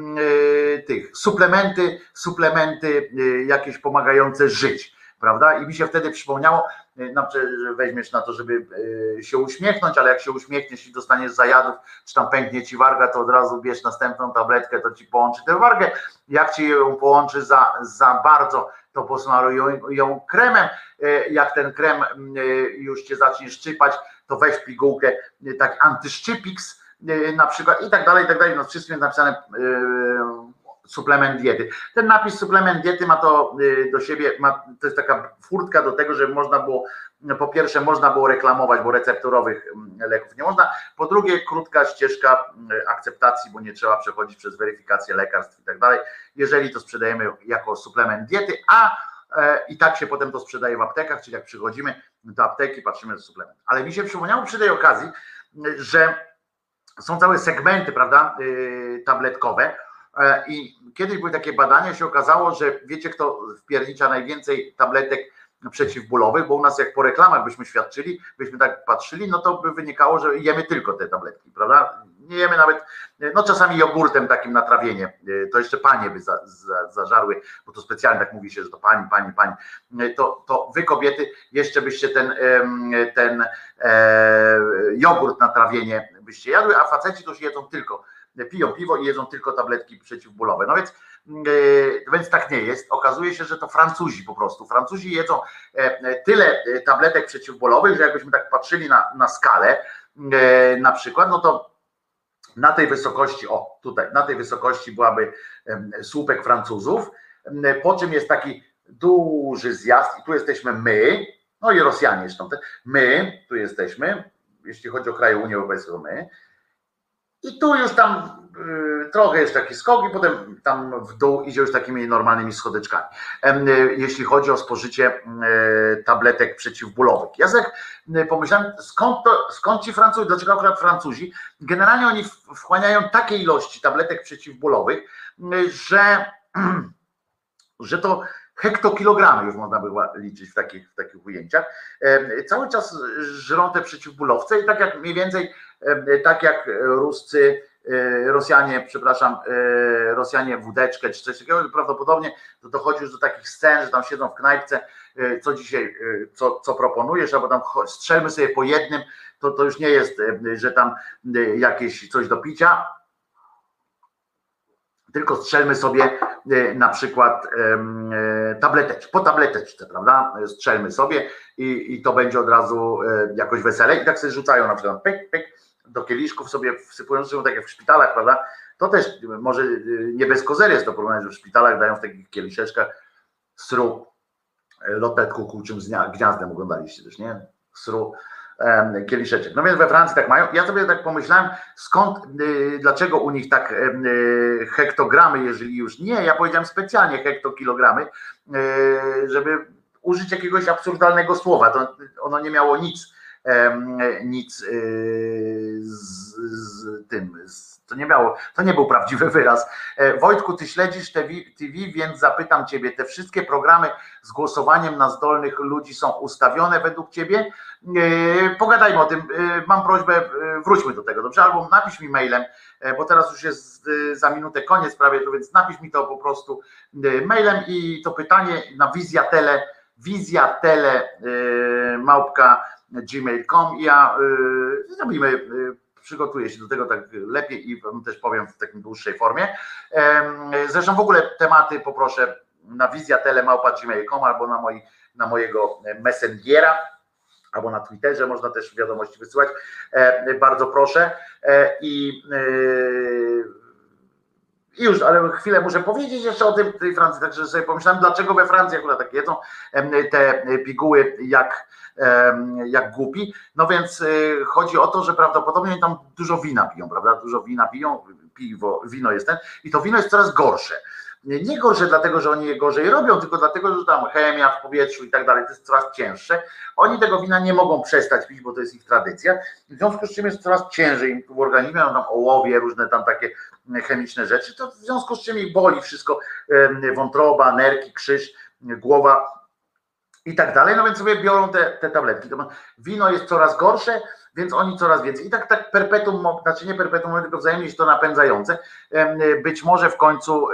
tych suplementy, suplementy jakieś pomagające żyć, prawda? I mi się wtedy przypomniało, że weźmiesz na to, żeby się uśmiechnąć, ale jak się uśmiechniesz i dostaniesz zajadów, czy tam pęknie ci warga, to od razu bierz następną tabletkę, to ci połączy tę wargę. Jak ci ją połączy za, za bardzo, to posmaruj ją, ją kremem. Jak ten krem już cię zacznie szczypać, to weź pigułkę, tak antyszczypix na przykład i tak dalej, i tak dalej. No wszystkim jest napisane suplement diety. Ten napis suplement diety ma to do siebie, ma, to jest taka furtka do tego, żeby można było, po pierwsze można było reklamować, bo recepturowych leków nie można, po drugie krótka ścieżka akceptacji, bo nie trzeba przechodzić przez weryfikację lekarstw i tak dalej, jeżeli to sprzedajemy jako suplement diety, a i tak się potem to sprzedaje w aptekach, czyli jak przychodzimy do apteki, patrzymy na suplement. Ale mi się przypomniało przy tej okazji, że są całe segmenty, prawda, tabletkowe. I kiedyś były takie badania, się okazało, że wiecie, kto wpiernicza najwięcej tabletek przeciwbólowych, bo u nas jak po reklamach byśmy świadczyli, byśmy tak patrzyli, no to by wynikało, że jemy tylko te tabletki, prawda? Nie jemy nawet, no czasami jogurtem takim na trawienie, to jeszcze panie by za, za, zażarły, bo to specjalnie tak mówi się, że to pani, pani, pani, to, to wy kobiety jeszcze byście ten, ten e, jogurt na trawienie byście jadły, a faceci to już jedzą tylko, piją piwo i jedzą tylko tabletki przeciwbólowe. No więc, e, więc tak nie jest. Okazuje się, że to Francuzi po prostu. Francuzi jedzą e, tyle tabletek przeciwbólowych, że jakbyśmy tak patrzyli na, na skalę, e, na przykład, no to na tej wysokości, o tutaj, na tej wysokości byłaby e, słupek Francuzów, e, po czym jest taki duży zjazd i tu jesteśmy my, no i Rosjanie zresztą, my tu jesteśmy, jeśli chodzi o kraje Unii Europejskiej, my. I tu już tam y, trochę jest taki skok i potem tam w dół idzie już takimi normalnymi schodeczkami. Y, jeśli chodzi o spożycie y, tabletek przeciwbólowych. Ja sobie y, pomyślałem, skąd, to, skąd ci Francuzi, dlaczego akurat Francuzi? Generalnie oni wchłaniają takie ilości tabletek przeciwbólowych, y, że, że to hektokilogramy już można było liczyć w takich, w takich ujęciach. Y, cały czas żrą te przeciwbólowce i tak jak mniej więcej tak jak Ruscy, Rosjanie, przepraszam, Rosjanie wódeczkę czy coś takiego, prawdopodobnie to dochodzi już do takich scen, że tam siedzą w knajpce, co dzisiaj, co, co proponujesz, albo tam strzelmy sobie po jednym, to, to już nie jest, że tam jakieś coś do picia, tylko strzelmy sobie na przykład tableteczkę, po tableteczce, prawda? Strzelmy sobie i, i to będzie od razu jakoś wesele i tak sobie rzucają na przykład pyk, pyk, do kieliszków sobie wsypują, tak jak w szpitalach, prawda? To też może nie bez kozery jest to porównanie, że w szpitalach dają w takich kieliszeczkach sru, lotet kukułczym z gniazdem oglądaliście też, nie? Sru, um, kieliszeczek. No więc we Francji tak mają. Ja sobie tak pomyślałem, skąd, y, dlaczego u nich tak y, hektogramy, jeżeli już nie, ja powiedziałem specjalnie hektokilogramy, y, żeby użyć jakiegoś absurdalnego słowa. To ono nie miało nic nic z, z tym, z, to nie miało, to nie był prawdziwy wyraz. Wojtku, ty śledzisz T V, T V, więc zapytam ciebie, te wszystkie programy z głosowaniem na zdolnych ludzi są ustawione według ciebie? Pogadajmy o tym, mam prośbę, wróćmy do tego, dobrze? Albo napisz mi mailem, bo teraz już jest za minutę koniec prawie, to więc napisz mi to po prostu mailem i to pytanie na wizjatele, wizjatele małpka gmail kropka com. Ja y, zrobimy, y, przygotuję się do tego tak lepiej i też powiem w takiej dłuższej formie. Y, zresztą w ogóle tematy poproszę na wizjatele małpa gmail kropka com albo na, moi, na mojego Messengera, albo na Twitterze można też wiadomości wysyłać. Y, bardzo proszę. Y, I y, I już, ale chwilę muszę powiedzieć jeszcze o tym tej Francji, także sobie pomyślałem, dlaczego we Francji akurat tak jedzą te piguły jak, jak głupi. No więc chodzi o to, że prawdopodobnie tam dużo wina piją, prawda? Dużo wina piją, piwo, wino jest ten i to wino jest coraz gorsze. Nie gorsze dlatego, że oni je gorzej robią, tylko dlatego, że tam chemia w powietrzu i tak dalej, to jest coraz cięższe. Oni tego wina nie mogą przestać pić, bo to jest ich tradycja. W związku z czym jest coraz ciężej im w organizmie, tam ołowie, różne tam takie chemiczne rzeczy, to w związku z czym ich boli wszystko, wątroba, nerki, krzyż, głowa i tak dalej. No więc sobie biorą te, te tabletki. Wino jest coraz gorsze, więc oni coraz więcej. I tak tak perpetuum, znaczy nie perpetuum, tylko wzajemnie się to napędzające. Być może w końcu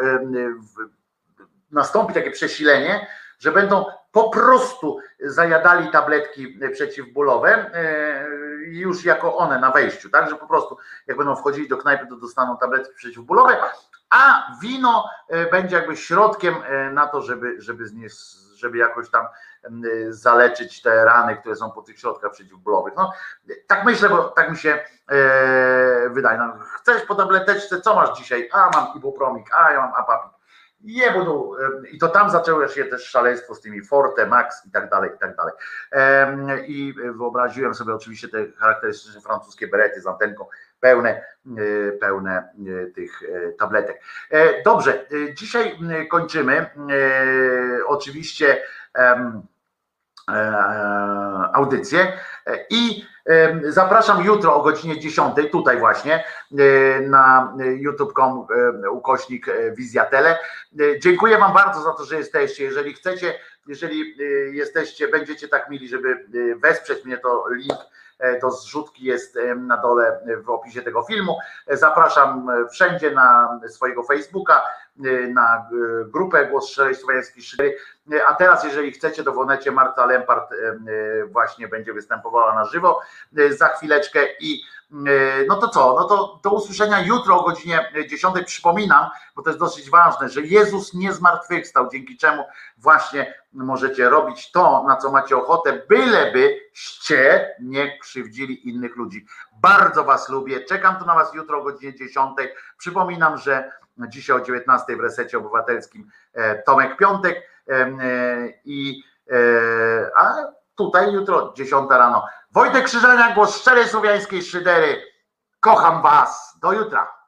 nastąpi takie przesilenie, że będą po prostu zajadali tabletki przeciwbólowe już jako one na wejściu, tak, że po prostu jak będą wchodzili do knajpy, to dostaną tabletki przeciwbólowe, a wino będzie jakby środkiem na to, żeby, żeby, żeby jakoś tam zaleczyć te rany, które są po tych środkach przeciwbólowych. No, tak myślę, bo tak mi się e, wydaje. No, chcesz po tableteczce, co masz dzisiaj? A, mam ibupromik, a ja mam apapik. Jebudu. I to tam zaczęło się też szaleństwo z tymi Forte, Max i tak dalej, i tak dalej. I wyobraziłem sobie oczywiście te charakterystyczne francuskie berety z antenką, pełne, pełne tych tabletek. Dobrze, dzisiaj kończymy. Oczywiście audycję i zapraszam jutro o godzinie dziesiątej, tutaj właśnie na youtube kropka com ukośnik Wizjatele. Dziękuję wam bardzo za to, że jesteście. Jeżeli chcecie jeżeli jesteście, będziecie tak mili, żeby wesprzeć mnie, to link do zrzutki jest na dole w opisie tego filmu. Zapraszam wszędzie na swojego Facebooka, na grupę Głos Szczerej Słowiańskiej Szydery. A teraz, jeżeli chcecie, to w Onecie Marta Lempart właśnie będzie występowała na żywo za chwileczkę i no to co, no to do usłyszenia jutro o godzinie dziesiątej. Przypominam, bo to jest dosyć ważne, że Jezus nie zmartwychwstał, dzięki czemu właśnie możecie robić to, na co macie ochotę, bylebyście nie krzywdzili innych ludzi. Bardzo was lubię, czekam tu na was jutro o godzinie dziesiątej. Przypominam, że dzisiaj o dziewiętnastej w Resecie Obywatelskim Tomek Piątek i a tutaj jutro dziesiąta rano. Wojtek Krzyżania, Głos Szczerej Słowiańskiej Szydery. Kocham was. Do jutra.